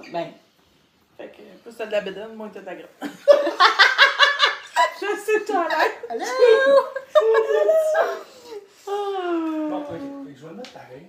Ben. Fait que plus t'as de la bédaine, moins t'as de la graine. Je sais, t'as l'air. Allô? Bon, ok. Fait que je vais le mettre pareil.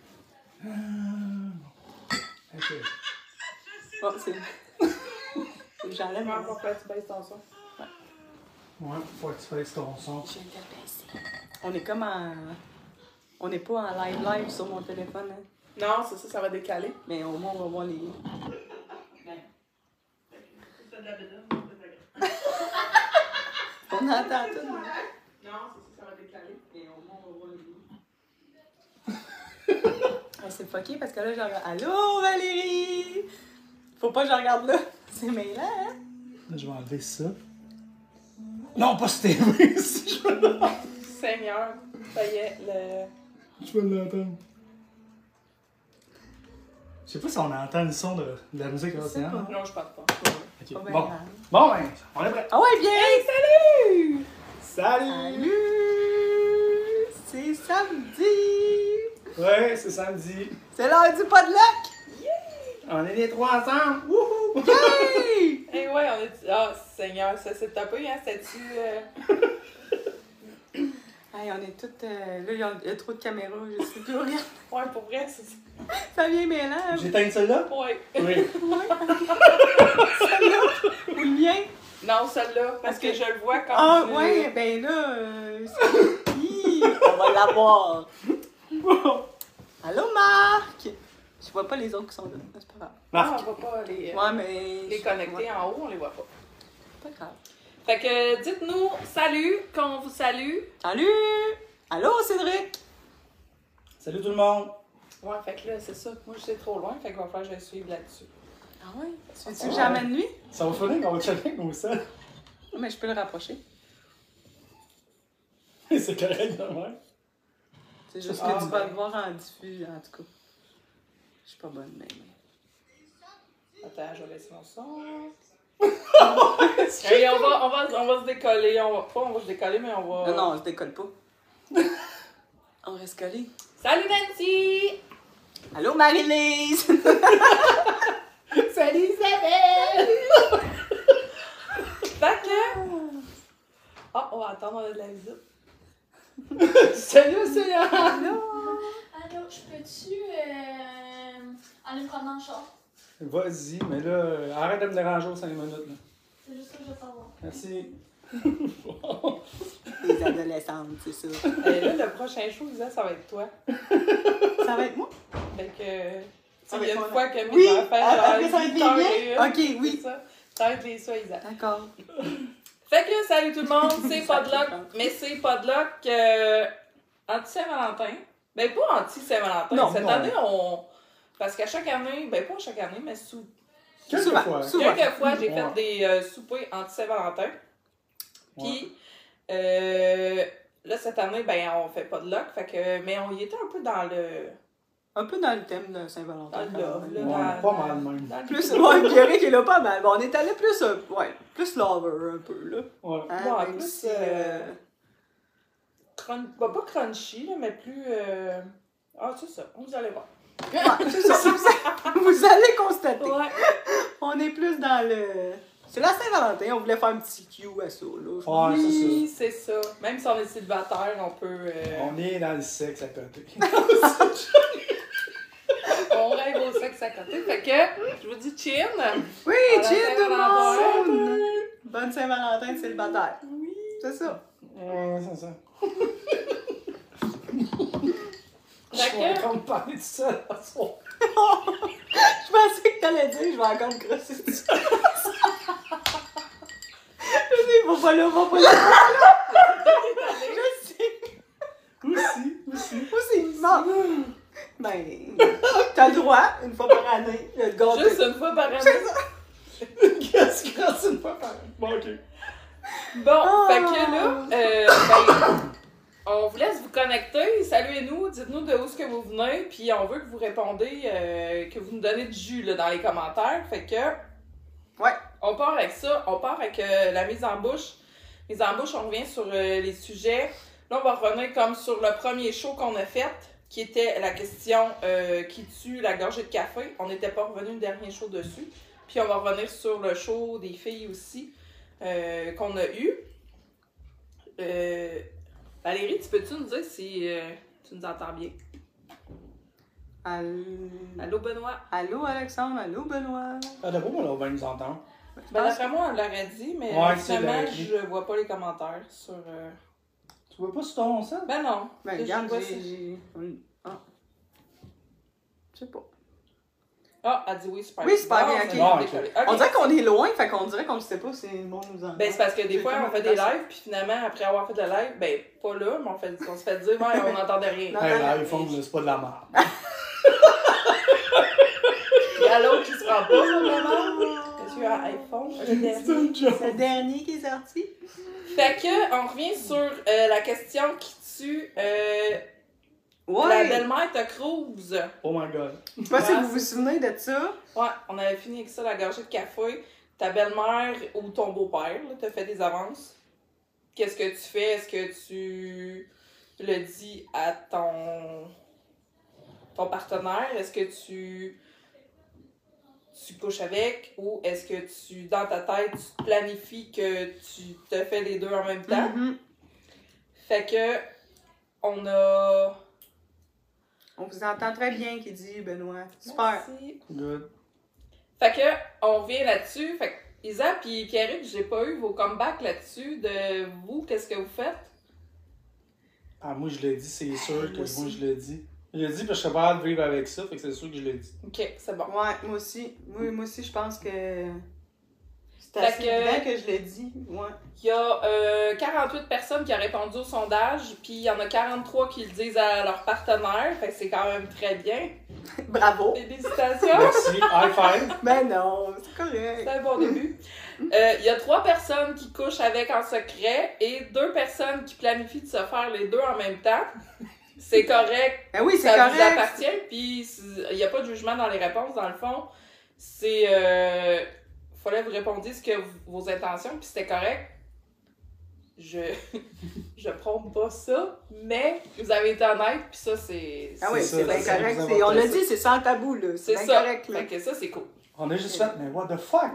Ok. Bon, c'est. J'enlève Comment mon. pourquoi tu baisses ton son? Ouais, faut que tu fasses ton son. Je viens de le baisser. On est comme en. On n'est pas en live sur mon téléphone, hein. Non, c'est ça, ça va décaler. Mais au moins, on va voir les. Plus t'as de la bédaine, moins t'as de la graine. On entend tout. Non, c'est ça, ça va décaler. Mais au moins, on va voir les. Ah, c'est fucké parce que là, je regarde. Allô, Valérie! Faut pas que je regarde là. C'est mêlant, hein? Là, je vais enlever ça. Non, pas ce TV, si je veux l'entendre. Seigneur, ça y est, Je veux l'entendre. Je sais pas si on entend le son de la musique sais océan. pas. Non, je pense pas. Ok, Pas bien bon. grave. Bon, ben, on est prêt. Ah ouais, viens! Hey, salut! Salut! Salut! C'est samedi! Ouais, c'est samedi. C'est l'heure du potluck! On est les trois ensemble. Wouhou! Yay! Eh ouais, on est. Ah, Seigneur, ça s'est tapé, hein? C'était-tu. Hey, on est toutes. Là, il y a trop de caméras, je sais plus rien. Ouais, pour vrai, c'est ça. Ça vient mêlant. Hein? J'éteins celle-là? Ouais. Oui. Celle-là? Ou le mien? Non, celle-là, parce que je le vois comme. Ah, tu- ouais, ben là. Hi, on va l'avoir. Allô, Marc? Je vois pas les autres qui sont là. C'est pas grave. Ah, Marc. on va pas les, Ouais, mais. les connecter en haut, on les voit pas. Pas grave. Fait que dites-nous salut, qu'on vous salue. Salut! Allô, Cédric? Salut tout le monde. Ouais, fait que là, c'est ça. Moi, je suis trop loin, fait qu'il va falloir que je suive là-dessus. Ah ouais? Tu veux-tu que j'emmène lui? Ça va finir qu'on va checker nous ça. Mais je peux le rapprocher. C'est correct de même. C'est juste Ah, que tu vas ben. le voir en diffus, en tout cas. Je suis pas bonne, mais. Attends, je vais laisser mon son. Hey, on va se décoller. On va se décoller, mais on va. Non, non, on se décolle pas. On reste collé. Salut Nancy! Allô, Marie-Lise! Salut Isabelle! Fait que. Ah, on va attendre, on a de la visite. Salut Océan. Allô! Allô, je peux-tu aller me prendre en char? Vas-y, mais là, arrête de me déranger aux 5 minutes. Là. C'est juste ça que je veux savoir. Merci. Les adolescentes, c'est ça. Et là, le prochain show, Isa, ça va être toi. Ça va être moi? Fait que. Ça va Il y a être une moi, fois là. que mes Oui, enfants. après, ça va être les miens? Ok, oui. oui. Ça va être les ça, Isa. D'accord. Fait que salut tout le monde, c'est Podluck, mais c'est Podluck anti-Saint-Valentin. Ben pas anti-Saint-Valentin, Non, cette non. année on... Parce qu'à chaque année, ben pas chaque année, mais Quelques Souvent, fois. souvent. quelques fois j'ai Ouais. fait des soupers anti-Saint-Valentin. Puis là cette année, ben on fait Podluck, fait que... mais on y était un peu dans le... Un peu dans le thème de Saint-Valentin. Dans le love, là. Ouais, pas mal même. dans le- Plus, ouais, Pierre qui est là pas mal. Bon, on est allé plus, ouais, plus lover un peu, là. Ouais. Hein, Ouais, même plus, si, ben, pas crunchy, là, mais plus... Ah, c'est ça, vous allez voir. ouais, c'est ça. Vous allez constater. Ouais. On est plus dans le... C'est la Saint-Valentin, on voulait faire un petit cue à ça, là. Ouais, Oui, c'est ça. Même si on est célibataire, on peut... On est dans le sexe à côté. On rêve au sexe à côté. Fait que, je vous dis chin. Oui, À la cheers tout le Saint-Valentin. monde! Bonne Saint-Valentin de célibataire. Oui. C'est ça. Ouais, c'est ça. Fait Je vais que, comme parler de ça à son. Je pensais que t'allais dire, je vais encore me crosser dessus. Je sais, va pas là, va pas là. Je sais. Aussi. Aussi, bon. Ben, t'as le droit, une fois par année, le gâteau. juste une fois par année. C'est ça. Qu'est-ce que c'est une fois par an? Bon, ok. Bon, Ah. fait que là, ben, on vous laisse vous connecter. Saluez-nous, dites-nous de où est-ce que vous venez. Puis on veut que vous répondez, que vous nous donnez du jus là, dans les commentaires. Fait que... Ouais. On part avec ça. On part avec la mise en bouche. Mise en bouche, on revient sur les sujets. Là, on va revenir comme sur le premier show qu'on a fait. qui était la question qui tue la gorgée de café. On n'était pas revenu le dernier show dessus. Puis on va revenir sur le show des filles aussi qu'on a eu. Valérie, tu peux-tu nous dire si tu nous entends bien? Allô, Benoît? Allô, Alexandre? Allô, Benoît? D'abord, on va nous entendre. Ben, d'après moi, on l'aurait dit, mais Ouais, finalement, c'est je vois pas les commentaires sur... Tu vois pas sur ton set? Ben non. Ben, Je regarde, vois j'ai... Ah. Je sais pas. Ah, elle dit oui, super Oui, super bien, ok. Ah, ok. Décollé. On dirait qu'on est loin, fait qu'on dirait qu'on ne sait pas si le monde nous entend. Ben, c'est parce que des J'ai fois, comme on fait des l'impression. lives, puis finalement, après avoir fait le live, ben, pas là, mais on se fait dire, ouais, on n'entendait rien. Non. Hey, l'iPhone, là, c'est pas de la merde. Il y a l'autre qui se rend pas sur le moment. Monsieur a iPhone, le C'est dernier. une joke. C'est le dernier qui est sorti. Fait que, on revient sur la question qui tue la Ouais. belle-mère de Cruz. Oh my god. Je sais pas si Ouais, vous vous souvenez de ça. Ouais, on avait fini avec ça, la gorgée de café. Ta belle-mère ou ton beau-père là, t'a fait des avances. Qu'est-ce que tu fais? Est-ce que tu le dis à ton partenaire? Est-ce que tu couches avec? Ou est-ce que dans ta tête, tu te planifies que tu te fais les deux en même temps? Mhm. Fait que, on a... On vous entend très bien, qui dit Benoît. Super. Merci. Good. Fait que, on revient là-dessus. Fait que, Isa puis Pierrick, j'ai pas eu vos comebacks là-dessus de vous. Qu'est-ce que vous faites? Ah, moi, je l'ai dit, c'est sûr que moi aussi. moi, je l'ai dit. Je l'ai dit parce que je suis pas de vivre avec ça, fait que c'est sûr que je l'ai dit. Ok, c'est bon. Ouais, moi aussi. Moi aussi, je pense que c'est Fait assez que- évident que je l'ai dit. Ouais. Il y a 48 personnes qui ont répondu au sondage, puis il y en a 43 qui le disent à leur partenaire. Fait que c'est quand même très bien. Bravo. Félicitations! Merci, high five. Ben non, c'est correct. C'est un bon début. Il y a 3 personnes qui couchent avec en secret et 2 personnes qui planifient de se faire les deux en même temps. C'est correct. Ben oui, c'est Ça vous correct. appartient, puis il n'y a pas de jugement dans les réponses, dans le fond. C'est... fallait vous répondiez ce que vos intentions, puis c'était correct. Je prône pas ça, mais vous avez été honnête, puis ça, c'est... Ah oui, C'est c'est ça, bien c'est correct. plus On l'a important. dit, c'est sans tabou, là. C'est bien ça. correct, là. Fait que ça, c'est cool. On a juste fait, mais what the fuck?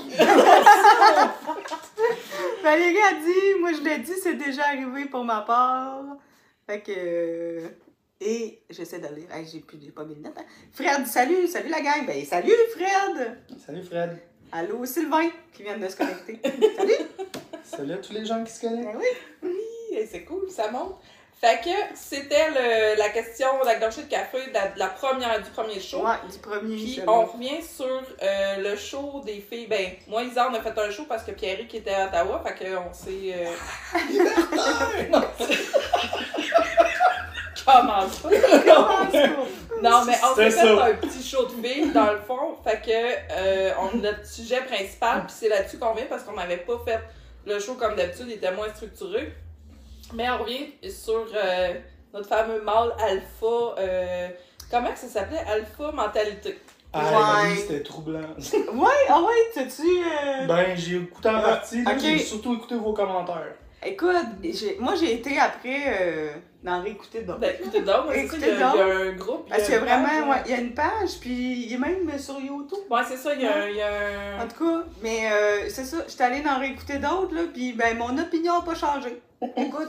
Valérie a dit, moi je l'ai dit, c'est déjà arrivé pour ma part. Fait que... Et j'essaie de lire. Hey, j'ai pas mis de notes. Hein. Fred, salut la gang. Ben salut Fred. Salut Fred. Allô Sylvain qui vient de se connecter. Salut. Salut à tous les gens qui se connaissent. Ben oui. Oui, et c'est cool, ça monte. Fait que c'était la question, la gorgée de café du premier show. Ouais, du premier. Puis celui-là. on revient sur le show des filles. Ben, moi, Isa, on a fait un show parce que Pierrick était à Ottawa, fait qu'on s'est... Comment ça? Comment ça? Non, mais on s'est C'est fait ça. un petit show de filles, dans le fond. Fait que notre sujet principal, puis c'est là-dessus qu'on vient parce qu'on n'avait pas fait le show comme d'habitude, il était moins structuré. Mais on revient sur notre fameux mâle alpha. Comment que ça s'appelait? Alpha mentalité. Ah, Ouais. Emily, c'était troublant. Ouais, ah ouais, t'as-tu... Ben, j'ai écouté en partie, là, ok. j'ai surtout écouté vos commentaires. Écoute, moi j'ai été après dans Réécouter d'autres. Ben, écoutez donc, c'est ça, Écoutez il y a donc. un groupe. Parce qu'il y a une vraiment, page, ouais, il y a une page, puis il est même sur YouTube. Ouais, c'est ça, il y a un... En tout cas, mais c'est ça, j'étais allée dans Réécouter d'autres, là, puis ben mon opinion n'a pas changé. Écoute,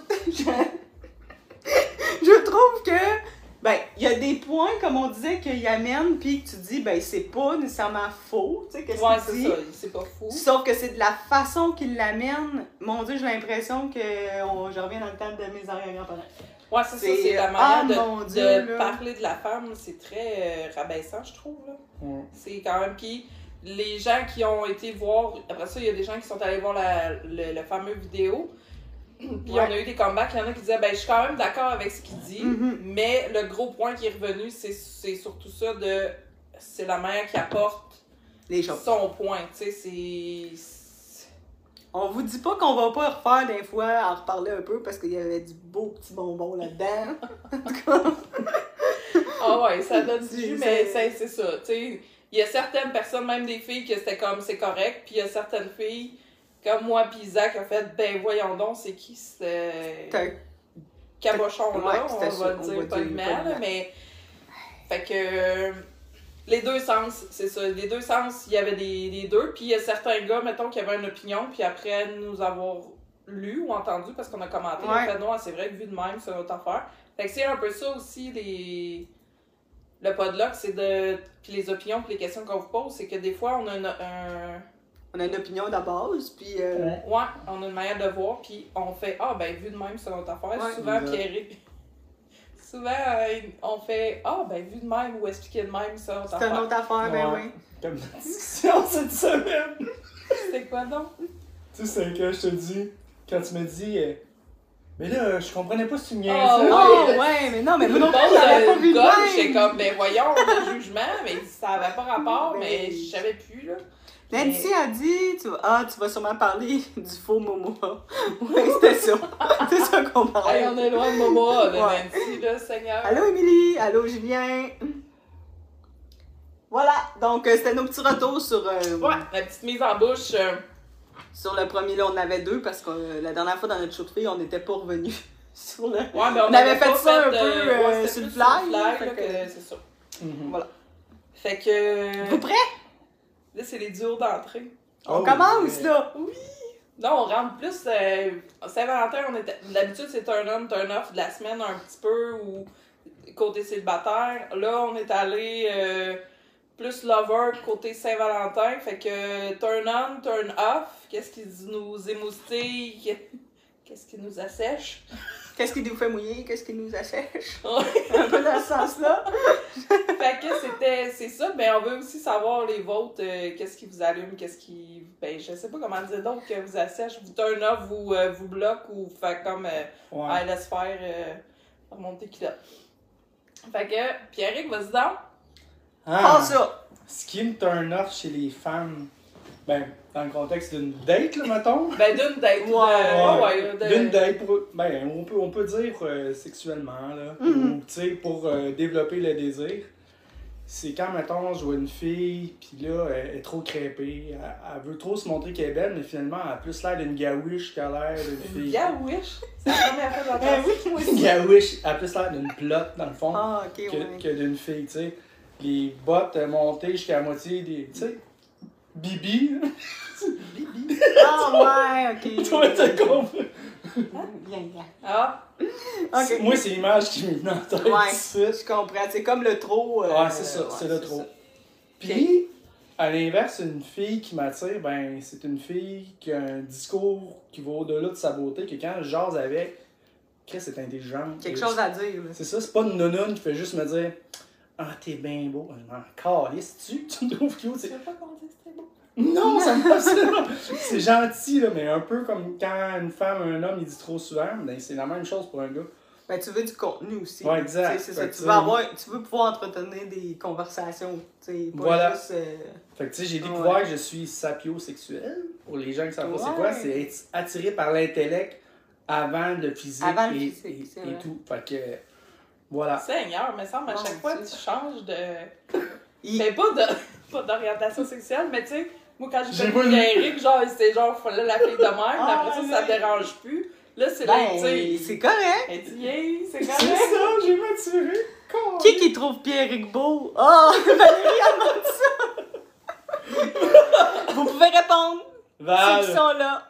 je trouve que, ben, il y a des points, comme on disait, qu'il amène, puis que tu dis, ben, c'est pas nécessairement faux, tu sais, qu'est-ce Ouais, qu'il c'est dit. ça, c'est pas fou. Sauf que c'est de la façon qu'il l'amène. Mon Dieu, j'ai l'impression que je reviens dans le temps de mes arrière-grands-parents. Ouais, c'est ça, c'est la manière mon de Dieu, là. parler de la femme, c'est très rabaissant, je trouve, là. Ouais. C'est quand même qui... Les gens qui ont été voir... Après ça, il y a des gens qui sont allés voir le fameux vidéo. Puis Ouais. on a eu des comebacks, il y en a qui disaient, ben, je suis quand même d'accord avec ce qu'il dit, Mhm. mais le gros point qui est revenu, c'est surtout ça de... C'est la mère qui apporte Les choses. son point, tu sais, c'est... On vous dit pas qu'on va pas refaire des fois, en reparler un peu, parce qu'il y avait du beau petit bonbon là-dedans. En tout cas, Ah ouais, ça donne du jus, C'est- mais c'est ça, tu sais. Il y a certaines personnes, même des filles, que c'était comme, c'est correct, puis il y a certaines filles, comme moi pis Isaac, qui ont fait, ben voyons donc, c'est qui ce t'as- cabochon-là, Ouais, on c'était va ça, le on dire va pas de dire mal, pas de mal. mais Fait que les deux sens, c'est ça. Les deux sens, il y avait des deux. Puis il y a certains gars, mettons, qui avaient une opinion, puis après nous avoir lu ou entendu, parce qu'on a commenté, Ouais. en fait, non, c'est vrai que vu de même, c'est une autre affaire. Fait que c'est un peu ça aussi, le podlock, c'est de... Puis les opinions, puis les questions qu'on vous pose, c'est que des fois, on a On a une opinion de base, puis... Ouais. Ouais, on a une manière de voir, puis on fait « Ah, ben, vu de même, c'est notre affaire. Ouais. Souvent, Exact. Pierre... Souvent, on fait « Ah, ben, vu de même ou expliqué de même, c'est notre C'est une affaire. autre affaire, ben Ouais. oui. Comme la discussion cette semaine. » C'est quoi donc? Tu sais, c'est que je te dis, quand tu me dis, mais là, je comprenais pas si tu me niaisais. Ah, Oh, ouais. ouais, mais non, mais moi non Bon, plus, j'avais pas vu comme, j'étais le même. comme « Ben, voyons, le jugement, mais ça avait pas rapport, Ben, mais je savais plus, là. » Nancy a dit, tu vas sûrement parler du faux Momoa. Ouais, c'était ça. C'est ça qu'on parlait. Hey, on est loin de Momoa, là, Ouais. Nancy, là, Seigneur. Allô, Émilie. Allô, Julien. Voilà, donc c'était nos petits retours sur, Ouais, la petite mise en bouche. sur le premier. Là, on en avait deux parce que la dernière fois dans notre show de filles, on n'était pas revenus sur le... Ouais, mais On avait fait pas ça un peu, c'était sur le plus fly, là, fait que que- c'est ça. Mhm. Voilà. Fait que... Vous prêts? Là, c'est les duos d'entrée. On Oh, commence, ouais. là. Là, on rentre plus... Saint-Valentin, d'habitude, c'est turn on, turn off de la semaine un petit peu, ou côté célibataire. Là, on est allé plus lover côté Saint-Valentin. Fait que turn on, turn off, qu'est-ce qui nous émoustille, qu'est-ce qui nous assèche. Qu'est-ce qui nous fait mouiller? Qu'est-ce qui nous assèche? Ouais. Un peu dans ce sens-là. Fait que c'est ça, mais on veut aussi savoir les vôtres, qu'est-ce qui vous allume, qu'est-ce qui... Ben, je sais pas comment dire donc, que vous assèche, vous turn off, vous bloque, ou fait comme, Ouais. ah, laisse faire, remonter culotte. Fait que, Pierrick, vas-y donc. Pas ça. Ce qui me turn off chez les femmes, ben, dans le contexte d'une date, là, mettons. Ben, d'une date. D'une date, ben, on peut dire sexuellement, là, Mhm. ou, tu sais, pour développer le désir. C'est quand, mettons, je vois une fille, puis là, elle est trop crêpée, elle veut trop se montrer qu'elle est belle, mais finalement, elle a plus l'air d'une gawish qu'elle a l'air d'une fille. Gawish. C'est la première fois que j'entends Ben ça. oui, moi Une aussi. gawish, elle a plus l'air d'une plotte, dans le fond, Ah, ok, que, ouais. que d'une fille, tu sais. Les bottes montées jusqu'à la moitié, des, tu sais, bibi. Bibi. Ah, ouais, ok. Toi, t'as compris. Bien, bien. Ah, Ok. Moi, c'est l'image qui m'est venue en tête Ouais. tout de suite. Je comprends. C'est comme le trop. Ouais, c'est ça, c'est le trop. ça. Puis, à l'inverse, une fille qui m'attire, ben, c'est une fille qui a un discours qui va au-delà de sa beauté, que quand je jase avec, Chris est intelligente. Quelque chose à dire, là. C'est ça, c'est pas une nounoune qui fait juste me dire ah, t'es bien beau. Je m'en calisse, tu me trouves cute. tu C'est... veux pas qu'on dise que c'était beau? Non, ça me passe pas. C'est gentil, là, mais un peu comme quand une femme un homme, il dit trop souvent, ben, c'est la même chose pour un gars. Ben, tu veux du contenu aussi. Ouais, exact. Tu sais, c'est ça. Fait que Tu tu veux, tu veux pouvoir entretenir des conversations. Tu sais, pas Voilà. juste. Fait que tu sais, j'ai découvert que je suis sapiosexuel. Pour les gens qui savent pas c'est quoi, Ouais. c'est être attiré par l'intellect avant le physique, Avant le et, physique, c'est et vrai. tout. Fait que voilà. Seigneur, mais semble à Mon chaque fois Dieu. tu changes de. Il- Mais pas d'orientation sexuelle, mais tu sais, moi quand j'ai J'ai connu pas- Pierrick, genre c'était genre là, la fille de même, Ah, après ça, ça ouais. te dérange plus. Là, c'est là, tu Ben, sais. c'est correct. Elle dit, hey, c'est C'est correct. ça, j'ai m'attiré. Qui trouve Pierrick beau? Oh, Valérie a demandé ça. Vous pouvez répondre. Ceux Val. qui sont là.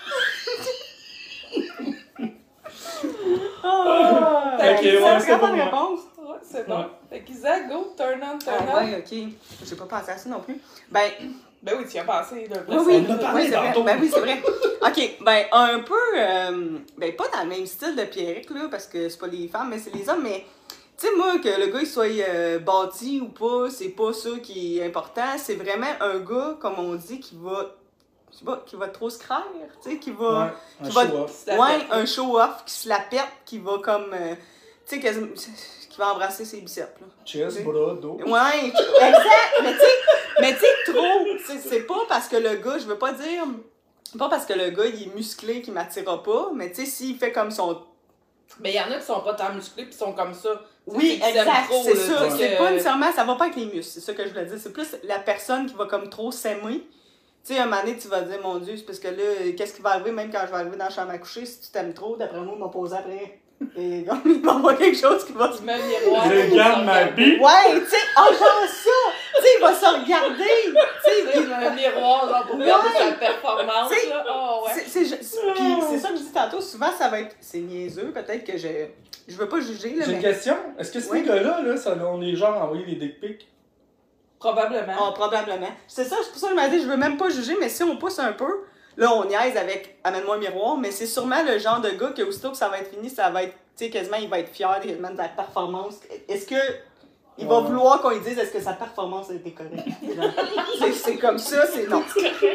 Oh, Ok, ouais, ça, c'est pas bon, de ouais. réponse. Ouais, c'est bon. Ouais. Fait qu'Isaac, go, turn on, turn Ah, on. ouais, ok. J'ai pas pensé à ça non plus. Ben, Ben oui, tu y as pensé, là. oui, oui. On en a parlé Ouais, c'est vrai. tantôt. Ben oui, c'est vrai. Ok, ben, un peu. Ben, pas dans le même style de Pierrick, là, parce que c'est pas les femmes, mais c'est les hommes, mais. Tu sais, moi, que le gars il soit bâti ou pas, c'est pas ça qui est important. C'est vraiment un gars, comme on dit, qui va trop se craire, tu sais, qui va. Ouais, un Tu vas- show-off. Se la Ouais, pète. un show-off qui se la pète, qui va comme. Tu sais, qui va embrasser ses biceps, là. Chest, bras, dos. Ouais, exact. Mais tu sais, trop. C'est pas parce que le gars, je veux pas dire. Pas parce que le gars, il est musclé qu'il m'attirera pas, mais tu sais, s'il fait comme son. Mais il y en a qui sont pas tant musclés pis sont comme ça. Tu sais, Oui, c'est qu'ils aiment exact, trop, c'est là, ça. tu sais C'est que- pas nécessairement. Ça va pas avec les muscles, c'est ça que je voulais dire. C'est plus la personne qui va comme trop s'aimer. Tu sais, un moment donné, tu vas dire, mon Dieu, c'est parce que là, qu'est-ce qui va arriver même quand je vais arriver dans la chambre à coucher si tu t'aimes trop, d'après moi, il m'a posé après. Et comme, il va avoir quelque chose qui va se... Tu mets un miroir. Je regarde ma bite. Ouais, tu sais, genre ça! Tu sais, il va se regarder! Tu sais, il va... Un miroir, genre, pour regarder Ouais. sa performance, T'sais, là. Oh, ouais. Puis c'est ça que je dis tantôt, souvent ça va être... C'est niaiseux, peut-être que je veux pas juger, là, J'ai une mais... question. Est-ce que ces Ouais. gars-là, là, on est genre envoyé des dick pics? Probablement. Ah, probablement. C'est ça, c'est pour ça que je m'ai dit, je veux même pas juger, mais si on pousse un peu, là, on niaise avec Amène-moi un miroir, mais c'est sûrement le genre de gars que aussitôt que ça va être fini, ça va être, tu sais, quasiment, il va être fier quasiment de sa performance. Est-ce que il va Ouais. vouloir qu'on lui dise est-ce que sa performance a été correcte? Genre, c'est comme ça, c'est non.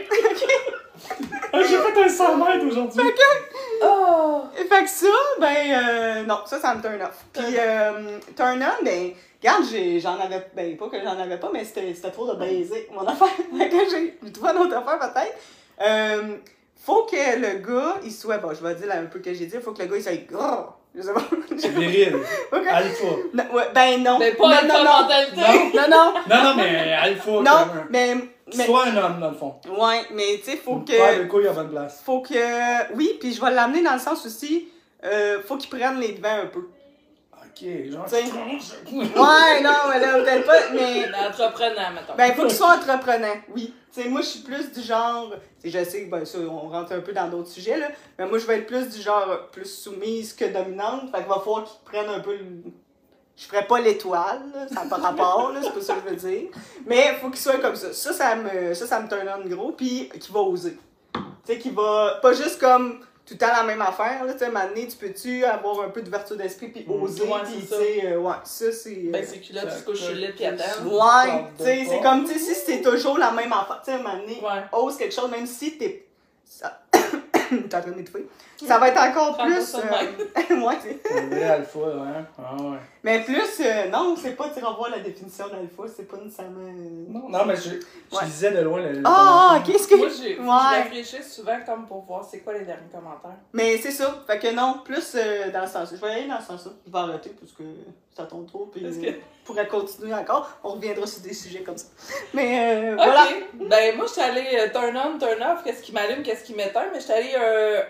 Ah, j'ai fait un 100 mètres aujourd'hui. Oh! Fait que ça, ben, non, ça me turn off. Puis, turn on, ben, regarde, j'en avais, ben, pas que j'en avais pas, mais c'était trop de baiser, mon affaire. Fait que j'ai trouvé une autre affaire, peut-être. Faut que le gars, il soit, bon, je vais dire là, un peu que j'ai dit, faut que le gars, il soit gros. Je sais pas. C'est viril. Ok. Alpha. Non, ouais, ben, non. Mais pas non, une non, mentalité. non, non, Non, mais alpha. non, comme mais, Soit un homme, dans le fond. ouais, mais, tu sais, faut Faire que, le couille à bonne place. oui, puis je vais l'amener dans le sens aussi, faut qu'il prenne les devants un peu. Ok, genre, T'sais. tu tranches. Ouais, non, mais là, peut-être pas, mais... Mais entreprenant, mettons. Ben, il faut qu'il soit entreprenant, oui. Tu sais, moi, je suis plus du genre... Tu sais, je sais que, ben, ça, on rentre un peu dans d'autres sujets, là. Mais moi, je vais être plus du genre, plus soumise que dominante. Fait qu'il va falloir qu'il prenne un peu le... Je ferais pas l'étoile, là. Ça n'a pas rapport, là. C'est pas ça que je veux dire. Mais il faut qu'il soit comme ça. Ça me turn on gros. Puis qu'il va oser. Tu sais, qu'il va... Pas juste comme... Tout le temps la même affaire, là, tu sais, à un moment donné, tu peux-tu avoir un peu d'ouverture d'esprit puis oser, Ouais, puis c'est tu ça. sais, ouais, ça, c'est... Ben, c'est que là, tu te couches sur le lit pis attends. Ouais, tu sais, c'est comme, tu sais, si c'est toujours la même affaire, tu sais, à un moment donné, Ouais. ose quelque chose, même si t'es... Ça... T'es en train de m'étouffer. Ça va être encore Prends plus... ça de même. ouais, c'est... Un vrai alpha, ouais. Ah, ouais. Mais plus, non, c'est pas, tu revois la définition d'alpha, c'est pas nécessairement... Non, mais je Ouais. disais de loin le. Ah, qu'est-ce que... Moi, je Ouais. réfléchis souvent comme pour voir c'est quoi les derniers commentaires. Mais c'est ça, fait que non, plus dans le sens... Je vais aller dans ce sens-là, je vais arrêter parce que ça tombe trop, puis Parce que- on pourrait continuer encore, on reviendra sur des sujets comme ça. Mais Ok. voilà. Ben, moi, j'étais allée turn on, turn off, qu'est-ce qui m'allume, qu'est-ce qui m'éteint, mais j'étais allée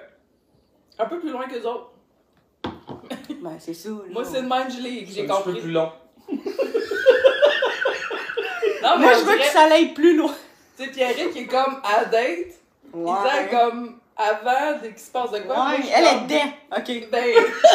un peu plus loin que les autres. Ben, c'est ça, là. Moi, c'est de même, que j'ai Un petit peu compris. plus long. Non, mais Moi, on je veux que dirait, ça aille plus loin. tu sais, Pierrick est comme à date, il disait comme avant, dès qu'il se passe de quoi. moi, je Ouais, suis elle est comme, dedans. OK. Ben,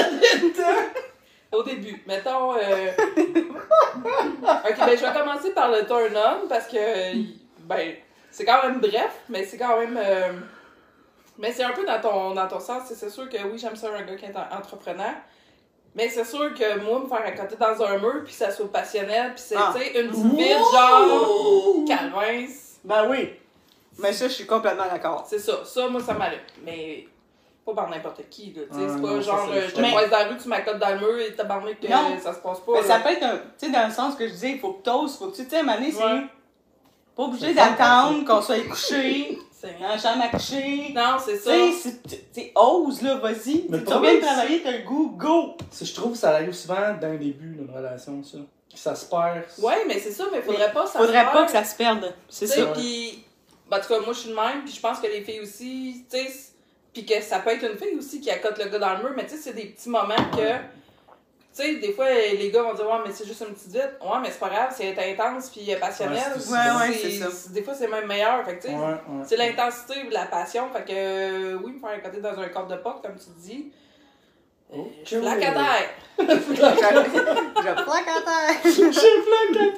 au début, mettons. Ok, ben, je vais commencer par le turn on parce que, ben, c'est quand même bref, mais c'est quand même. Mais c'est un peu dans ton sens. C'est sûr que oui, j'aime ça un gars qui est entrepreneur. Mais c'est sûr que moi, me faire accoter dans un mur, puis ça soit passionnel, puis c'est, Ah. tu sais, une petite ville genre Calvin. Ben oui. Mais ça, je suis complètement d'accord. C'est ça. Ça, moi, ça m'allume. Mais pas par n'importe qui, là. Tu sais, Ah, c'est pas non, ça, genre, c'est je te Mais- croise dans la rue, tu m'accotes dans le mur et t'as barré que Non. ça se passe pas. Mais là. ça peut être un. Tu sais, dans le sens que je disais, il faut que t'oses, faut que tu sais, à un moment donné, c'est Ouais. pas obligé C'est d'attendre qu'on soit couché, C'est- dans la chambre à coucher. Non, c'est Tu ça. sais, tu sais, ose, là, vas-y. Mais Tu le reviens de problème, travailler, t'as le goût, go! Je trouve que ça arrive souvent d'un début d'une relation, ça. Ça se perd. Ouais, mais c'est ça, mais faudrait pas ça Faudrait se pas perd. que ça se perde. C'est Tu sais, ça. pis, ben, en tout cas, moi, je suis de même, pis je pense que les filles aussi, tu sais, pis que ça peut être une fille aussi qui accote le gars dans le mur, mais tu sais, c'est des petits moments que, tu sais, des fois, les gars vont dire, ouais, mais c'est juste une petite vite. Ouais, mais c'est pas grave, c'est intense, pis passionnel. Ouais, c'est Ouais, c'est ça. Des fois, c'est même meilleur, fait que, tu sais, Ouais. c'est l'intensité, la passion, fait que, oui, me faire accoter dans un corps de porte, comme tu dis. Ok. Je flaque à terre. Je plaque à terre. J'ai plein de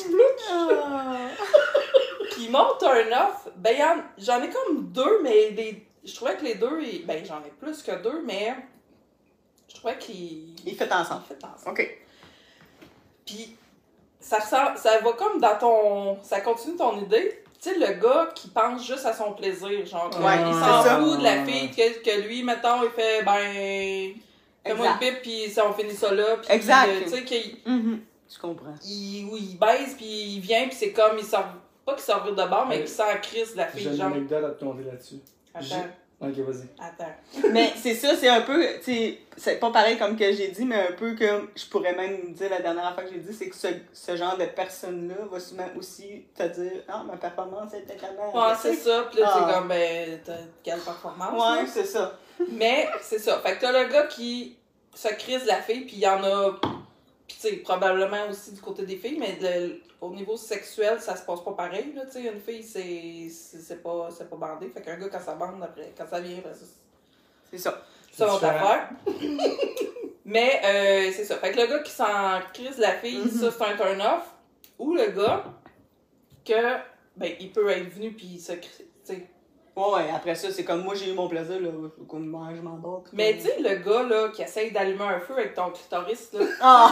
Pis mon turn-off, ben, j'en ai comme deux, mais je trouvais que les deux, ben, j'en ai plus que deux, mais je trouvais qu'ils Ils fait ensemble. fait ensemble. OK. Puis ça va comme dans ton... Ça continue ton idée. Tu sais, le gars qui pense juste à son plaisir, genre, que Ouais, il c'est s'en ça. fout de la fille, que lui, mettons, il fait, ben... Fais-moi une Exact. pipe, puis on finit ça là. Puis, Exact. tu sais, qu'il Je comprends. il baise, puis il vient, puis c'est comme, il sort... Pas qu'il sort de bord, mais qu'il sort en crise de la J'ai fille, une genre... anecdote à te conter là-dessus. Attends, Ok, vas-y. attends. Mais c'est ça, c'est un peu, tu sais, c'est pas pareil comme que j'ai dit, mais un peu comme, je pourrais même dire la dernière fois que j'ai dit, c'est que ce genre de personne-là va souvent aussi te dire, ah, ma performance était quand même. Ouais, c'est ça, puis là, Ah. c'est comme, ben, t'as quelle performance, là? Ouais, c'est ça. Mais, c'est ça. Fait que t'as le gars qui se crisse la fille, puis il y en a, puis tu sais, probablement aussi du côté des filles, mais au niveau sexuel, ça se passe pas pareil, là, tu sais, une fille, c'est pas bandé, fait qu'un gars, quand ça bande, après, quand ça vient, C'est ça. c'est notre affaire. Mais, c'est ça, fait que le gars qui s'en crisse la fille, ça, c'est un turn-off, ou le gars que, ben, il peut être venu, puis se crisser, tu sais. Ouais, après ça, c'est comme moi, j'ai eu mon plaisir, là. Comme moi, je m'en bats. Mais tu sais, le gars, là, qui essaye d'allumer un feu avec ton clitoris, là. Ah!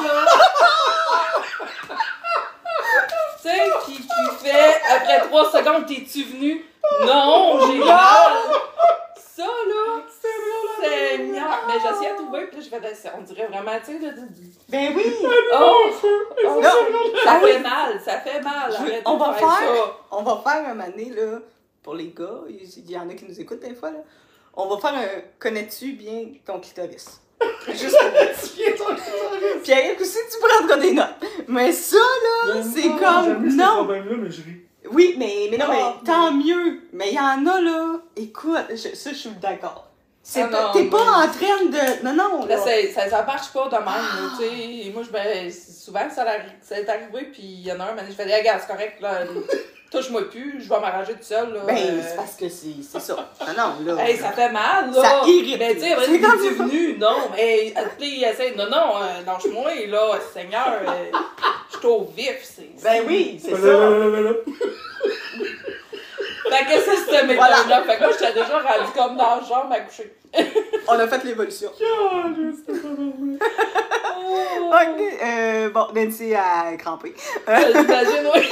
Tu sais, qui fait, après 3 secondes, t'es-tu venu? Non, j'ai mal! Ça, là, c'est Seigneur! Mais j'essayais de trouver, puis là, je fais, on dirait vraiment, tu sais, là, Ben oui! oh, Non. ça fait mal, ça fait mal. Arrête On de va faire faire, ça. on va faire un année, là, pour les gars, il y en a qui nous écoutent des fois, là. On va faire un connais-tu bien ton clitoris? Juste pour Pierre, aussi, tu prendras des notes. Mais ça, là, c'est comme. Non! problème-là, mais je ris. Oui, mais non, mais Ah, tant mieux. Mais il y en a, là. Écoute, ça, je suis d'accord. Ah non, T'es pas mais- en train de. Non, non, Là, là. ça marche pas de même, là, tu sais. Et moi, souvent, ça est arrivé, puis il y en a un, je fais, hey, regarde, c'est correct, là, touche-moi plus, je vais m'arranger tout seul, là. Ben, c'est parce que c'est ça. Non, non, là. Hey, ça fait mal, là. Ça irrite. Mais tu sais, C'est comme tu es venu, non, mais puis essaie, non, lâche-moi, là, Seigneur, je suis au vif, c'est. Ben oui, c'est ça. Fait que c'est cette méthode-là. Fait que moi, j'étais déjà rendu comme dans le genre à coucher. On a fait l'évolution. Oh. Ok, bon, Nancy a crampé. J'imagine, oui.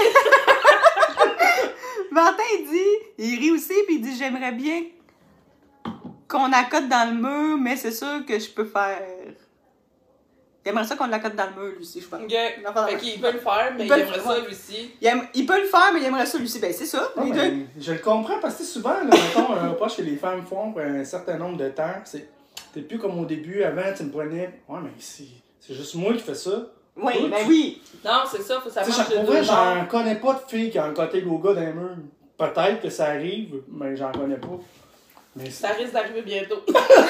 Martin, il rit aussi, puis il dit j'aimerais bien qu'on accote dans le mur, mais c'est sûr que je peux faire. Il aimerait ça qu'on l'accote dans le mur, lui aussi, je pense. Ok. Fait qu'il peut le faire, mais il peut le aimerait faire, ça, ouais. lui aussi. Il peut le faire, mais il aimerait ça, lui aussi. Ben, c'est ça. Non, les mais deux. je le comprends parce que souvent, là, mettons, un reproche que les femmes font pour un certain nombre de temps, c'est t'es plus comme au début, avant tu me prenais. Ouais, mais c'est juste moi qui fais ça. Oui, Toi, ben tu- oui. Non, c'est ça, faut que ça Tu sais, marche de pour deux vrai, bords. j'en connais pas de filles qui ont un côté yoga dans les murs. Peut-être que ça arrive, mais j'en connais pas. Mais Ça risque d'arriver bientôt.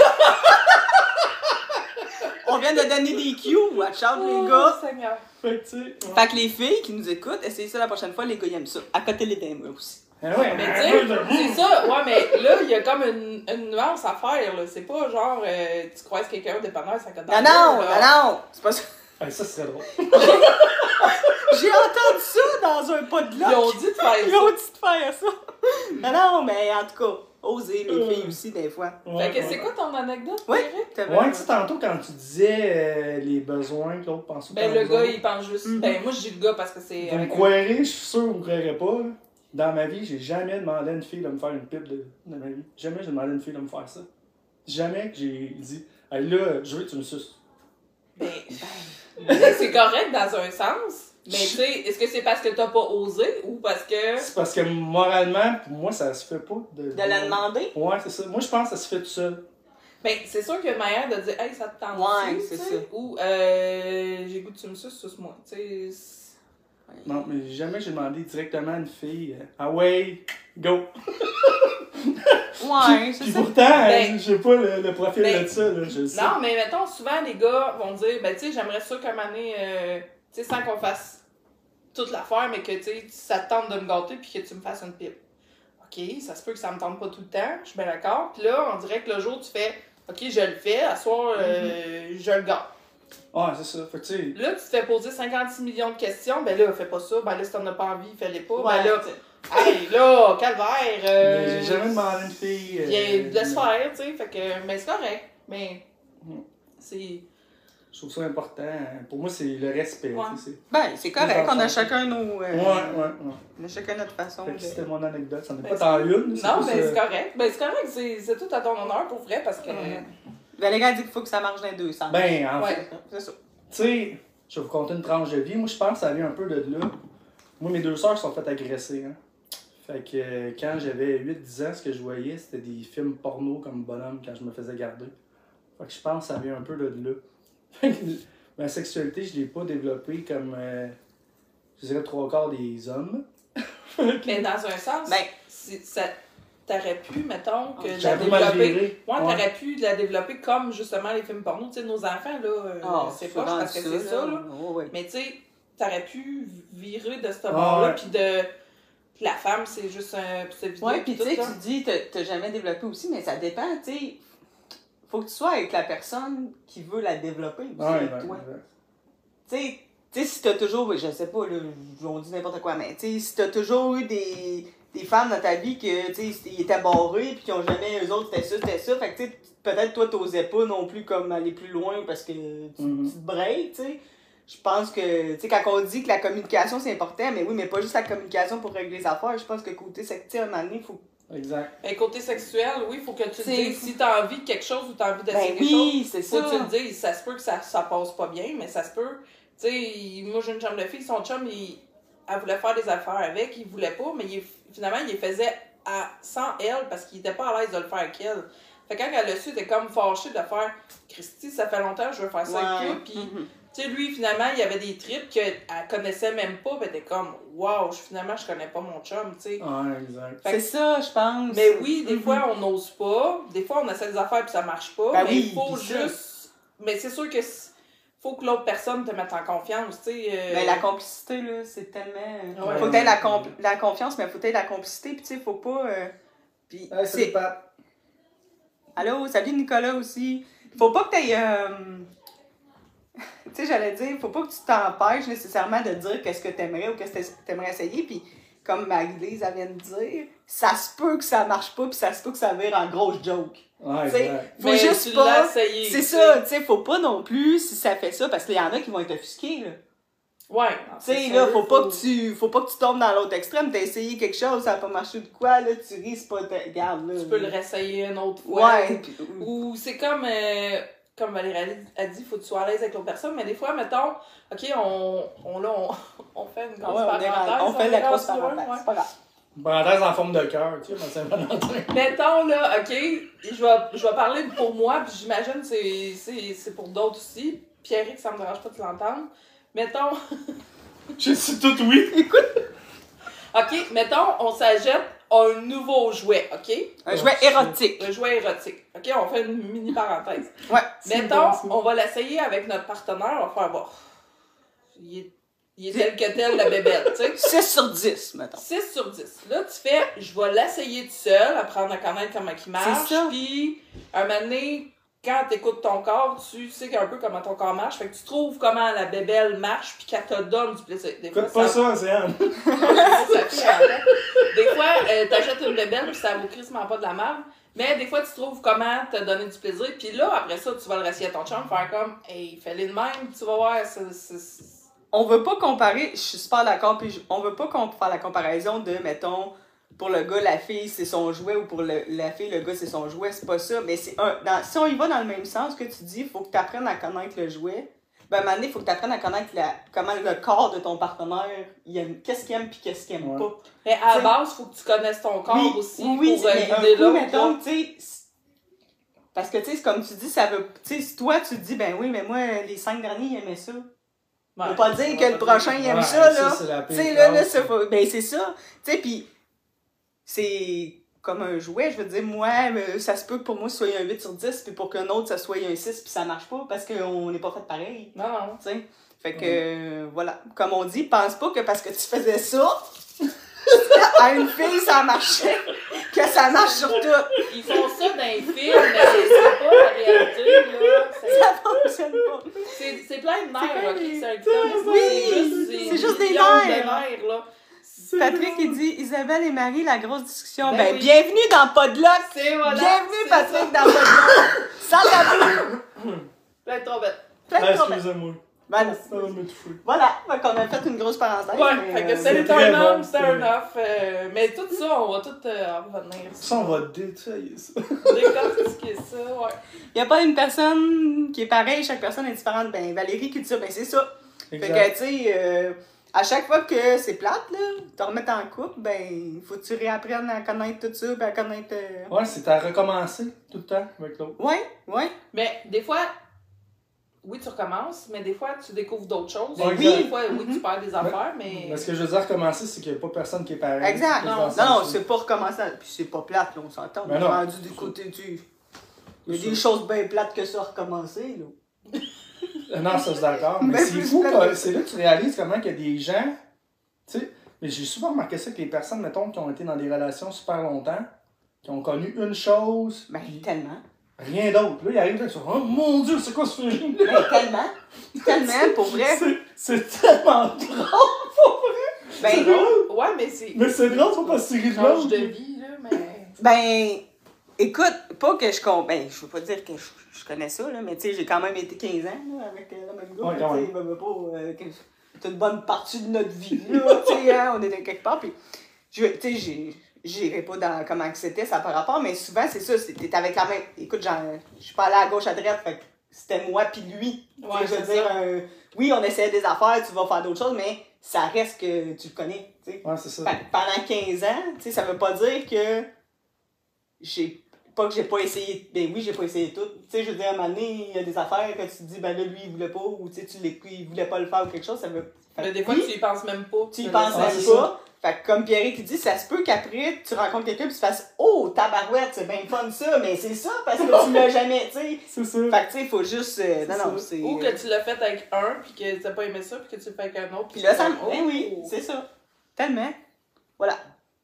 On vient de donner des cues. Watch out, les Oh, gars. Seigneur. Fait que, tu sais. Ouais. Fait que les filles qui nous écoutent, essayez ça la prochaine fois. Les gars, ils aiment ça. Accoter les dames aussi. Ah ouais, Mais tu sais, c'est ça, ouais, mais là, il y a comme une nuance à faire, là. C'est pas genre, tu croises quelqu'un au dépanneur, ça cote dans Non, le non, mur, là. non, non. C'est pas ça. Ça serait drôle. J'ai entendu ça dans un pot de Ils ont loc. dit de faire Ils ont ça. dit de faire ça. Non, non, mais en tout cas, osez les filles aussi, des fois. Fait que c'est quoi ton anecdote, Oui. Eric? Ouais, tu sais, tantôt quand tu disais les besoins que l'autre pense Ben, le gars, il pense juste. Ben, moi, je dis le gars parce que c'est. Vous me croirez, je suis sûr que vous me croirez pas. Là. Dans ma vie, j'ai jamais demandé à une fille de me faire une pipe de ma vie. Jamais j'ai demandé à une fille de me faire ça. Jamais que j'ai dit, hey, là, je veux que tu me suces. Ben, c'est correct dans un sens. Mais tu sais, est-ce que c'est parce que t'as pas osé ou parce que. C'est parce que moralement, pour moi, ça se fait pas. De la demander? Ouais, c'est ça. Moi, je pense que ça se fait tout seul. Ben, c'est sûr qu'il y a une manière de dire, hey, ça te tente. Ouais, tu c'est sais, ça. Ou, j'ai goût de tu me suces-moi. Tu sais. Non, mais jamais j'ai demandé directement à une fille, ah ouais, go. Ouais, c'est Puis ça. pourtant, Ben, j'ai pas le profil ben, de ça, là, je le sais. Non, mais mettons, souvent, les gars vont dire, ben, tu sais, j'aimerais ça qu'à un moment donné, tu sais, sans qu'on fasse toute l'affaire, mais que, tu sais, ça te tente de me gâter puis que tu me fasses une pipe. OK, ça se peut que ça me tente pas tout le temps, je suis bien d'accord. Puis là, on dirait que le jour, tu fais, OK, je le fais, à soir, je le gâte. Ouais, c'est ça. Fait que, tu sais, Là, tu te fais poser 56 millions de questions, ben là, fais pas ça, ben là, si t'en as pas envie, fais-les pas. Ouais, Ben là, hey, là, calvaire. mais j'ai jamais demandé à une fille. Viens, laisse faire, tu sais, fait que, mais c'est correct. Mais, c'est. Je trouve ça important. Pour moi, c'est le respect. Ouais. Tu sais, Ben, c'est correct. On a chacun nos. ouais, ouais. On a chacun notre façon Fait que de. c'était mon anecdote. Ça n'est Ben, pas tant une. c'est Non, plus, mais c'est correct. Ben, c'est correct, c'est tout à ton honneur pour vrai parce que. Valérie dit qu'il faut que ça marche dans les deux sens. Ben, en Ouais. fait, C'est ça. tu sais, je vais vous conter une tranche de vie. Moi, je pense que ça vient un peu de là. Moi, mes deux sœurs se sont fait agresser. Hein. Fait que quand j'avais 8-10 ans, ce que je voyais, c'était des films porno comme bonhomme quand je me faisais garder. Fait que je pense que ça vient un peu de là. Fait que ma sexualité, je l'ai pas développée comme, je dirais, 3/4 des hommes. Mais dans un sens, Ben, ça t'aurais pu, mettons, que J'ai un peu mal viré. Ouais, t'aurais pu la développer comme justement les films porno. Tu sais, nos enfants, là, c'est pas parce que c'est ça, là. Oh, ouais. Mais tu sais, t'aurais pu virer de ce bord-là, ouais. puis de. La femme, c'est juste un. C'est vidéo. Ouais, puis tu sais, tout, tu dis, t'as jamais développé aussi, mais ça dépend, tu sais. Faut que tu sois avec la personne qui veut la développer aussi, Ouais, avec toi. Tu sais, si t'as toujours, je sais pas, là, on dit n'importe quoi, mais tu sais, si t'as toujours eu des femmes dans ta vie que, tu sais, ils étaient barrés, puis qui ont jamais, eux autres, c'était ça, fait que, tu sais, peut-être toi, t'osais pas non plus comme aller plus loin parce que tu te breaks, tu sais. Je pense que, tu sais, quand on dit que la communication, c'est important, mais oui, mais pas juste la communication pour régler les affaires, je pense que côté sexuel, à un moment donné, il faut... Exact. Mais côté sexuel, oui, il faut que tu te C'est- dises si t'as envie de quelque chose ou t'as envie d'essayer Ben quelque chose. oui, c'est Faut ça. que tu le dises. Ça se peut que ça passe pas bien, mais ça se peut. Tu sais, moi j'ai une chum de fille, son chum, elle voulait faire des affaires avec, il voulait pas, mais finalement, il les faisait sans elle parce qu'il était pas à l'aise de le faire avec elle. Fait que quand elle l'a su, elle était comme fâchée de faire Christy, ça fait longtemps que je veux faire ça avec toi. Puis, tu sais, lui, finalement, il y avait des trips qu'elle connaissait même pas, puis elle était comme wow, finalement, je connais pas mon chum, tu sais. Ouais, exact. C'est ça, je pense. Mais oui, des fois, on n'ose pas. Des fois, on essaie des affaires puis ça marche pas. Ben mais oui, il faut pis ça. juste. Mais c'est sûr que faut que l'autre personne te mette en confiance, tu sais. Ben, la complicité, là, c'est tellement... Ouais. Faut que t'aies la confiance, mais faut que t'aies la complicité, puis tu sais, faut pas... Puis Ouais, c'est pas. Allô, salut Nicolas aussi. Faut pas que t'aies... tu sais, j'allais dire, faut pas que tu t'empêches nécessairement de dire qu'est-ce que t'aimerais ou qu'est-ce que t'aimerais essayer, puis comme Marie-Lise, elle vient de dire, ça se peut que ça marche pas, puis ça se peut que ça vire en grosse joke. Ouais, T'sais, exact. faut Mais juste tu pas... l'as essayé, C'est tu ça, sais. tu sais, faut pas non plus, si ça fait ça, parce qu'il y en a qui vont être offusqués, là. Ouais. Tu sais, là, faut pas que tu tombes dans l'autre extrême. T'as essayé quelque chose, ça a pas marché de quoi, là, tu ris, c'est pas... Regarde, là. Tu peux le réessayer une autre fois. Ouais. Puis... Ou c'est comme Valérie a dit, faut que tu sois à l'aise avec l'autre personne. Mais des fois, mettons, OK, on fait une grosse parenthèse. on fait la grosse ouais. parenthèse, c'est pas grave. Parenthèse en forme de cœur, tu sais, mais Saint-Valentin. Mettons, là, OK, je vais parler pour moi, puis j'imagine que c'est pour d'autres aussi. Pierrick, ça me dérange pas de l'entendre. Mettons... Je suis tout oui. OK, mettons, on s'achète un nouveau jouet, OK? Un jouet érotique. Un jouet érotique. OK, on fait une mini parenthèse. Ouais. Mettons, on va l'essayer avec notre partenaire, on va faire, bon, il est tel que tel, la bébête, tu sais. 6 sur 10, mettons. 6 sur 10. Là, tu fais, je vais l'essayer tout seul, apprendre à connaître comment il marche. C'est ça. Puis, un moment donné, quand tu écoutes ton corps, tu sais un peu comment ton corps marche. Fait que tu trouves comment la bébelle marche, puis qu'elle te donne du plaisir. Des fois, Écoute pas ça, Océane. ça fait après. Des fois, t'achètes une bébelle, puis ça vaut crissement pas de la merde. Mais des fois, tu trouves comment te donner du plaisir. Puis là, après ça, tu vas le réessayer à ton chum, faire comme, hey, fais-le de même, tu vas voir, On veut pas comparer, je suis super d'accord, puis on veut pas faire la comparaison de, mettons, pour le gars, la fille, c'est son jouet, ou pour la fille, le gars, c'est son jouet, c'est pas ça. Mais c'est si on y va dans le même sens que tu dis, il faut que tu apprennes à connaître le jouet. Ben, à un moment donné, il faut que tu apprennes à connaître comment le corps de ton partenaire, qu'est-ce qu'il aime puis qu'est-ce qu'il aime pas. Mais à la base, il faut que tu connaisses ton corps aussi pour mais guider un coup, là. mettons, tu sais, parce que, tu sais, comme tu dis, ça veut, tu sais, si toi, tu te dis, ben oui, mais moi, les 5 derniers, ils aimaient ça. Ouais. Faut pas dire que le prochain, il aime Ouais, ça, ça, là. c'est la Tu pire sais, là, phrase. c'est pas... Ben, c'est ça. Tu sais, pis c'est comme un jouet. Je veux dire, moi, ça se peut que pour moi, ce soit un 8 sur 10, puis pour qu'un autre, ça soit un 6, puis ça marche pas, parce qu'on n'est pas fait pareil. Non, non. Tu sais. Fait que, voilà. Comme on dit, pense pas que parce que tu faisais ça, à une fille, ça marchait, que ça marche sur tout. Ils font ça dans les films, mais c'est pas la réalité, là. Ça fonctionne pas. C'est plein de nerfs, ok? C'est un Oui, c'est juste des millions nerfs. de nerfs, là. Patrick, il dit Isabelle et Marie, la grosse discussion. Ben Ben, oui. bienvenue dans Podlock. C'est voilà. Bienvenue, c'est Patrick, dans Podlock. Sans tabou. Plein de trompettes. Plein de Ah, problèmes. excusez-moi. Voilà. Ça va m'étouffer. Voilà, fait qu'on a fait une grosse parenthèse. Ouais, mais, fait que c'est c'est très un homme, bon, c'est c'est- un off. Mais tout ça, on va tout en revenir. Ça, on va détailler ça. Décortiquer ça, ouais. il n'y a pas une personne qui est pareille, chaque personne est différente. Ben, Valérie qui dit ça, ben c'est ça. Fait que, Exact. tu sais, à chaque fois que c'est plate, là, te remettre en couple, ben, faut que tu réapprennes à connaître tout ça, puis à connaître... Ouais, c'est à recommencer tout le temps avec l'autre. Ouais, ouais. Mais des fois, oui, tu recommences, mais des fois, tu découvres d'autres choses. Ouais, Des fois, oui, tu perds des affaires, mais... Mais ce que je veux dire, recommencer, c'est qu'il n'y a pas personne qui est pareil. Exact. Plus Non, dans le non, sens où- c'est pas recommencer. Puis c'est pas plate, là, on s'entend. On Mais est non. rendu du côté du. Il y a des choses bien plates que ça, recommencer, là. Non, ça, je suis d'accord. Mais Ben, c'est plus fou, plate. c'est là que tu réalises comment il y a des gens. Tu sais, mais j'ai souvent remarqué ça que les personnes, mettons, qui ont été dans des relations super longtemps, qui ont connu une chose, Ben, puis tellement. rien d'autre. Là, ils arrivent là, ils sont oh mon Dieu, c'est quoi ce film? Ben, tellement. Tellement, pour vrai. C'est tellement drôle. C'est Ben, drôle. Ouais, mais c'est... Mais c'est drôle, faut pas se tirer de change l'autre. de vie, là, mais... ben, écoute, pas que je compte. Ben, je veux pas dire que je connais ça, là, mais tu sais, j'ai quand même été 15 ans, là, avec le même gars. Ouais, là, quand tu sais, c'est une bonne partie de notre vie, là, tu sais, hein, on était quelque part, puis, tu sais, j'irai pas dans comment que c'était, ça par rapport, mais souvent, c'est ça, t'es avec la même... Écoute, je suis pas allée à gauche, à droite, fait que c'était moi puis lui. Tu sais, Ouais, je veux c'est dire, ça. oui, on essayait des affaires, tu vas faire d'autres choses, mais ça reste que tu le connais, tu sais. Ouais, c'est ça. Fait que pendant 15 ans, tu sais, ça veut pas dire que pas que j'ai pas essayé. Ben oui, j'ai pas essayé tout. Tu sais, je veux dire, à un moment donné, il y a des affaires que tu te dis, ben là, lui, il voulait pas, ou tu sais, il voulait pas le faire ou quelque chose, ça veut. Fait Mais que des fois, oui, tu y penses même pas. tu y de penses laisser même aller. pas. Fait que comme Pierre qui dit, ça se peut qu'après, tu rencontres quelqu'un puis tu fasses, oh, tabarouette, c'est bien fun ça, mais c'est ça parce que tu l'as jamais, tu sais. C'est ça. Fait que tu sais, il faut juste. Non, ça. c'est. Ou que tu l'as fait avec un, puis que t'as pas aimé ça, puis que tu le fais avec un autre. Puis là, ça. tu fais, Ben oui, oh. c'est ça. Tellement. Voilà.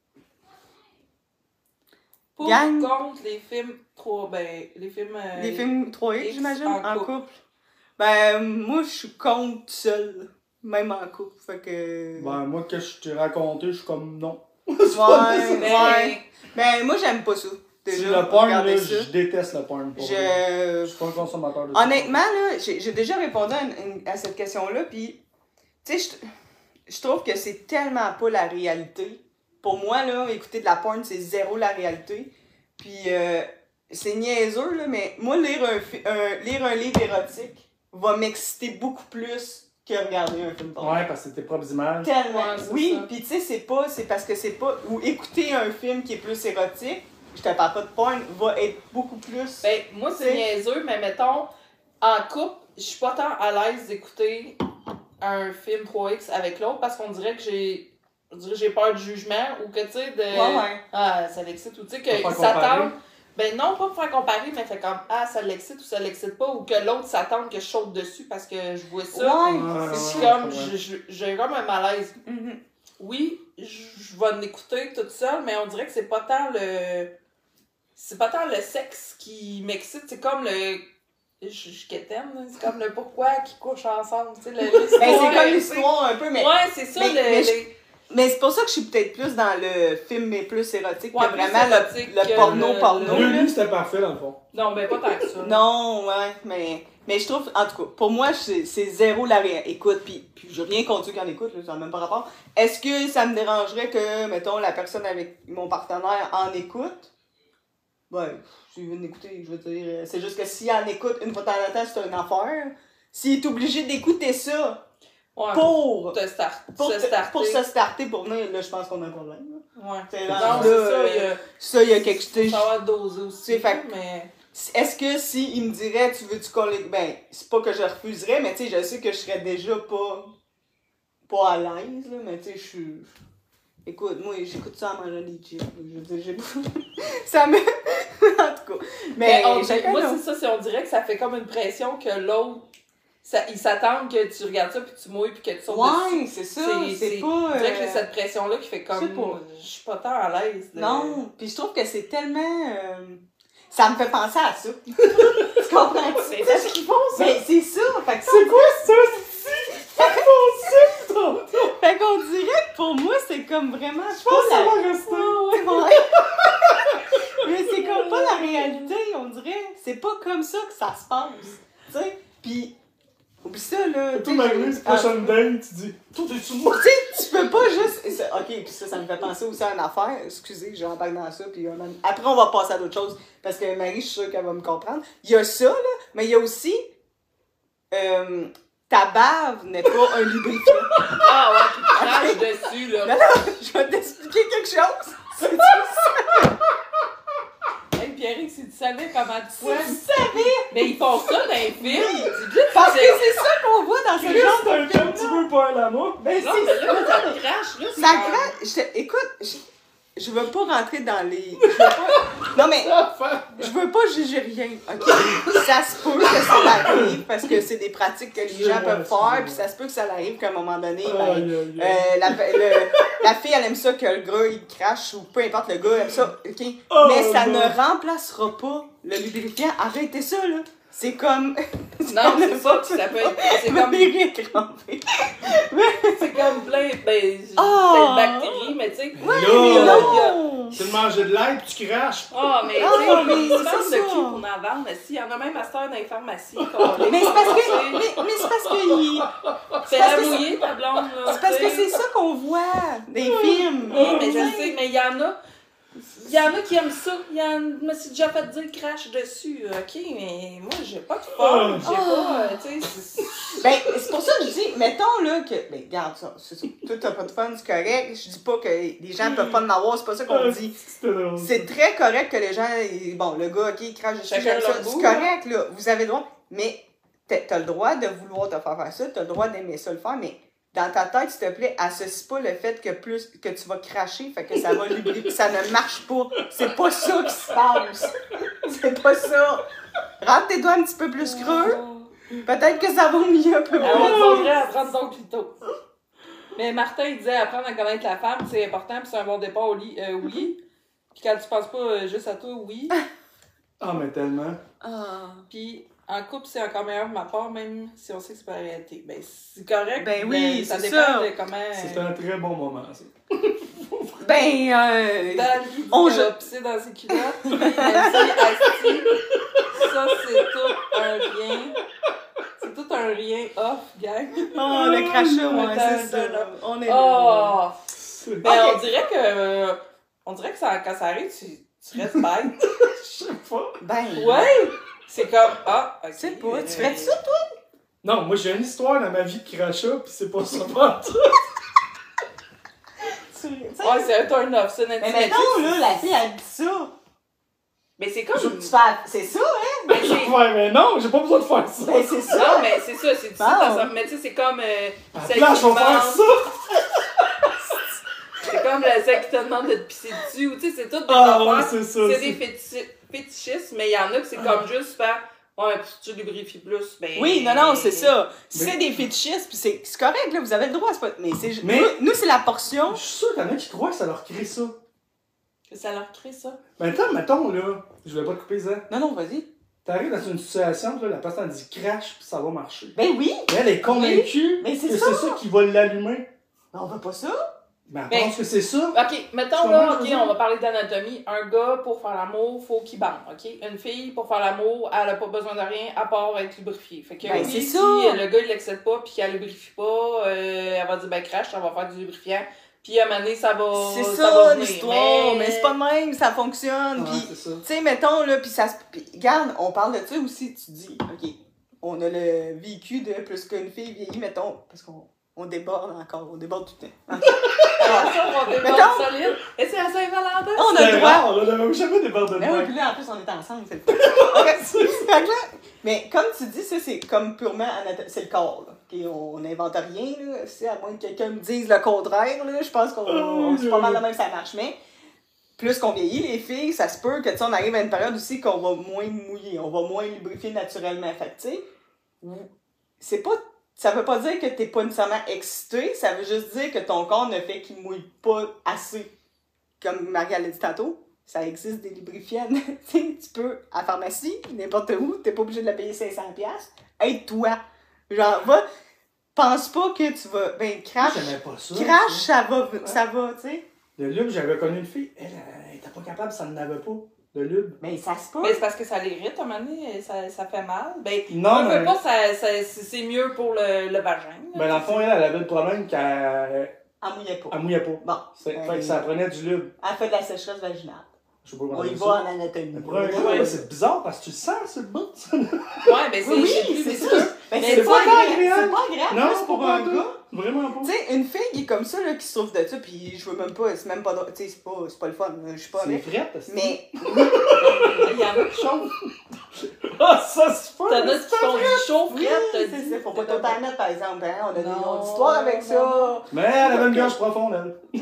Pour Gang. contre les films les films... Des films 3X, X j'imagine, en en couple. couple. Ben, moi, je suis contre seule, même en couple. Fait que. Ben, moi, que je t'ai raconté, je suis comme non. Ouais, Mais- ouais. Ben, moi, j'aime pas ça. C'est Déjà, le porn, regardez là, ça. je déteste le porn. Pour vrai. Je Je. suis pas un consommateur de ça. Honnêtement, là, j'ai déjà répondu à cette question-là, puis, tu sais, je trouve que c'est tellement pas la réalité. Pour moi, là, écouter de la porn, c'est zéro la réalité. Puis, c'est niaiseux, là, mais moi, lire un livre érotique va m'exciter beaucoup plus que regarder un film porn. Ouais, parce que c'est tes propres images. Tellement. Ouais, c'est Oui, ça. puis tu sais, c'est parce que c'est pas. Ou écouter un film qui est plus érotique, je te parle pas de porn, va être beaucoup plus. Ben, moi, c'est T'sais. niaiseux, mais mettons, en couple, je suis pas tant à l'aise d'écouter un film 3X avec l'autre parce qu'on dirait que j'ai peur du jugement ou que, tu sais, de... Ouais. Ah, ça l'excite, ou tu sais, Pour qu'ils faire comparer. s'attendent... Ben non, pas pour faire comparer, mais fait comme, ah, ça l'excite ou ça l'excite pas, ou que l'autre s'attende que je saute dessus parce que je vois ça. Ouais. Ouais, Je suis ouais, comme, ouais. j'ai comme un malaise. Mhm. Oui, je vais l'écouter toute seule, mais on dirait que c'est pas tant le sexe qui m'excite, c'est comme le... Je quétaine, là, c'est comme le pourquoi qui couchent ensemble, tu sais, Ben, c'est comme l'histoire un peu, mais. Ouais, c'est ça, Mais c'est pour ça que je suis peut-être plus dans le film, mais plus érotique, Ouais, que plus vraiment érotique le que porno. Le Là. lui, c'était parfait, dans le fond. Non, mais pas tant que ça. Non, ouais, mais je trouve, en tout cas, pour moi, c'est zéro la réalité. Écoute, puis j'ai rien contre ceux qui en écoutent, là, ça n'a même pas rapport. Est-ce que ça me dérangerait que, mettons, la personne avec mon partenaire en écoute? Ben, s'il veut l'écouter, je veux dire, c'est juste que s'il en écoute une fois de temps en temps, c'est une affaire. S'il est obligé d'écouter ça Ouais, pour te start, pour se starter. pour se starter, pour venir, là, je pense qu'on a un problème. Là. Ouais. C'est Non, rendu c'est là, ça, il y a... Ça, il y a quelque chose. Ça va doser aussi, C'est fait- mais... Est-ce que si il me dirait, tu veux-tu qu'on les. Ben, c'est pas que je refuserais, mais tu sais, je sais que je serais déjà pas à l'aise, là, mais tu sais, je suis. Écoute, moi, j'écoute ça en mangeant des chips. Je veux dire, j'ai pas. Ça me. En tout cas. Mais chacun, moi, là. c'est ça, on dirait que ça fait comme une pression que l'autre... Ils s'attendent que tu regardes ça, puis tu mouilles, puis que tu sautes dessus. Ouais, c'est ça. C'est pas. On dirait que j'ai cette pression-là qui fait comme... je sais pas. Je suis pas tant à l'aise. Non, puis je trouve que c'est tellement. Ça me fait penser à ça. Tu comprends? C'est ça ce qu'ils font, ça. Mais c'est ça. Fait que ça. C'est quoi ça? Fait qu'on dirait que pour moi, c'est comme vraiment. Je pense que ça va la... rester. Ouais. Mais c'est comme pas la réalité, on dirait. C'est pas comme ça que ça se passe. Tu sais? Pis. Oublie ça, là. Tout malgré, c'est prochaine date, tu dis, toi, t'es-tu moi? Tu sais, tu peux pas juste. Ok, puis ça me fait penser aussi à une affaire. Excusez, j'embarque dans ça. Puis après, on va passer à d'autres choses. Parce que Marie, je suis sûre qu'elle va me comprendre. Il y a ça, là. Mais il y a aussi. Ta bave n'est pas un lubrifiant. Ah ouais, qui te crache dessus, là. Non, non, je vais t'expliquer quelque chose. C'est ça. Hey, Pierre, c'est-tu savais comment tu poils. Tu savais! Mais ils font ça dans les films. Parce que c'est ça qu'on voit dans ce Chris, genre c'est un de film, tu veux pas la moi? Ben, Non, c'est mais là, ça! ça crache, là. Ça crache! Écoute, je veux pas rentrer dans les... je veux pas- Non, mais... Je veux pas juger rien, OK? Ça se peut que ça l'arrive parce que c'est des pratiques que les gens peuvent faire, puis ça se peut que ça l'arrive qu'à un moment donné, ben, la fille, elle aime ça que le gars, il crache, ou peu importe, le gars aime ça, OK? Mais ça ne remplacera pas le lubrifiant. Arrêtez ça, là! C'est comme... Non, c'est ça, puis ça peut être... C'est comme... C'est comme plein de bactéries, mais tu sais... Ouais, non! Tu veux manger de l'air puis tu craches. Ah, mais Ah, tu sais, mais ils c'est vendent ça. de qui pour en vendre? Mais si, il y en a même à cette heure dans les pharmacies. Mais c'est parce que... Mais c'est parce que... C'est parce la que mouillée, ta blonde, là. C'est parce que tu sais. c'est ça qu'on voit des films. Oui, mais je sais, mais il y en a... Il y en a qui aiment ça. Je me suis déjà fait dire crash dessus. OK, mais moi, j'ai pas de forme. J'ai pas... Tu sais... Ben, c'est pour ça que je dis, mettons là que. Ben, regarde ça, c'est ça. Toi, t'as pas de fun, c'est correct. Je dis pas que les gens peuvent pas en avoir, c'est pas ça qu'on dit. C'est très correct que les gens. Bon, le gars, ok, il crache dessus, Chacun j'aime ça. leur C'est goût, correct, là. Vous avez le droit. Mais t'as le droit de vouloir te faire ça, t'as le droit d'aimer ça le faire, mais dans ta tête, s'il te plaît, associe pas le fait que plus que tu vas cracher, fait que ça va lubrifier, ça ne marche pas. C'est pas ça qui se passe. C'est pas ça. Rentre tes doigts un petit peu plus creux. Peut-être que ça va mieux un peu plus. Alors, on devrait apprendre son clito. Mais Martin, il disait apprendre à connaître la femme, c'est important, puis c'est un bon départ au lit. Oui. Puis quand tu penses pas juste à toi, oui. Ah, mais tellement. Puis en couple, c'est encore meilleur de ma part, même si on sait que c'est pas la réalité. Ben, c'est correct. Ben oui, ça c'est dépend ça. de comment. C'est un très bon moment, ça. Ben, Dans le lit, on on a pissé dans ses culottes, puis elle s'est assise. Ça, c'est tout un rien. C'est tout un rien off, gang. oh, le crachat, ouais, Attends, c'est ça. attends. On est là. Oh! Ben, Ok. on dirait que ça, quand ça arrive, tu restes bête. Je sais pas. Ben, Ouais! C'est comme, ok. Je sais pas, tu ferais ça, toi? Non, moi j'ai une histoire dans ma vie de crachat, pis c'est pas ça pas tout. Ouais, c'est un turn-off, ça, Mais mettons, là, la fille, elle dit ça. Mais c'est Tu comme. fais... C'est ça, hein? Mais c'est. Ouais, mais non, j'ai pas besoin de faire ça. Ben, c'est ça. Non, mais c'est ça, c'est tout ça. Bon. Mais tu sais, c'est comme. À celle la qui place, on te va faire demande- ça. C'est comme celle qui te demande de te pisser dessus. Ou tu sais, c'est tout des Ah, ouais, affaires. c'est ça. C'est des fétichistes, mais il y en a que c'est comme juste faire. Ouais, puis tu lubrifies plus. Ben. Oui, non, c'est ça. Mais- C'est des fétichistes, puis c'est correct, là, vous avez le droit, c'est pas... Mais c'est juste... Mais- Nous, c'est la portion. Je suis sûr qu'il y en a qui croient que ça leur crée ça. Que ça leur crée ça. Ben attends, mettons là, je vais pas te couper ça. Non, non, vas-y. T'arrives dans une situation, là, la personne dit crash, puis ça va marcher. Ben oui, Mais elle est convaincue mais c'est que ça. c'est ça qui va l'allumer. on veut pas ça. Ben, elle Ben- pense que c'est ça. Ok, mettons Tu là, comprends, ok, je veux dire? on va parler d'anatomie. Un gars, pour faire l'amour, faut qu'il bande, ok? Une fille, pour faire l'amour, elle a pas besoin de rien à part être lubrifiée. Fait que Ben, oui, c'est si ça. le gars il l'accepte pas puis qu'elle lubrifie pas, elle va dire ben crash, ça va faire du lubrifiant. Puis à un moment donné, ça va. C'est va ça, venir. l'histoire. Mais c'est pas de même, ça fonctionne. Ouais, Puis, c'est ça. tu sais, mettons, là, puis ça se... Puis, regarde, on parle de ça aussi, tu dis, OK, on a le vécu de plus qu'une fille vieillie, mettons, parce qu'on déborde encore, on déborde tout le temps. Attention, on déborde Mettons- solide. Et c'est la Saint-Valentin? On a C'est le droit. rare, on a même jamais débordé de Mais oui, même. puis là, en plus, on est ensemble, c'est le fun. Fait que là, mais comme tu dis, ça, c'est comme purement c'est le corps, là. OK, on n'invente rien, là. Si, à moins que quelqu'un me dise le contraire, là, je pense qu'on c'est pas mal de même que ça marche. Mais plus qu'on vieillit, les filles, ça se peut que, tu sais, on arrive à une période aussi qu'on va moins mouiller, on va moins lubrifier naturellement. Fait que, tu sais, c'est pas... Ça veut pas dire que t'es pas nécessairement excité, ça veut juste dire que ton corps ne fait qu'il mouille pas assez. Comme Marie l'a dit tantôt, ça existe des lubrifiants. Tu peux, à la pharmacie, n'importe où, t'es pas obligé de la payer 500$. Aide-toi. Genre, pense pas que tu vas... Ben, crash, J'aimais pas ça. ça va, tu sais. Le lube, j'avais connu une fille, elle était pas capable, ça n'avait pas. Le lube. Mais ça se peut. Mais c'est parce que ça l'irrite à un moment donné, ça fait mal. Ben, Non, on veut mais- pas, c'est mieux pour le vagin. là. Ben, dans le fond, elle avait le problème qu'elle Elle mouillait pas. elle mouillait pas. Bon. Fait que ça prenait du lube. Elle fait de la sécheresse vaginale. Je sais pas comment On y dire va ça. en anatomie. Mais pour un Ouais. gars, là, c'est bizarre parce que tu le sens sur le bout. Ouais, ben c'est Oui, c'est plus c'est visqueux. Ben, Mais c'est pas agréable. agréable. C'est pas agréable, Non, juste pour pas un tout. gars. Vraiment pas. Tu sais, une fille qui est comme ça, là, qui souffre de ça, pis je veux même pas, c'est même pas, tu sais, c'est pas le fun, je suis pas C'est avec. vrai, parce que... Mais, Il y en a qui chauffent. Ah, ça, c'est pas... T'en as qui font du chaud, oui, frette, t'as c'est dit. ça, faut pas tout en mettre, par exemple, hein, on a des Non, longues histoires avec ça. non. Mais elle avait une gorge profonde, elle.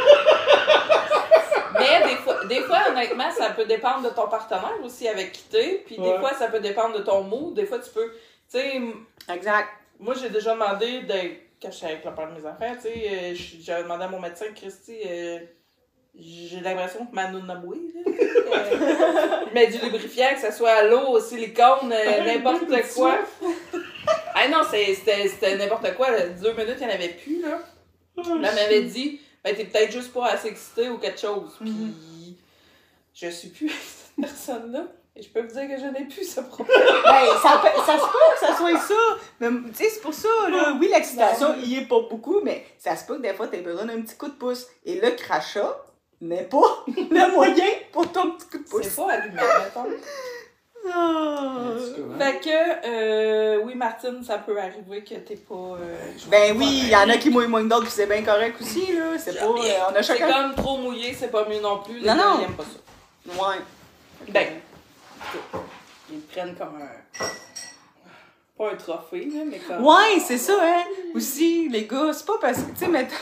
Mais des fois, honnêtement, ça peut dépendre de ton partenaire aussi avec qui t'es. Puis des Ouais. fois, ça peut dépendre de ton mood. Des fois, tu peux. Tu sais, Exact. moi, j'ai déjà demandé, quand j'étais avec le père de mes enfants, tu sais, j'avais demandé à mon médecin, Christy, j'ai l'impression que ma noune a boué, là. Je mets du lubrifiant, que ce soit à l'eau, au silicone, n'importe quoi. Ah non, c'était n'importe quoi, là. 2 minutes, il n'y en avait plus, là. Là, elle m'avait dit, ben, t'es peut-être juste pas assez excitée ou quelque chose. Puis, je suis plus avec cette personne-là. Et je peux vous dire que je n'ai plus ce problème. Ben, ça se peut que ça soit ça. Mais, tu sais, c'est pour ça, là. Oui, l'excitation, il y est pas beaucoup, mais ça se peut que des fois, t'aies besoin d'un petit coup de pouce. Et le crachat n'est pas le moyen pour ton petit coup de pouce. C'est pas allumé, mettons. Ah. Fait que, oui, Martine, ça peut arriver que t'es pas. Ben oui, il y en a qui mouillent moins que d'autres, puis c'est bien correct aussi, là. C'est pas. On a C'est chacun. comme trop mouillé, c'est pas mieux non plus. Les Non, gars, non. ils aiment pas ça. Ouais. Ben, ils le prennent comme un. Pas un trophée, là, mais comme. Ouais, c'est ça, hein. Aussi, les gars, c'est pas parce que, tu sais, mettons.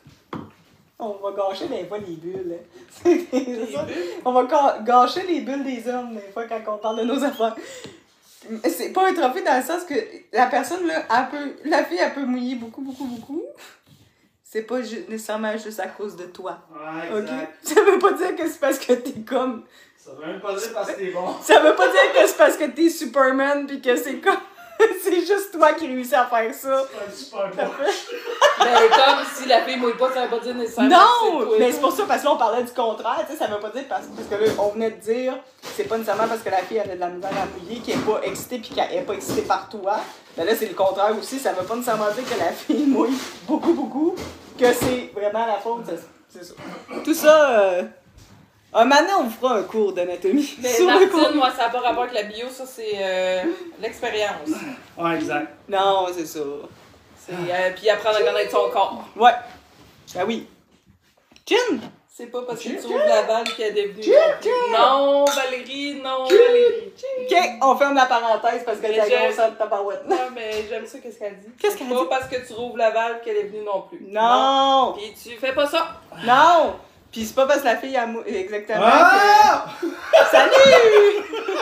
On va gâcher des fois les bulles. Hein. C'est ça. On va gâcher les bulles des hommes, des fois, quand on parle de nos affaires. C'est pas un trophée dans le sens que la personne, là, la fille, elle peut mouiller beaucoup, beaucoup, beaucoup. C'est pas nécessairement juste à cause de toi. Ouais, OK? exact. Ça veut pas dire que c'est parce que t'es comme. Ça veut même pas dire parce que t'es bon. Ça veut pas dire que c'est parce que t'es Superman pis que c'est comme. C'est juste toi qui réussis à faire ça. C'est super bon. Ben, comme si la fille mouille pas, ça veut pas dire nécessairement. que Non! c'est toi. Mais c'est pour ça, parce que là, on parlait du contraire, tu sais, ça veut pas dire parce que là, on venait de dire, c'est pas nécessairement parce que la fille, elle a de la misère à mouiller, qu'elle est pas excitée pis qu'elle est pas excitée par toi. Mais là, c'est le contraire aussi, ça veut pas nécessairement dire que la fille mouille beaucoup, beaucoup, que c'est vraiment la faute, c'est ça. Tout ça, un moment, on fera un cours d'anatomie. Mais sur le Martine, cours. moi, ça n'a pas rapport avec la bio, ça, c'est l'expérience. Ouais, exact. Non, c'est ça. C'est puis apprendre à connaître son corps. Ouais. Ben oui. Gin! C'est pas parce que Gin, tu ouvres la balle qu'elle est devenue. Gin. Non, Valérie, non, Valérie. OK, on ferme la parenthèse parce que Mais t'as j'aime- grosse de tabarouette. Non, mais j'aime ça, qu'est-ce qu'elle dit. Qu'est-ce qu'elle C'est pas parce que tu rouvres la valve qu'elle est venue non plus. Non! Puis tu fais pas ça. Non! Pis c'est pas parce que la fille a exactement Ah! que... Salut!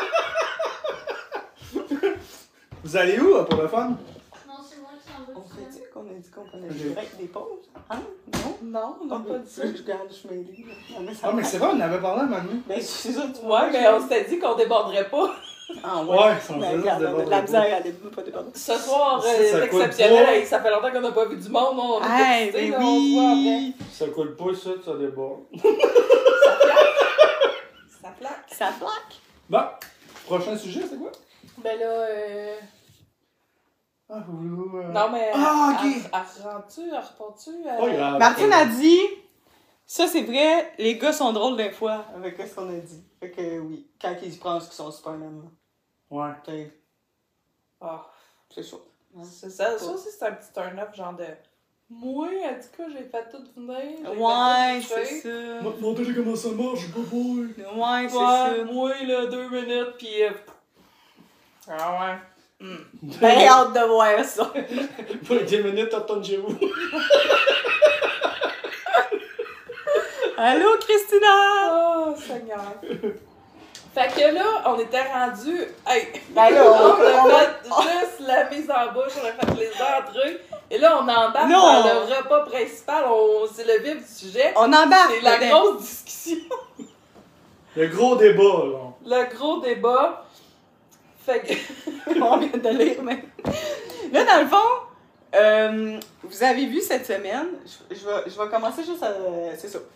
Vous allez où pour le fun? Non, c'est moi qui en veux On tout fait seul. qu'on a dit qu'on prenait Ok. des breaks, des pauses? Hein? Non? Non, on n'a pas dit ça. Je garde, je me lis. Non, mais ça Ah, mais c'est vrai, on en avait parlé à un moment donné. Ben, c'est ça, tu Ouais, mais on s'était dit qu'on déborderait pas. Ah, Ouais, on Ben, fait regarde, juste on a de la misère, elle est pas débordée. Ce soir, Ça c'est coûte exceptionnel. pas. Hey, ça fait longtemps qu'on n'a pas vu du monde. On est Hey, excité, ben là, on se voit après. oui! Ça coule pas, ça déborde. Ça plaque. Ça plaque! Bon, prochain sujet, c'est quoi? Ben là, Ah, vous... non, mais. Ah, ok. Elle rentre-tu, elle repart-tu? Pas grave. Martine a dit, ça c'est vrai, les gars sont drôles des fois avec ce qu'on a dit. Fait que oui, quand ils pensent qu'ils sont Superman, Ouais. t'sais, Ah, c'est ça. c'est ça. Ça aussi, c'est un petit turn-up, genre de. Moi, en tout cas, j'ai fait tout venir. j'ai Ouais, fait tout c'est toucher. ça. Montrer comment ça marche, j'ai pas beau. Ouais, c'est Ouais, ça. moi, là, 2 minutes, pis. Ah ouais. Ben, hâte de voir ça. Pour les 10 minutes, t'as retournes chez vous. Allô, Christina? Oh, Seigneur. Fait que là, on était rendu. Hey! Ben là, On a fait juste la mise en bouche, on a fait les entrées. Et là, on embarque Non. dans le repas principal. C'est le vif du sujet. on embarque. C'est la dedans. grosse discussion. Le gros débat, là. Le gros débat. Fait que. On vient de lire, mais. Là, dans le fond, vous avez vu cette semaine, je vais commencer juste à. C'est ça.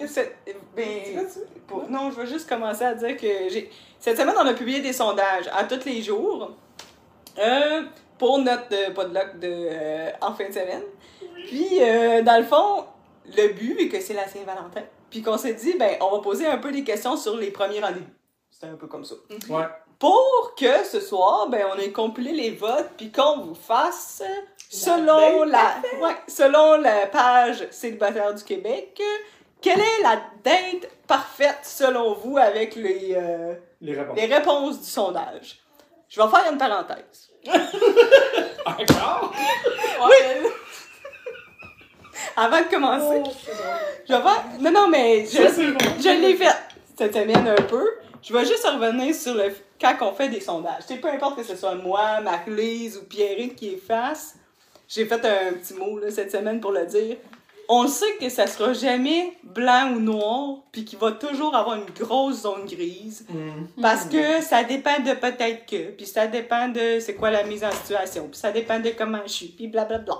Non, je vais juste commencer à dire que cette semaine, on a publié des sondages à tous les jours pour notre podluck en fin de semaine. Puis, dans le fond, le but, vu que c'est la Saint-Valentin, puis qu'on s'est dit, ben, on va poser un peu des questions sur les premiers rendez-vous. C'était un peu comme ça. Ouais. pour que ce soir, ben, on ait compilé les votes puis qu'on vous fasse selon selon la page Célibataire du Québec, quelle est la date parfaite selon vous avec les réponses du sondage? Je vais faire une parenthèse. Encore? Ouais, Avant de commencer, c'est drôle. je vais faire... Non, mais Ça, c'est bon. je l'ai fait cette semaine un peu. Je vais juste revenir sur le quand on fait des sondages. Tu sais, peu importe que ce soit moi, Marc-Lise ou Pierrick qui les fasse, j'ai fait un petit mot là, cette semaine pour le dire. On sait que ça sera jamais blanc ou noir, puis qu'il va toujours avoir une grosse zone grise. Parce que ça dépend de peut-être que, puis ça dépend de c'est quoi la mise en situation, puis ça dépend de comment je suis, puis blablabla.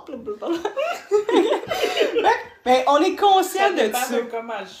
Mais on est conscient ça de dépend ça. de comment je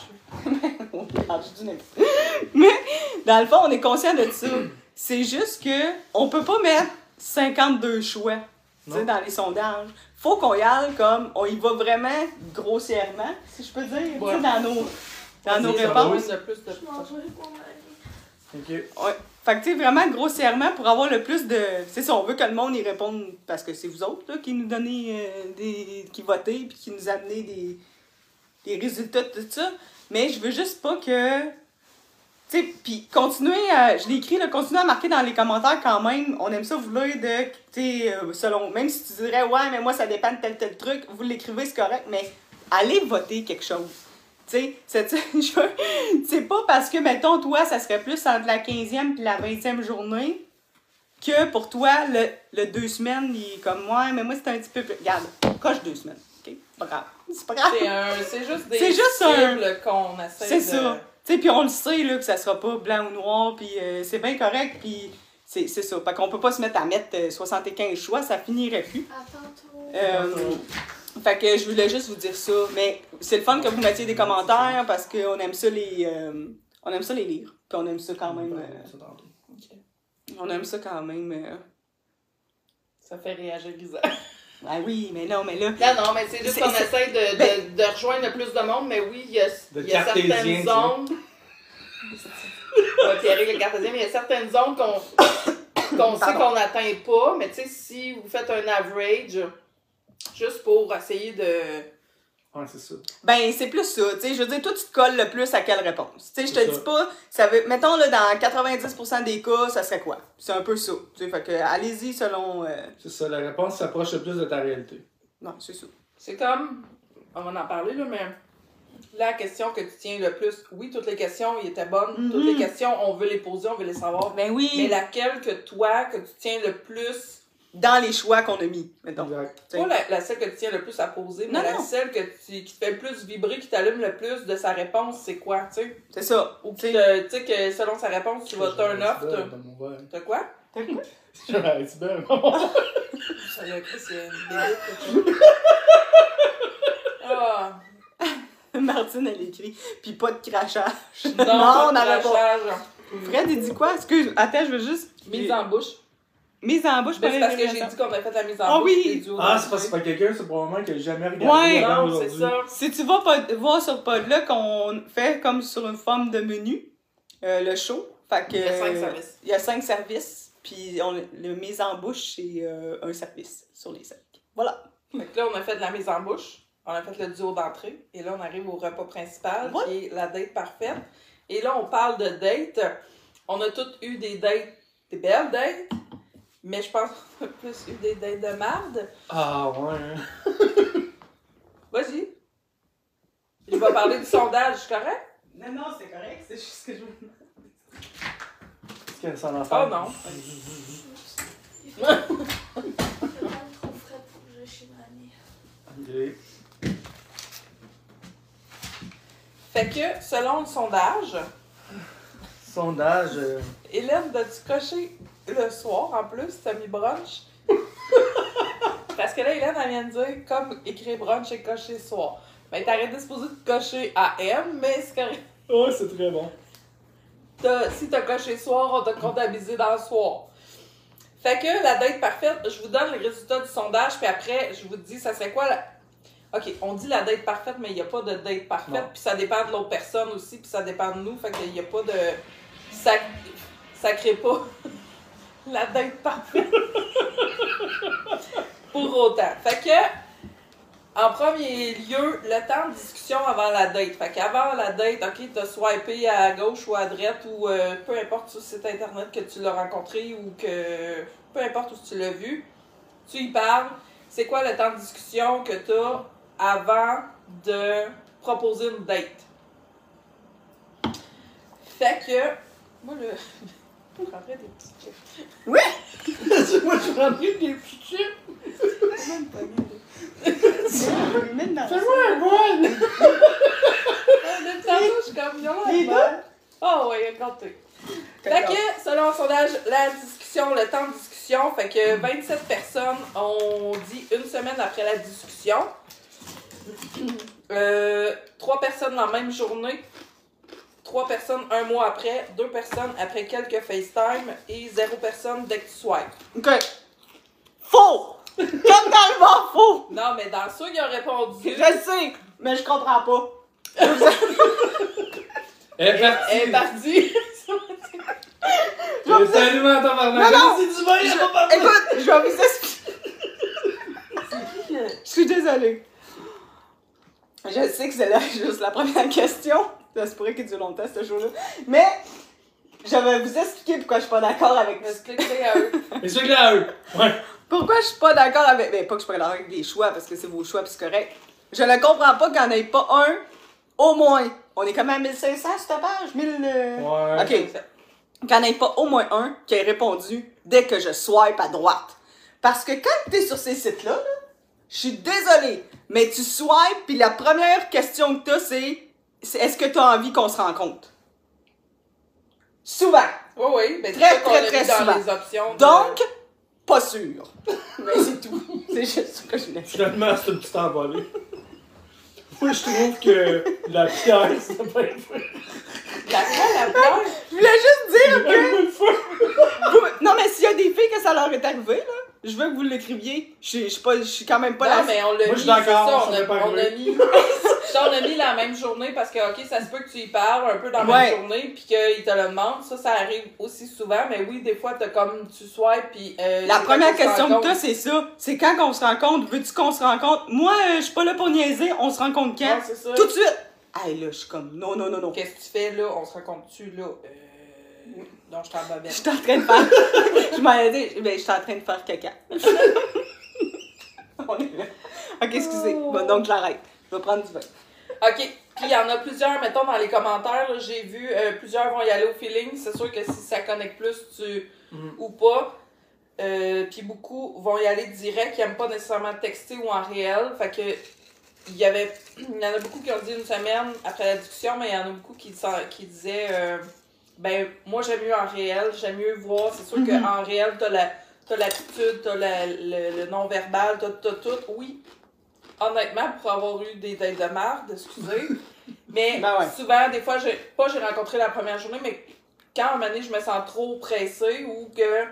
suis. Mais, dans le fond, on est conscient de ça. C'est juste que on peut pas mettre 52 choix, tu sais, dans les sondages. Faut qu'on y aille comme, on y va vraiment grossièrement, si je peux dire, Ouais. tu sais, dans nos C'est réponses. de plus de Je m'en vais pour ma vie. Ok. Ouais. Fait que, tu sais, vraiment grossièrement pour avoir le plus de... C'est ça, on veut que le monde y réponde parce que c'est vous autres là, qui nous donnez qui votez puis qui nous amenez des résultats de tout ça. Mais je veux juste pas que... Tu sais, puis continuez à... Je l'ai écrit, là, continuez à marquer dans les commentaires quand même. On aime ça vous lire de... Tu sais, selon... Même si tu dirais, ouais, mais moi, ça dépend de tel truc, vous l'écrivez, c'est correct, mais allez voter quelque chose. Tu sais, c'est pas parce que, mettons, toi, ça serait plus entre la 15e et la 20e journée que pour toi, le 2 semaines, il est comme moi, mais moi, c'est un petit peu plus... Regarde, coche 2 semaines, OK? Pas grave. C'est pas grave. C'est juste des C'est juste cibles qu'on essaie C'est de... ça. Tu sais, puis on le sait, là, que ça sera pas blanc ou noir, puis c'est bien correct, puis c'est ça. Fait qu'on peut pas se mettre à mettre 75 choix, ça finirait plus. À tantôt. Fait que je voulais juste vous dire ça. Mais c'est le fun que vous mettiez des commentaires parce qu'on aime ça les lire. Puis on aime ça quand même. On aime ça quand même. Ça fait réagir Lisa. Ah oui, mais non, mais là. Non, mais c'est juste qu'on essaie de rejoindre le plus de monde, mais oui, il y a certaines zones. Ouais, Pierre, le cartésien, mais il y a certaines zones qu'on sait qu'on n'atteint pas, mais tu sais, si vous faites un average, juste pour essayer de... Ouais, c'est ça. Ben, c'est plus ça. Tu sais, je veux dire, toi, tu te colles le plus à quelle réponse? Tu sais, je te C'est dis ça. pas, ça veut. Mettons, là, dans 90% des cas, ça serait quoi? C'est un peu ça. Tu sais, fait que allez-y selon. C'est ça, la réponse s'approche le plus de ta réalité. Non, c'est ça. C'est comme... On va en parler, là, mais... La question que tu tiens le plus... Oui, toutes les questions, ils étaient bonnes. Toutes les questions, on veut les poser, on veut les savoir. Ben oui. Mais laquelle que toi, que tu tiens le plus... Dans les choix qu'on a mis, mettons. Exact. T'sais. Pas la celle que tu tiens le plus à poser, mais Non, la non. celle qui te fait le plus vibrer, qui t'allume le plus de sa réponse, c'est quoi, tu sais? C'est ça. Ou T'sais. tu sais que selon sa réponse, tu vas turn off, Dans mon verre. t'as quoi? T'as quoi? J'ai un iceberg. Ça l'a écrit, c'est une bébite, quelque chose. Ah! Martine, elle écrit. Puis pas de crachage. Non, on pas de n'avait pas. crachage. Fred, il dit quoi? Excuse, attends, je veux juste. Mise en bouche. Mise en bouche, Ben, c'est pas parce que j'ai dit qu'on a fait la mise en Ah bouche. oui! puis du haut Ah, dans c'est le parce que c'est pas quelqu'un, c'est probablement que j'ai jamais regardé Ouais. avant Non, c'est aujourd'hui. ça. Si tu vas voir sur Podluck, on fait comme sur une forme de menu, le show. Fait que, Il y a 5 services. Il y a 5 services, puis le mise en bouche, c'est un service sur les 5. Voilà. Fait que là, on a fait de la mise en bouche. On a fait le duo d'entrée. Et là, on arrive au repas principal, Ouais. qui est la date parfaite. Et là, on parle de date. On a toutes eu des dates, des belles dates. Mais je pense qu'on a plus eu des dates de marde. Ah, ouais. Vas-y. Je vais parler du sondage, c'est correct? Non, c'est correct, c'est juste que je veux. Est-ce que ça en Oh fait? non. Il fait trop frais pour que je chez Mamie. Ok. Fait que, selon le sondage, Sondage. Hélène, as-tu coché le soir en plus, t'as mis brunch? Parce que là, Hélène, elle vient de dire, comme écrire brunch et cocher soir. Ben, t'aurais disposé de cocher AM, mais c'est correct. Ouais, c'est très bon. Si t'as coché soir, on t'a comptabilisé dans le soir. Fait que la date parfaite, je vous donne les résultats du sondage, puis après, je vous dis, ça serait quoi la... OK, on dit la date parfaite, mais il n'y a pas de date parfaite, Non. puis ça dépend de l'autre personne aussi, puis ça dépend de nous, fait qu'il n'y a pas de... Ça crée pas La date parfaite. Pour autant. Fait que, en premier lieu, le temps de discussion avant la date. Fait qu'avant la date, ok, t'as swipé à gauche ou à droite ou peu importe sur le site internet que tu l'as rencontré ou que. Peu importe où tu l'as vu. Tu y parles. C'est quoi le temps de discussion que t'as avant de proposer une date? Fait que. Moi, le. Je prendrais des petits chips. Oui! Moi, je prendrais des petits chips. Même pas On va les mettre dans Fais-moi un bon! Depuis tantôt, je suis comme, Les non, oh, ouais, comptez. Fait que, selon le sondage, la discussion, le temps de discussion, fait que 27 personnes ont dit une semaine après la discussion. 3 personnes dans la même journée. 3 personnes un mois après. 2 personnes après quelques FaceTime. Et 0 personne dès que tu swipes. OK. Faux! Totalement faux! Non, mais dans ça, ils ont répondu. Je le sais, mais je comprends pas. Elle est Elle partie! est partie. Salut, ma tabarnak! Non, non. C'est du vin, elle va partir! Écoute, je vais vous expliquer. Je suis désolée. Je sais que c'est là juste la première question. Ça se pourrait qu'il dure longtemps, ce show-là. Mais je vais vous expliquer pourquoi je suis pas d'accord avec... Explique-les à eux. Explique-le à eux! Ouais! Pourquoi je suis pas d'accord avec... Ben, pas que je suis pas d'accord avec les choix, parce que c'est vos choix, puis c'est correct. Je ne comprends pas qu'il n'y en ait pas un, au moins. On est quand même à 1500 sur ta page? 1000... Ouais. OK. Qu'il n'y en ait pas au moins un qui ait répondu dès que je swipe à droite. Parce que quand tu es sur ces sites-là, là, je suis désolée, mais tu swipes, puis la première question que tu as, c'est est-ce que tu as envie qu'on se rencontre? Souvent. Oui, oui. Ben, Très, c'est ça qu'on a très, mis très dans souvent. les options. Donc, pas sûr. Mais c'est tout. C'est juste ce que je voulais dire. Finalement, c'est une petite envolée. Moi, je trouve que la pierre, c'est pas une fois. La pierre? Je voulais juste dire que... Une fois. Non, mais s'il y a des filles que ça leur est arrivé, là, je veux que vous l'écriviez. Je suis quand même pas Non, la... mais on l'a Moi, mis, je suis d'accord, c'est ça, ça m'est pas on a arrivé. mis... Ça, on a mis la même journée parce que, OK, ça se peut que tu y parles un peu dans la Ouais. même journée puis qu'ils te le demandent. Ça arrive aussi souvent, mais oui, des fois, t'as comme, tu swipes puis... La première question que t'as, c'est ça. C'est quand qu'on se rencontre. Veux-tu qu'on se rencontre? Moi, je suis pas là pour niaiser. On se rencontre quand? Ouais, c'est ça. Tout de suite. Hey, là, je suis comme, non, non, non, non. Qu'est-ce que tu fais, là? On se rencontre-tu, là? Non, je t'en bats bien. Je suis en train de faire... je m'en ai dit, ben, je suis en train de faire caca. On est là. OK, excusez. Bon, donc, j'arrête. Je vais prendre du vin. OK. Puis il y en a plusieurs, mettons, dans les commentaires, là, j'ai vu, plusieurs vont y aller au feeling. C'est sûr que si ça connecte plus, ou pas. Puis beaucoup vont y aller direct, ils n'aiment pas nécessairement texter ou en réel. Fait que il y en a beaucoup qui ont dit une semaine après la discussion, mais il y en a beaucoup qui disaient ben moi j'aime mieux en réel, j'aime mieux voir. C'est sûr qu'en réel, t'as l'attitude, t'as le non-verbal, t'as tout. Oui, honnêtement, pour avoir eu des dates de marde, excusez, mais Ben ouais. souvent, des fois, j'ai rencontré la première journée, mais quand à un moment donné, je me sens trop pressée ou que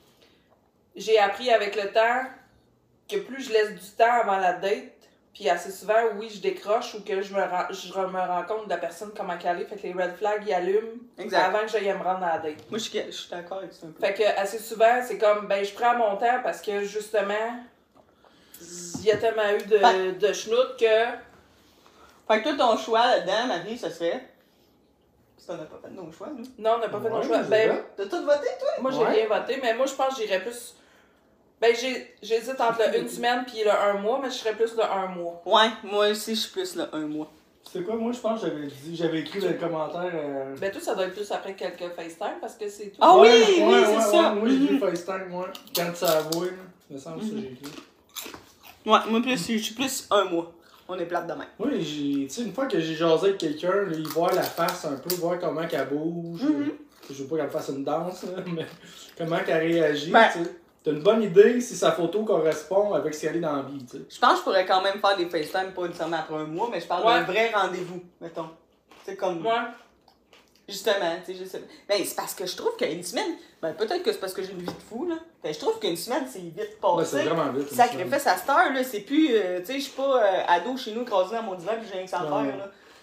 j'ai appris avec le temps que plus je laisse du temps avant la date, puis assez souvent, oui, je décroche ou que je me rends compte de la personne comment qu'elle est, fait que les red flags, ils allument Exact. avant que j'aille me rendre à la date. Moi, je suis d'accord avec ça un peu. Fait que assez souvent, c'est comme, ben, je prends mon temps parce que justement, il y a tellement eu de schnout que... Fait que toi, ton choix là-dedans, Marie, ce serait... Parce qu'on n'a pas fait nos choix, nous. Non, on n'a pas fait nos Ouais, choix. je Ben, sais T'as tout voté, toi? moi, j'ai Ouais. rien voté, mais moi, je pense que j'irais plus... Ben, j'hésite entre le 1 semaine puis le 1 mois, mais je serais plus le 1 mois. Ouais, moi aussi, je suis plus le 1 mois. C'est quoi, moi, je pense que j'avais écrit dans les commentaires. Ben, toi, ça doit être plus après quelques FaceTime parce que c'est tout. Ah oui, ouais, oui, ouais, c'est ouais, ça. moi, j'ai dit FaceTime, moi. Quand tu as avoué, là. Il me semble que ça, j'ai écrit. Ouais, moi, je suis plus 1 mois. On est plate demain. Oui, tu sais, une fois que j'ai jasé avec quelqu'un, là, il voit la face un peu, voir comment qu'elle bouge. Je veux pas qu'elle fasse une danse, là, mais comment qu'elle réagit, Ben. tu sais. T'as une bonne idée si sa photo correspond avec ce qu'elle est dans la vie, tu sais. Je pense que je pourrais quand même faire des FaceTime, pas nécessairement après 1 mois, mais je parle Ouais. d'un vrai rendez-vous, mettons. C'est comme... Moi, Justement, tu sais, je sais. Ben, c'est parce que je trouve qu'une semaine... Ben, peut-être que c'est parce que j'ai une vie de fou, là. Ben, je trouve qu'une semaine, c'est vite Ouais, passé. c'est vraiment vite. une Sacrifice à cette heure, là, c'est plus... tu sais, je suis pas ado chez nous, écrasé dans mon divan, puis j'ai rien que ça à Non. faire, là.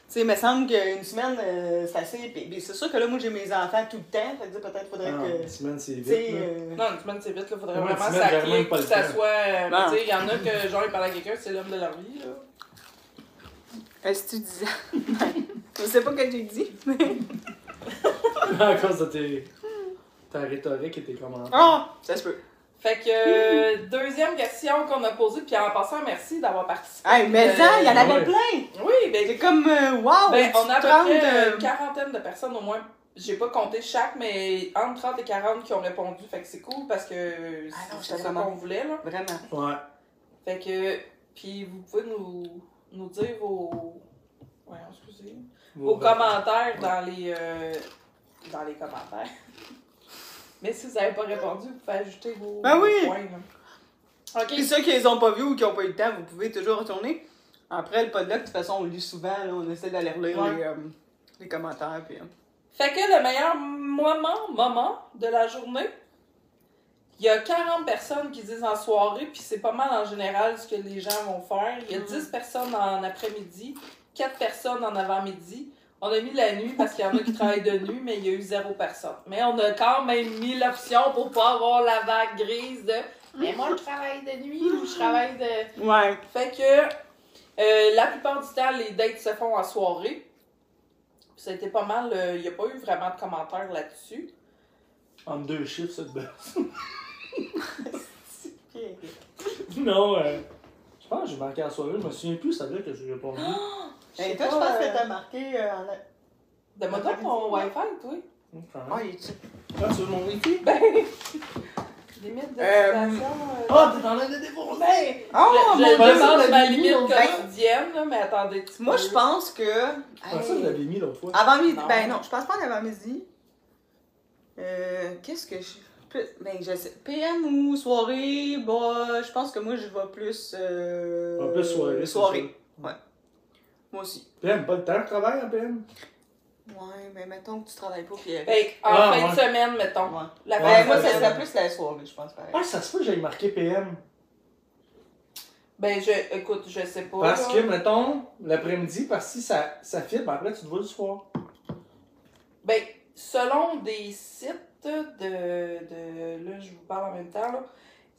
sais, il me semble qu'une semaine, c'est assez. Puis c'est sûr que là, moi, j'ai mes enfants tout le temps. Fait que peut-être faudrait que. Une semaine, c'est Tu vite. sais. Là. Non, une semaine, c'est vite, là. Faudrait Ouais, vraiment une semaine, j'ai s'acquier, même pas que le ça temps. soit. Non. Tu sais, il y en a que, genre, ils parlent à quelqu'un, c'est l'homme de leur vie, là. Est-ce que tu disais. Je sais pas ce que j'ai dit, mais. À cause de ta rhétorique et tes commentaires. Ah! Ça se peut. Fait que, deuxième question qu'on a posée, puis en passant, merci d'avoir participé. Hey, mais ça, il y en avait ouais. plein! Oui, ben, C'est comme. Wow! ben, on a à peu 30, près une quarantaine de personnes au moins. J'ai pas compté chaque, mais entre 30 et 40 qui ont répondu. Fait que c'est cool parce que Ah non, c'est j'étais ça vraiment- qu'on voulait, là. Vraiment. Ouais. Fait que, puis vous pouvez nous dire vos. Ouais, excusez. Vos commentaires dans les commentaires. Mais si vous n'avez pas répondu, vous pouvez ajouter vos, Ben oui! vos points. Là. Puis OK. ceux qui les ont pas vus ou qui ont pas eu le temps, vous pouvez toujours retourner. Après, le podlock, de toute façon, on le lit souvent. Là, on essaie d'aller relire Ouais. les commentaires. Puis, Fait que le meilleur moment de la journée, il y a 40 personnes qui disent en soirée, puis c'est pas mal en général ce que les gens vont faire. Il y a 10 personnes en après-midi, 4 personnes en avant-midi. On a mis la nuit parce qu'il y en a qui travaillent de nuit, mais il y a eu 0 personne. Mais on a quand même mis l'option pour pas avoir la vague grise de « Mais moi, je travaille de nuit ou je travaille de... » Ouais. Fait que la plupart du temps, les dates se font en soirée. Ça a été pas mal, il n'y a pas eu vraiment de commentaires là-dessus. Entre deux chiffres, ça te baisse. Non, je pense que j'ai marqué à la soirée. Je me souviens plus, ça veut dire que j'ai répondu. Et toi, je pense que t'as marqué en. Donne-moi donc ton Wi-Fi, toi. Ah, il est. Ah, tu veux mon wifi? Ben, limite d'utilisation. Ah, t'es en train de défoncer! Oh, je mon pensais Dieu! que ma l'avais mis limite l'autre quotidienne, là, mais attendez. Moi, je pense que. Je pensais que je l'avais mis l'autre fois. Avant midi. Non. Ben non, je pense pas en avant-midi. Qu'est-ce que je. Ben, je sais. PM ou soirée, bah, je pense que moi, je vais plus. En plus, soirée. c'est Soirée. ça. Ouais. Moi aussi. PM, pas le temps de travail en PM? Ouais, mais mettons que tu travailles pas, Pierre. Ben, en Ah, fin de ouais. semaine, mettons. Ouais. La Ouais, fin Ben, de moi, ça semaine. serait plus la soirée, je pense. Pareil. Ah, ça se peut que j'aille marqué PM. Ben, écoute, je sais pas. Parce là. que, mettons, l'après-midi, parce que si ça fit, ben après, tu te vois le soir. Ben, selon des sites là, je vous parle en même temps, là.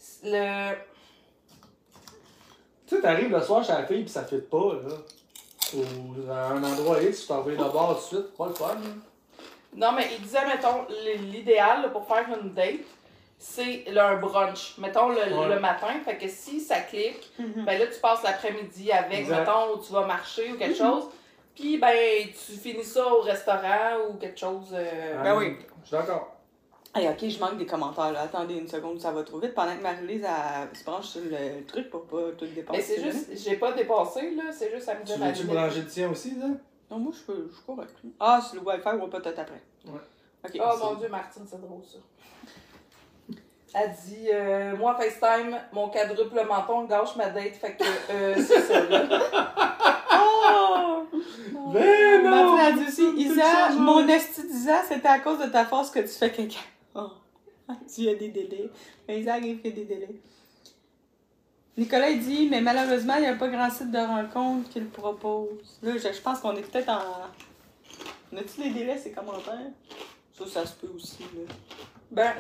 Tu sais, t'arrives le soir chez la fille pis ça fit pas, là. Ou à un endroit X, tu t'en vas d'abord tout de suite, pas le fun, là. Non, mais il disait, mettons, l'idéal là, pour faire une date, c'est là, un brunch. Mettons Ouais. le matin. Fait que si ça clique, Mhm. ben là, tu passes l'après-midi avec, Exact. mettons, où tu vas marcher ou quelque chose. Puis, ben, tu finis ça au restaurant ou quelque chose. Ben oui. Je suis d'accord. Hey, ok, je manque des commentaires là. Attendez une seconde, ça va trop vite. Pendant que Marie-Lise se branche sur le truc pour pas tout dépasser. Mais c'est juste, j'ai pas dépassé, là. C'est juste à me Tu dire ma veux-tu limite. brancher le tien aussi, là? Non, moi, je suis correct. Ah, c'est le Wi-Fi, on va peut-être après. Ouais. Ok. Oh mon Dieu, Martine, c'est drôle ça. Elle dit moi, FaceTime, mon quadruple menton gâche ma date, fait que c'est ça là. Oh! Ben non! Martine a dit aussi, Isa, mon esti d'Isa, c'était à cause de ta force que tu fais quelqu'un. Oh. Tu as des délais. Mais Isa arrive qu'il y a des délais. Nicolas il dit, mais malheureusement, il n'y a pas grand site de rencontre qu'il propose. Là, je pense qu'on est peut-être en. On a-tu les délais, ces commentaires? Ça se peut aussi, là. Ben,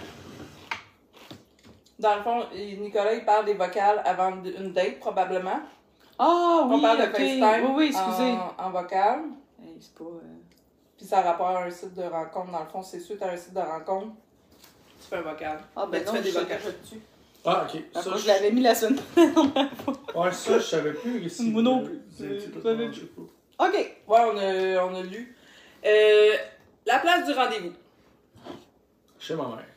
dans le fond, Nicolas il parle des vocales avant une date probablement. Ah oui, On parle de ok. FaceTime Oui, excusez. en vocal. Hey, c'est pas. Puis ça a rapport à un site de rencontre. Dans le fond, c'est suite à un site de rencontre. Tu fais un vocal. Ah ben tu non, fais des je vocales. déjà dessus. Ah, ok. Après, je l'avais mis la semaine. Ouais, ça, je savais plus. Si Moi non plus. vous étiez tout J'avais mangé. Ok. Ouais, on a lu. La place du rendez-vous. Chez ma mère.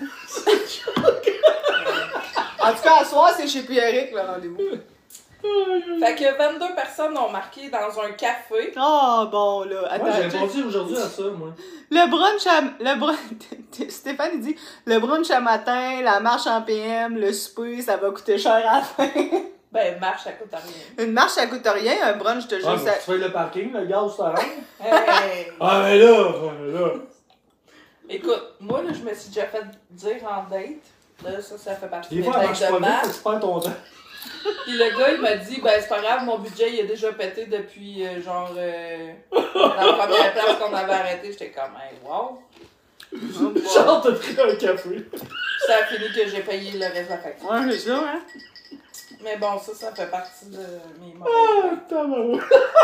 En tout cas, à soir, c'est chez Pierrick, le rendez-vous. Fait que 22 personnes ont marqué dans un café. Ah, bon, là. Attends. Moi, j'ai répondu aujourd'hui à ça, moi. Le brunch Stéphane, il dit le brunch à matin, la marche en PM, le souper, ça va coûter cher à la fin. Ben, marche, ça coûte rien. Une marche, ça coûte rien. Un brunch, te Ah, jure, mais ça. tu fais le parking, le gaz, ça rentre. Hey. Ah, mais là. Écoute, moi, là, je me suis déjà fait dire en date. Là, ça fait partie Des des fois, elle dates marche de pas vite, mars. fait que tu perds ton temps. Puis le gars, il m'a dit, ben, c'est pas grave, mon budget, il a déjà pété depuis, dans la première place qu'on avait arrêté. J'étais comme, hey, wow. Genre, t'as pris un café. Ça a fini que j'ai payé le reste de la facture. Ouais, c'est ça, hein? Mais bon, ça fait partie de mes Ah, mauvais tabarouette.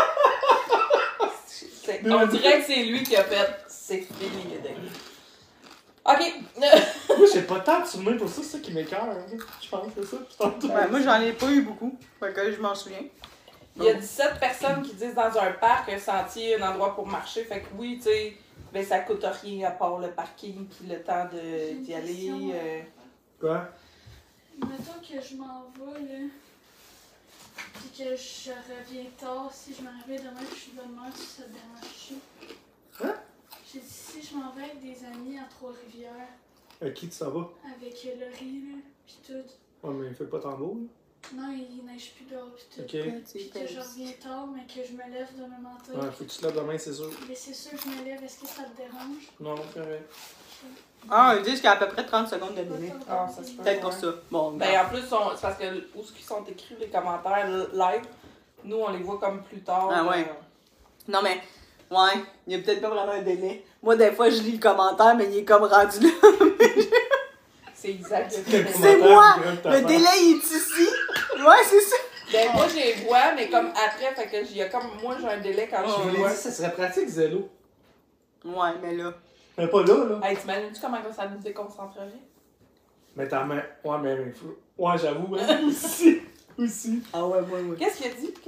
On dirait que c'est lui qui a fait, c'est fini les dingues. Ok. Moi, j'ai pas tant de souvenirs pour ça, c'est ça qui m'écoeure. Hein. Je pense que c'est ça. Ben, moi, j'en ai pas eu beaucoup. Fait que je m'en souviens. Il y a 17 personnes qui disent dans un parc, un sentier, un endroit pour marcher. Fait que oui, tu sais, ben ça coûte rien à part le parking puis le temps d'y aller. Quoi? Mettons que je m'en vais, là, puis que je reviens tard, si je m'en réveille demain puis je suis de bonne humeur, si ça te dérange. Hein? J'ai dit, si je m'en vais avec des amis à Trois-Rivières, Qui ça va? avec Laurie, là, pis tout. Ouais, mais il fait pas tant beau, là. Non, il neige plus dehors pis tout. Ok. Puis que je reviens tard, mais que je me lève demain matin. Ouais, faut que tu te lèves demain, c'est sûr. Mais c'est sûr que je me lève, est-ce que ça te dérange? Non, c'est vrai. Ah, ils disent qu'il y a à peu près 30 secondes de délai. Ah, ça se peut. Peut-être pour ça. Bon, Ben en plus, c'est parce que où ce qu'ils sont écrits les commentaires live, nous on les voit comme plus tard. Ah ouais. Non, mais, ouais, il y a peut-être pas vraiment un délai. Moi, des fois, je lis le commentaire, mais il est comme rendu là. C'est exact. C'est moi! Le délai, il est ici. Ouais, c'est ça. Ben moi, je les vois, mais comme après, fait que il y a comme moi, j'ai un délai quand Je je vous les l'ai vois. dit, ça serait pratique, Zélo. Ouais, mais là. Mais pas là, là. Hey, t'imagines-tu comment ça nous déconcentrerait? Mais ta main. Ouais, mais. Ouais, j'avoue, hein. Aussi. Aussi. Ah ouais, ouais, ouais. Qu'est-ce qu'il a dit?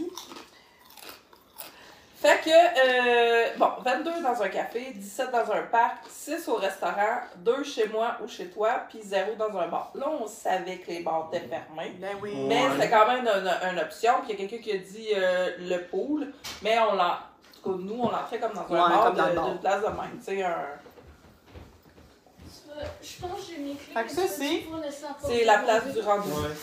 Fait que, bon, 22 dans un café, 17 dans un parc, 6 au restaurant, 2 chez moi ou chez toi, puis 0 dans un bar. Là, on savait que les bars étaient fermés. Ben oui. Mais Ouais. c'était quand même une option. Puis il y a quelqu'un qui a dit le pool. Mais on l'a. En tout cas, nous, on l'entrait comme dans un Ouais, bar comme dans le bar. d'une place de même. Tu sais, Tu vois, je pense que j'ai mes clés. Fait que ça, mais c'est- tu vas laisser en porte c'est la de place mon du vélo. rendez-vous. Ouais.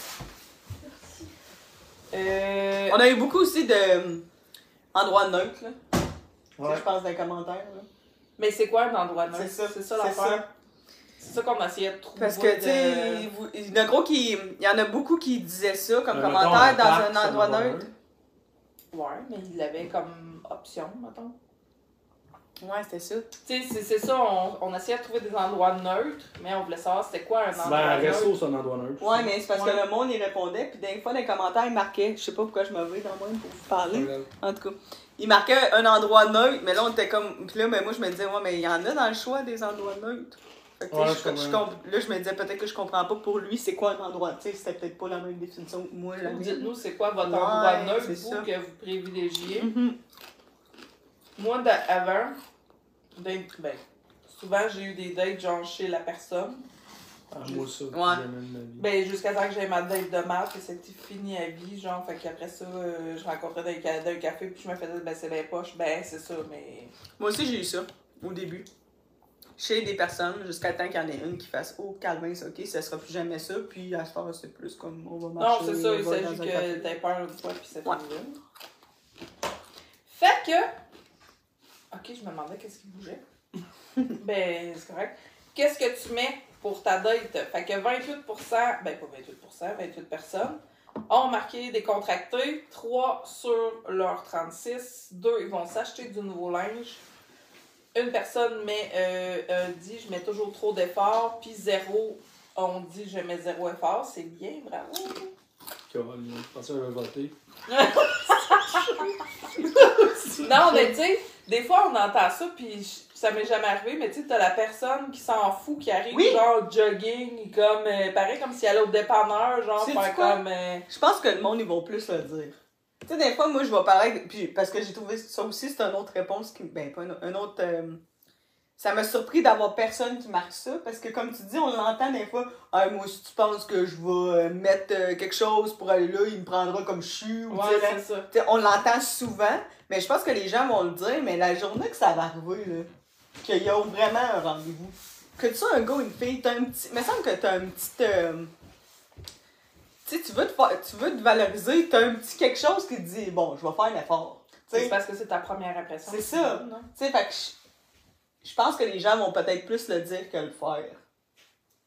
Merci. On a eu beaucoup aussi de endroits neutres, là. Ouais. Je pense dans les commentaires, là. Mais c'est quoi un endroit neutre? C'est ça. C'est ça l'affaire. C'est ça qu'on essayait de trouver. Parce que, tu sais, il y en a beaucoup qui disaient ça comme commentaire dans un endroit neutre. Ouais, mais il l'avait comme option, mettons. Ouais, c'était ça. Tu sais, c'est ça, on essayait de trouver des endroits neutres, mais on voulait savoir c'était quoi un Ben, endroit un neutre. resto, c'est un endroit neutre. Ouais, mais c'est parce Ouais. que le monde, il répondait, puis des fois, dans les commentaires, il marquait, je sais pas pourquoi je me vais dans moi pour vous parler, en tout cas. Il marquait un endroit neutre, mais là, on était comme. Puis là, ben, moi, je me disais, ouais, mais il y en a dans le choix des endroits neutres. Fait que, tu sais, Ouais, là, je me disais, peut-être que je comprends pas pour lui, c'est quoi un endroit. Tu sais, c'était peut-être pas la même définition que moi, la mienne. Dites-nous, c'est quoi votre Ouais, endroit neutre, c'est vous, ça. que vous privilégiez? Mhm. Moi, avant, ben, souvent, j'ai eu des dates genre chez la personne. Ah, moi, ça, Ouais. jamais de ma vie. Ben, jusqu'à temps que j'ai ma date de maths, que c'était fini à vie, genre, fait qu'après ça, je rencontrais dans un café, puis je me faisais, ben, c'est les poches, ben, c'est ça, mais. Moi aussi, j'ai eu ça, au début. Chez des personnes, jusqu'à temps qu'il y en ait une qui fasse, oh, Calvin, c'est ok, ça sera plus jamais ça, puis à ce temps, c'est plus comme, on va Non, marcher. c'est ça, on il va s'agit dans un que café. t'aies peur une fois, puis c'est Ouais. fini. Fait que. Ok, je me demandais qu'est-ce qui bougeait. Ben, c'est correct. Qu'est-ce que tu mets pour ta date? Fait que 28%, ben pas 28%, 28 personnes ont marqué décontractés. 3 sur leur 36. 2, ils vont s'acheter du nouveau linge. Une personne dit je mets toujours trop d'efforts. Puis 0, on dit je mets 0 effort. C'est bien, bravo. Caroline, je pensais que j'avais voté. Non, mais tu sais, des fois on entend ça, puis ça m'est jamais arrivé, mais tu sais, t'as la personne qui s'en fout, qui arrive Oui. genre jogging, comme, pareil comme si elle allait au dépanneur, genre, Sais-tu faire quoi? comme. Je pense que le monde, ils vont plus le dire. Tu sais, des fois, moi, je vais parler, puis parce que j'ai trouvé ça aussi, c'est une autre réponse qui. Ben, pas un autre. Ça m'a surpris d'avoir personne qui marque ça, parce que comme tu dis, on l'entend des fois. Ah, moi, si tu penses que je vais mettre quelque chose pour aller là, il me prendra comme je suis. Ou, Ouais, tu sais, c'est ça. tu sais, on l'entend souvent, mais je pense que les gens vont le dire, mais la journée que ça va arriver, là, qu'il y a vraiment un rendez-vous. Que tu sois un gars ou une fille, t'as un petit. Il me semble que t'as un petit. Tu sais, tu veux te valoriser, t'as un petit quelque chose qui te dit, bon, je vais faire un effort. Tu C'est sais, parce que c'est ta première impression. C'est ça. Non? tu sais, fait que je pense que les gens vont peut-être plus le dire que le faire.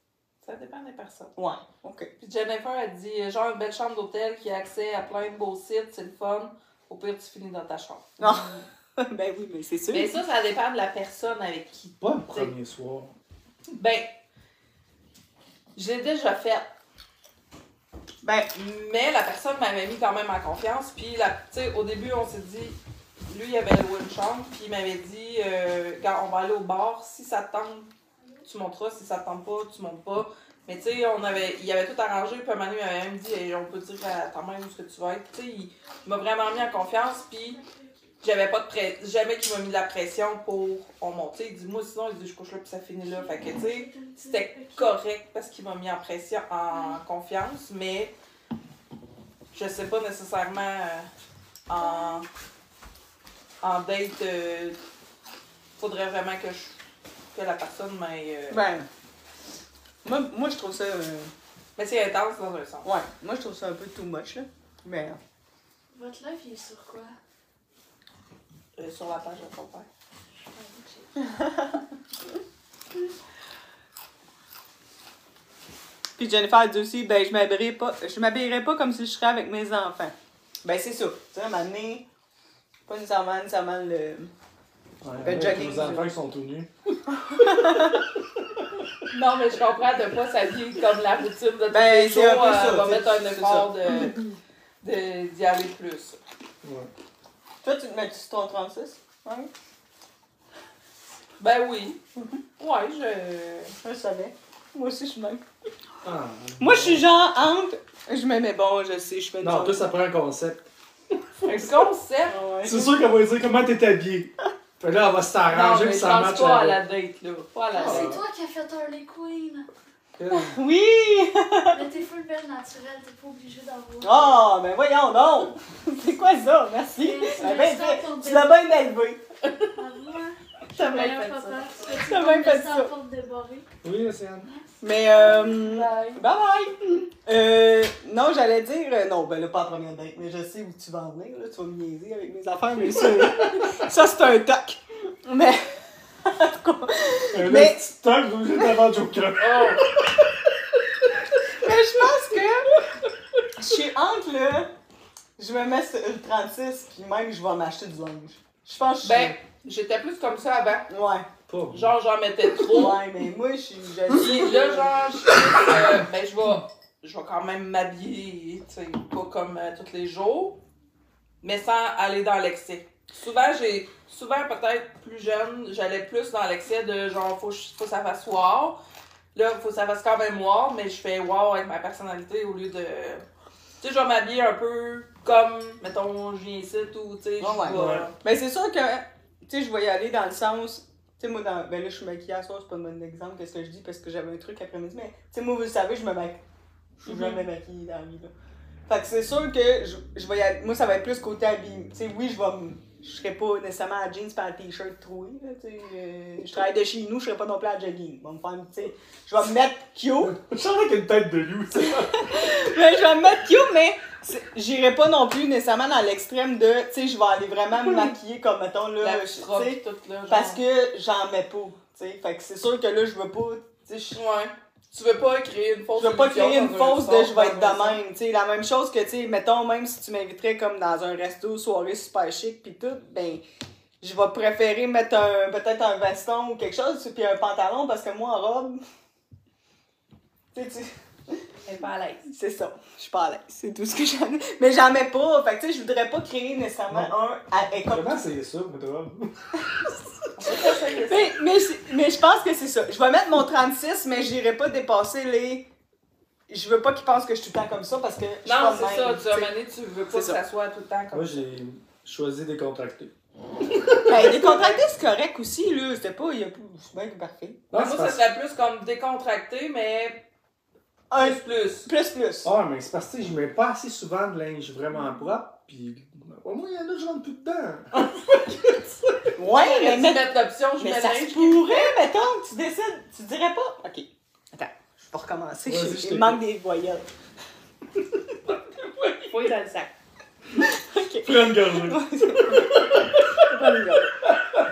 Ça dépend des personnes. Ouais, OK. Puis Jennifer a dit, genre une belle chambre d'hôtel qui a accès à plein de beaux sites, c'est le fun. Au pire, tu finis dans ta chambre. Non. Ben oui, mais c'est sûr. Mais ça dépend de la personne avec qui. Pas le premier soir. Ben, je l'ai déjà fait. Ben, Mais la personne m'avait mis quand même en confiance. Puis, tu sais, au début, on s'est dit, lui, il avait loué une chambre. Puis, il m'avait dit, quand on va aller au bar, si ça te tente, tu monteras. Si ça te tente pas, tu montes pas. Mais, tu sais, il avait tout arrangé. Puis, un moment donné, il m'avait même dit, hey, on peut dire à ta mère où est-ce que tu vas être. Tu sais, il m'a vraiment mis en confiance. Puis, j'avais pas de jamais qu'il m'a mis de la pression pour on monte. Il dit, moi, sinon, il dit, je couche là, puis ça finit là. Fait que, tu sais, c'était correct parce qu'il m'a mis en pression, en confiance, mais je sais pas nécessairement en date, faudrait vraiment que la personne m'aille. ben, moi, je trouve ça. Mais c'est intense dans un sens. Ouais, moi, je trouve ça un peu too much, là. Mais. Votre live, il est sur quoi? Sur la page de ton père. Puis Jennifer dit aussi, ben, je m'habillerais pas comme si je serais avec mes enfants. Ben, c'est ça. Tu sais, à un moment donné, pas nécessairement le jogging. Les enfants qui sont tout nus. Non, mais je comprends de pas s'habiller comme la routine de tous Ben, les c'est jours. un peu ça, On va c'est- mettre un c'est effort d'y aller plus. Ouais. Toi, tu te mets sur ton 36? Ouais. Ben oui. Ouais, Je savais. Moi aussi, je suis même. Ah, Moi, je suis genre entre. Je me mets bon, je sais, je fais du non, toi, ça prend un concept. un concept. Ah ouais. C'est sûr qu'elle va dire comment t'es habillé. Fait là, elle va Non, s'arranger mais puis je ça pense match pas à avec. la date, là. Pas à la Ah, c'est date. toi qui as fait Harley Quinn. Oui! Mais t'es full belle naturelle, t'es pas obligée d'avoir. Ah, ben voyons donc! C'est quoi ça? Merci! Ben, ben, tu l'as bien élevé. T'as bien fait ça. T'as bien fait ça. Porte débarrée. Oui, Océane. Mais, Bye. bye non, j'allais dire, non, ben là, pas en première date, mais je sais où tu vas en venir, là, tu vas me niaiser avec mes affaires, mais ça c'est un toc. Mais, en tout cas, Un Mais- petit temps que j'ai d'avoir Joker. Oh! mais je pense que je suis entre le, je me mets sur le 36, puis même je vais m'acheter du linge. Je pense que Ben, j'étais plus comme ça avant. ouais, Pas Genre, j'en mettais trop. ouais, mais moi, je suis, Puis là, genre, ben, je vais quand même m'habiller, tu sais, pas comme tous les jours, mais sans aller dans l'excès. Souvent, peut-être plus jeune, j'allais plus dans l'excès de genre, faut que ça fasse wow. Là, faut que ça fasse quand même wow, mais je fais wow avec ma personnalité au lieu de. Tu sais, je vais m'habiller un peu comme, mettons, je viens ici ou, tu sais, je ouais. vais. Mais c'est sûr que, tu sais, je vais y aller dans le sens, tu sais, moi, ben là, je suis maquillée à soir, c'est pas un bon exemple, qu'est-ce que je dis, parce que j'avais un truc après-midi, mais, tu sais, moi, vous le savez, je me maquille. Je suis jamais maquillée dans la vie, là. Fait que c'est sûr que je vais y aller, moi, ça va être plus côté habillé. Tu sais, oui, je serais pas nécessairement à jeans pis à t-shirt troué, là, tu sais. Je travaille de chez nous, je serais pas non plus à jogging. Bon, me faire, tu sais, je vais me mettre cute. Je sens qu'il y a une tête de loup, tu sais. Mais je vais me mettre cute, mais j'irai pas non plus nécessairement dans l'extrême de, tu sais, je vais aller vraiment me maquiller comme, mettons, là, La tu petite robe sais, pis tout, là. Genre. parce que j'en mets pas, tu sais. Fait que c'est sûr que là, je veux pas, tu sais, Ouais. Tu veux pas créer une fausse je veux pas illusion créer une dans un fausse de sens, je vais être dans un de sens. même, tu sais. La même chose que, tu sais, mettons, même si tu m'inviterais comme dans un resto, soirée super chic pis tout, ben, je vais préférer mettre peut-être un veston ou quelque chose, puis un pantalon, parce que moi, en robe, tu sais, Elle est pas à l'aise. c'est ça. Je suis pas à l'aise. C'est tout ce que j'en ai. Mais j'en mets pas. Fait que, tu sais, je voudrais pas créer nécessairement comme Comment c'est ça, toi? mais je pense que c'est ça. Je vais mettre mon 36, mais j'irai pas dépasser les. Je veux pas qu'ils pensent que je suis tout le temps comme ça parce que je suis Non, pas c'est de ça. même, Tu as mané, tu veux pas C'est que ça. ça soit tout le temps comme Moi, ça. j'ai choisi décontracté. Ben, décontracté, c'est correct aussi, là. C'était pas. C'est bien parfait. Non, Moi, c'est ça parce... serait plus comme décontracté, mais Un plus. plus. Ah, mais c'est parce que je mets pas assez souvent de linge vraiment propre, pis au moins, il y en a, je rentre plus dedans. Ouais, mais, Tu mettre l'option, je mais mets ça linge. se pourrait, mettons, que tu décides. Tu dirais pas. Ok. Attends, je vais recommencer. Vas-y, je Il t'écoute. manque des voyelles. Fouille dans le sac. Ok. Plein de gorgées.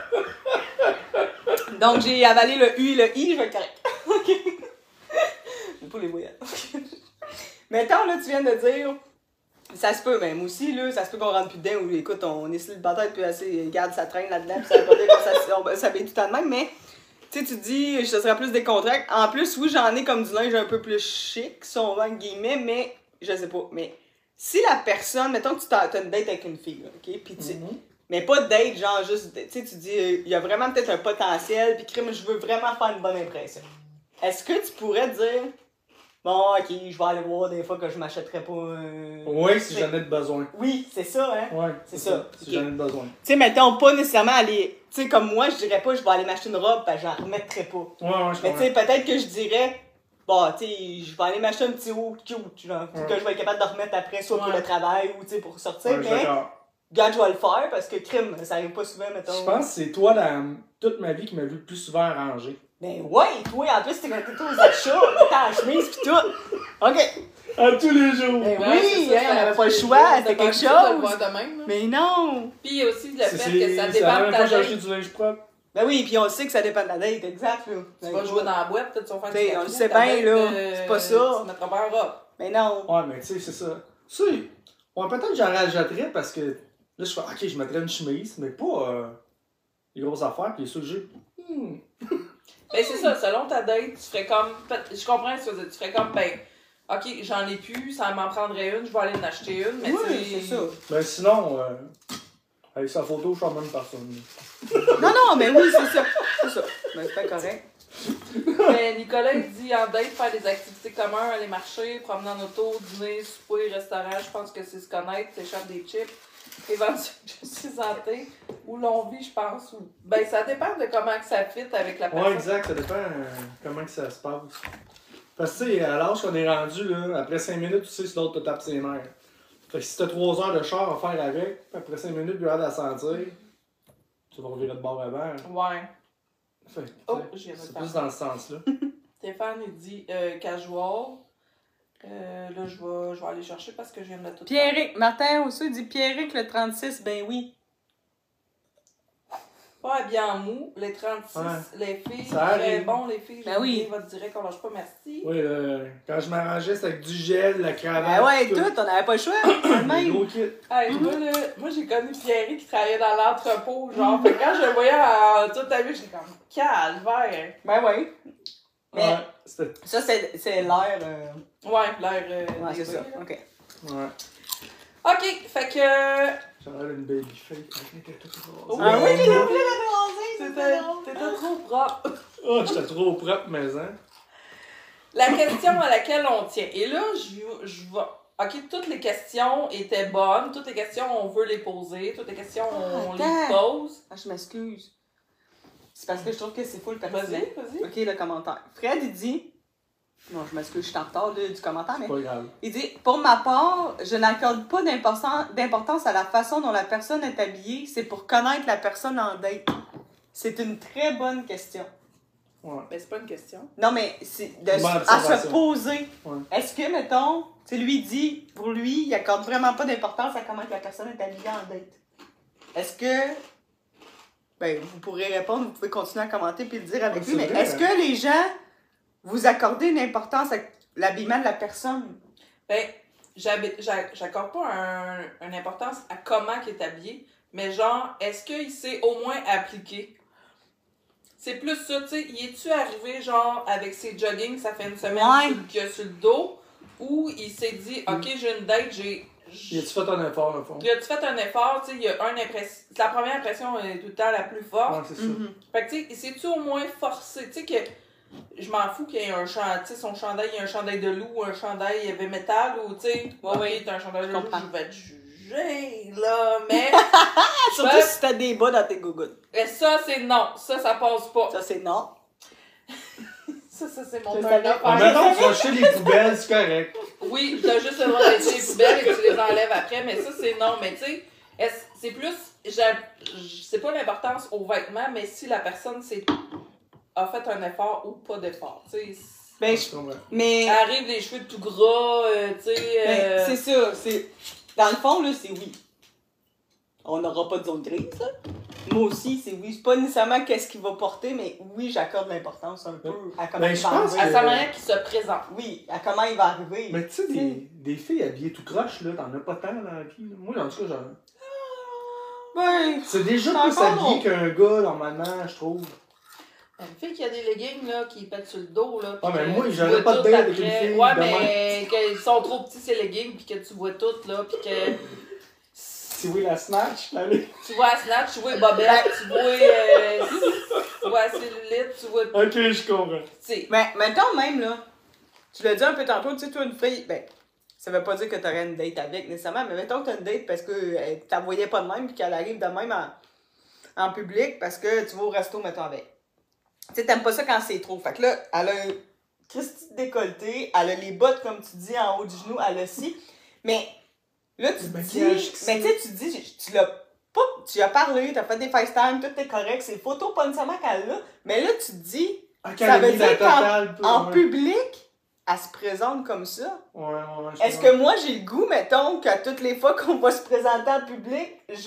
Donc, j'ai avalé le U et le I, je vais être correct. OK. pas les voyelles. Mettons, là, tu viens de dire, ça se peut même aussi, là, ça se peut qu'on rentre plus dedans ou écoute, on est célibataire puis assez, regarde, ça traîne là-dedans puis ça veut pas dire que ça fait tout le temps de même, mais tu sais, tu dis, ce serait plus des contrats. En plus, oui, j'en ai comme du linge un peu plus chic, si on va, en guillemets, mais je sais pas, mais si la personne, mettons que tu as une date avec une fille, là, ok, puis tu mais pas de date, genre juste, tu sais, tu dis, il y a vraiment peut-être un potentiel, puis crime, je veux vraiment faire une bonne impression. Est-ce que tu pourrais dire, bon, ok, je vais aller voir des fois que je m'achèterais pas. Oui, si j'en ai de besoin. Oui, c'est ça, hein? Ouais, c'est ça. Si j'en ai de besoin. Tu sais, mettons, pas nécessairement aller. Tu sais, comme moi, je dirais pas, je vais aller m'acheter une robe, parce que j'en remettrais pas. Ouais, je Mais comprends. tu sais, peut-être que je dirais, bon, tu sais, je vais aller m'acheter un petit haut cute, genre, que je vais être capable de remettre après, soit pour le travail ou, tu sais, pour sortir. Ouais, je suis mais, d'accord. regarde, je vais le faire, parce que crime, ça arrive pas souvent, mettons. Je pense que c'est toi, dans toute ma vie, qui m'as vu le plus souvent arrangé. Ben ouais, toi, en plus, t'es aux achats, t'as la chemise pis tout. Ok. À tous les jours. Ben Ouais, c'est oui, ça, hein, on avait pas le c'est choix, c'est c'était pas quelque habitué de le chose. voir de même, là. Mais non. Puis il y a aussi le fait que ça C'est la dépend de même ta fois que j'ai date. acheté du linge propre. Ben oui, pis on sait que ça dépend de la date, exact, là. Tu vas jouer dans la boîte, peut-être tu vas faire T'sais, du on café, le sait ta bien, date, là, c'est pas ça. Tu mettras pas en robe. Mais non. Ouais, mais tu sais, c'est ça. Tu sais, ouais, peut-être que j'en rajouterais parce que là, je fais, ok, je mettrais une chemise, mais pas les grosses affaires, puis ça, j'ai. Ben c'est ça, selon ta date, tu ferais comme. Je comprends ce que tu veux dire. Tu ferais comme, ben, ok, j'en ai plus, ça m'en prendrait une, je vais aller en acheter une, mais Oui, tu c'est ça. Ben sinon, avec sa photo, je suis même personne. Non, non, mais oui, c'est ça. C'est ça. Ben c'est pas correct. Mais Nicolas, il dit en date, faire des activités communes, aller marcher, promener en auto, dîner, souper, restaurant, je pense que c'est se connaître, s'échappe des chips. Éventuellement, je suis santé, où l'on vit, je pense. Ou... Ben, ça dépend de comment que ça fit avec la personne. Ouais, exact, ça dépend comment que ça se passe. Parce que, tu sais, à l'âge qu'on est rendu, là, après 5 minutes, tu sais si l'autre te tape ses nerfs. Fait que si t'as 3 heures de char à faire avec, puis après 5 minutes, tu vas la sentir, tu vas revirer de bord avant. Ouais. Fait que, Oh, tu sais, j'ai c'est retard. plus dans ce sens-là. Stéphane, il dit casual. Là, je vais aller chercher parce que je viens de tout Pierrick, Martin aussi dit Pierrick le 36, ben oui. Pas habillé en mou. Les 36, Ouais. les filles, Ça très arrive. bon, les filles. Ben oui. Votre direct, on lâche pas, merci. Oui, quand je m'arrangeais, c'était avec du gel, la cravate. Ben ouais, tout, on n'avait pas le choix. C'est le Les même. gros kits. Hey, moi, j'ai connu Pierre qui travaillait dans l'entrepôt, genre. Fait que quand je le voyais en toute ta vie, j'étais comme calvaire. Ben ouais. Mais Ouais, c'était. ça, c'est l'air. Ouais, l'air. Ouais, c'est dégueu, ça. là. Ok. Ouais. Ok, fait que. J'avais l'air d'une baby face. Oh, Ah oui, j'ai t'étais oublié t'étais trop propre. Oh, j'étais trop propre, mais hein. La question à laquelle on tient. Et là, je vais. Ok, toutes les questions étaient bonnes. Toutes les questions, on veut les poser. Toutes les questions, on les attends. pose. Ah, je m'excuse. C'est parce que je trouve que c'est full pertinent. Vas-y. Ok, le commentaire. Fred, il dit. Non, je m'excuse, je suis en retard là, du commentaire, mais. C'est pas grave. Il dit pour ma part, je n'accorde pas d'importance à la façon dont la personne est habillée, c'est pour connaître la personne en date. C'est une très bonne question. Ouais. Mais c'est pas une question. Non, mais c'est Bonne à observation. se poser. Ouais. Est-ce que, mettons, tu sais, lui dit, pour lui, il accorde vraiment pas d'importance à comment que la personne est habillée en date. Est-ce que. Ben, vous pourrez répondre, vous pouvez continuer à commenter puis le dire avec Ouais, lui, mais c'est vrai, est-ce que les gens vous accordez une importance à l'habillement de la personne? Ben, j'accorde pas une importance à comment il est habillé, mais genre, est-ce qu'il s'est au moins appliqué? C'est plus ça, tu sais, y es-tu arrivé genre avec ses joggings, ça fait une semaine sur le dos, ou il s'est dit, ok, j'ai une date, Y a-tu fait un effort, au fond? Y a-tu fait un effort, tu sais, y a une impression. La première impression est tout le temps la plus forte. Ouais, c'est ça. Fait que, tu sais, il s'est-tu au moins forcé, tu sais, que je m'en fous qu'il y ait un chandail, tu sais, son chandail, il y a un chandail de loup, un chandail heavy metal, ou, tu sais, ok, t'as un chandail de loup, comprends. je vais te juger, là, mais. Surtout si t'as des bas dans tes gougounes. Et ça, c'est non. Ça passe pas. Ça, c'est non. Ça, c'est mon Je turn savais up. pas. Maintenant, tu vas acheter les poubelles, c'est correct. Oui, t'as juste le droit d'être les poubelles et tu les enlèves après, mais ça, c'est non. Mais tu sais, c'est plus. C'est pas l'importance aux vêtements, mais si la personne a fait un effort ou pas d'effort. Tu sais, Ben, Je comprends. mais. arrive les cheveux tout gras, tu sais. Ben, c'est ça. Dans le fond, là, c'est oui. On n'aura pas de zone grise, là. moi aussi, c'est oui. C'est pas nécessairement qu'est-ce qu'il va porter, mais oui, j'accorde l'importance un peu à comment Ben, il je va pense arriver. À sa manière qu'il se présente. Oui, à comment il va arriver. Mais tu sais, des filles habillées tout croche, là, t'en as pas tant dans la vie. Là. Moi, en tout cas, genre. Ouais. C'est déjà C'est plus encore habillé long. qu'un gars, normalement, je trouve. Une fille qui a des leggings là, qui pètent sur le dos. Là, Ah, puis mais que moi, tu j'aurais vois pas de tout date avec après. une fille Ouais, de mais qu'ils sont trop petits ces leggings, puis que tu vois tout, là, puis que Si oui, la snatch, allez. tu vois Snatch, tu vois Bobette, tu vois Cellulite, tu vois. Ok, je comprends. Tu sais. Mais mettons même, là, tu l'as dit un peu tantôt, tu sais, toi, une fille, ben, ça veut pas dire que t'aurais une date avec nécessairement, mais mettons que t'as une date parce que t'en voyais pas de même, puis qu'elle arrive de même en public parce que tu vas au resto, mettons, avec. Tu sais, t'aimes pas ça quand c'est trop. Fait que là, elle a un Christy de décolleté, elle a les bottes, comme tu dis, en haut du genou, elle a ci. Mais là, tu te dis. Mais tu sais, tu te dis, tu l'as pas. Tu as parlé, t'as fait des FaceTime, tout est correct, c'est photos pas nécessairement qu'elle a. Mais là, tu te dis, ça veut dire qu'en public, elle se présente comme ça. Ouais, Est-ce que moi, j'ai le goût, mettons, qu'à toutes les fois qu'on va se présenter en public, je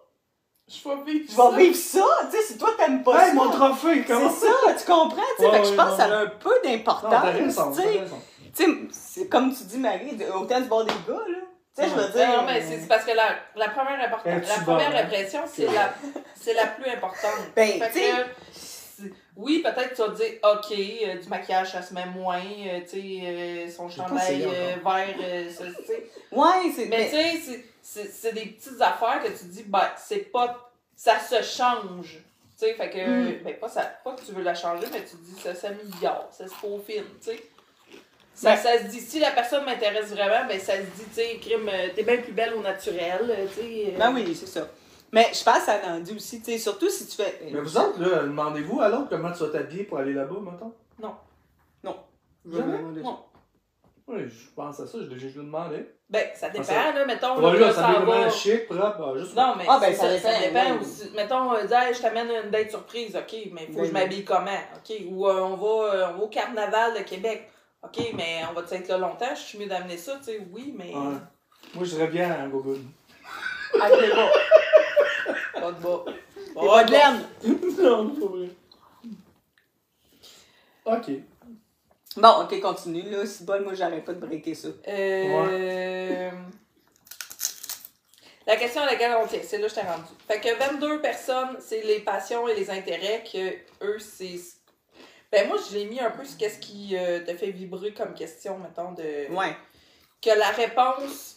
vais vivre ça? Tu sais, si toi, t'aimes pas Hey, ça. mon trophée, comment C'est ça, tu comprends? Tu sais, Ouais, fait que je pense ouais, que ça a un peu d'importance. Tu sais, t'as raison. c'est comme tu dis, Marie, autant du bord des gars, là. Tu sais, je veux dire. Non, mais c'est parce que la première impression, c'est la plus importante. Ben, Fait tu sais. que, oui, peut-être que tu vas te dire, OK, du maquillage, ça se met moins, tu sais, son chandail vert, ça, tu sais. Ouais, c'est. Mais tu sais, c'est des petites affaires que tu dis, ben, c'est pas. Ça se change. Tu sais, fait que. Ben, pas que tu veux la changer, mais tu dis, ça s'améliore, ça se peaufine, tu sais. Ça se dit, si la personne m'intéresse vraiment, ben, ça se dit, tu sais, crime, t'es bien plus belle au naturel, tu sais. Ben oui, c'est ça. Mais je pense que ça en dit aussi, tu sais, surtout si tu fais. Mais vous autres, là, demandez-vous à l'autre comment tu vas t'habiller pour aller là-bas, mettons? Non. Jamais? Non. Oui, je pense à ça, je le demandais. Ben, ça dépend, ça- là, mettons, Ouais, là, ça s'en fait vraiment va. chic, propre, juste. Non, mais Ah, ben, ça ça dépend dépend, ouais. aussi. Mettons, dire, hey, je t'amène une date surprise, OK, mais il faut que je Ben, m'habille comment? OK, ou on va au carnaval de Québec. OK, mais on va être là longtemps, je suis mieux d'amener ça, tu sais, oui, mais. Ouais. Moi, je dirais bien à Google. Avec les bas. Pas de bas. Les bas de laine. Non, pas vrai. Ok. Bon, ok, continue, là. C'est bon, moi, j'arrête pas de breaker ça. La question à laquelle on tient, c'est là que je t'ai rendu. Fait que 22 personnes, c'est les passions et les intérêts que eux, c'est. Ben moi, je l'ai mis un peu sur qu'est-ce qui te fait vibrer comme question, mettons, de. Ouais. Que la réponse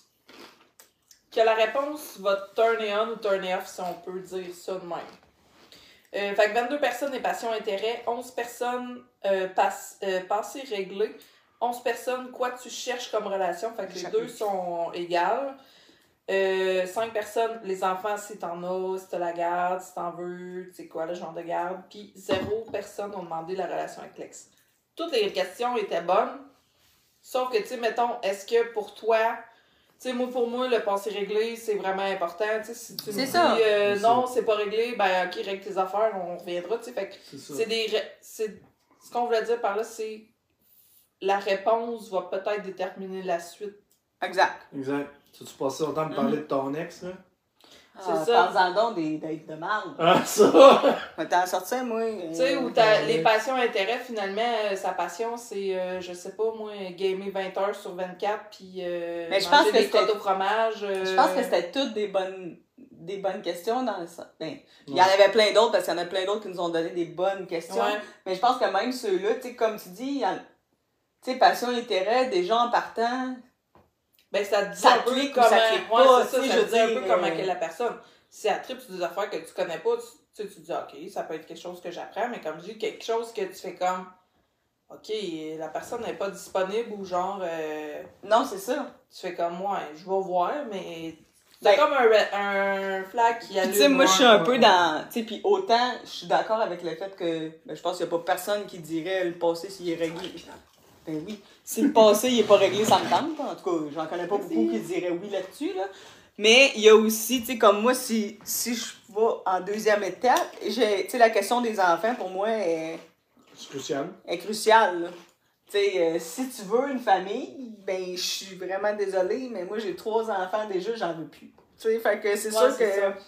va te turner on ou turner off, si on peut dire ça de même. Fait que 22 personnes, les passions, intérêts, 11 personnes, passé réglé, 11 personnes, quoi tu cherches comme relation, fait que les deux sont égales. 5 personnes, les enfants, si t'en as, si t'as la garde, si t'en veux, c'est quoi le genre de garde. Puis 0 personnes ont demandé la relation avec l'ex. Toutes les questions étaient bonnes, sauf que, tu sais, mettons, est-ce que pour toi, tu sais, pour moi, le passé réglé, c'est vraiment important. Tu sais, si tu me dis non, c'est pas réglé, ben ok, règle tes affaires, on reviendra, tu sais. Fait que ce qu'on voulait dire par là, c'est la réponse va peut-être déterminer la suite. Exact. Exact. Tu passé autant de me parler de ton ex, là? C'est ça. Parle-en donc des dates de marde. Ah, ça! Mais t'en sortais, moi. Tu sais, où les passions intérêts, finalement, sa passion, c'est, je sais pas, moi, gamer 20 heures sur 24, puis mais je manger pense que des côtes au fromage. Je pense que c'était toutes des bonnes questions dans le sens. Ben, il y en avait plein d'autres, parce qu'il y en a plein d'autres qui nous ont donné des bonnes questions. Ouais. Mais je pense que même ceux-là, tu sais, comme tu dis, tu sais, passion, intérêt, déjà en partant. Ben, ça te dit ça un peu clique ou comment... ça clique ouais, pas, c'est ça, tu sais, ça je te dit un veux peu dire, comment est la personne. Si elle tripe sur des affaires que tu connais pas, tu dis, OK, ça peut être quelque chose que j'apprends, mais comme je dis, quelque chose que tu fais comme, OK, la personne n'est pas disponible ou genre... Non, c'est ça. Tu fais comme, ouais, je vais voir, mais... C'est comme un flag qui allume. Tu sais, moi, je suis un peu dans... Tu sais, puis autant, je suis d'accord avec le fait que... Ben, je pense qu'il n'y a pas personne qui dirait le passé s'il est réglé. Ben oui. Si le passé, il est pas réglé, ça me tente. En tout cas, j'en connais pas beaucoup qui diraient oui là-dessus, là. Mais il y a aussi, tu sais, comme moi, si je vais en deuxième étape, tu sais, la question des enfants, pour moi, est cruciale, là. Tu sais, si tu veux une famille, ben, je suis vraiment désolée, mais moi, j'ai 3 enfants déjà, j'en veux plus. Tu sais, fait que c'est sûr que... Tu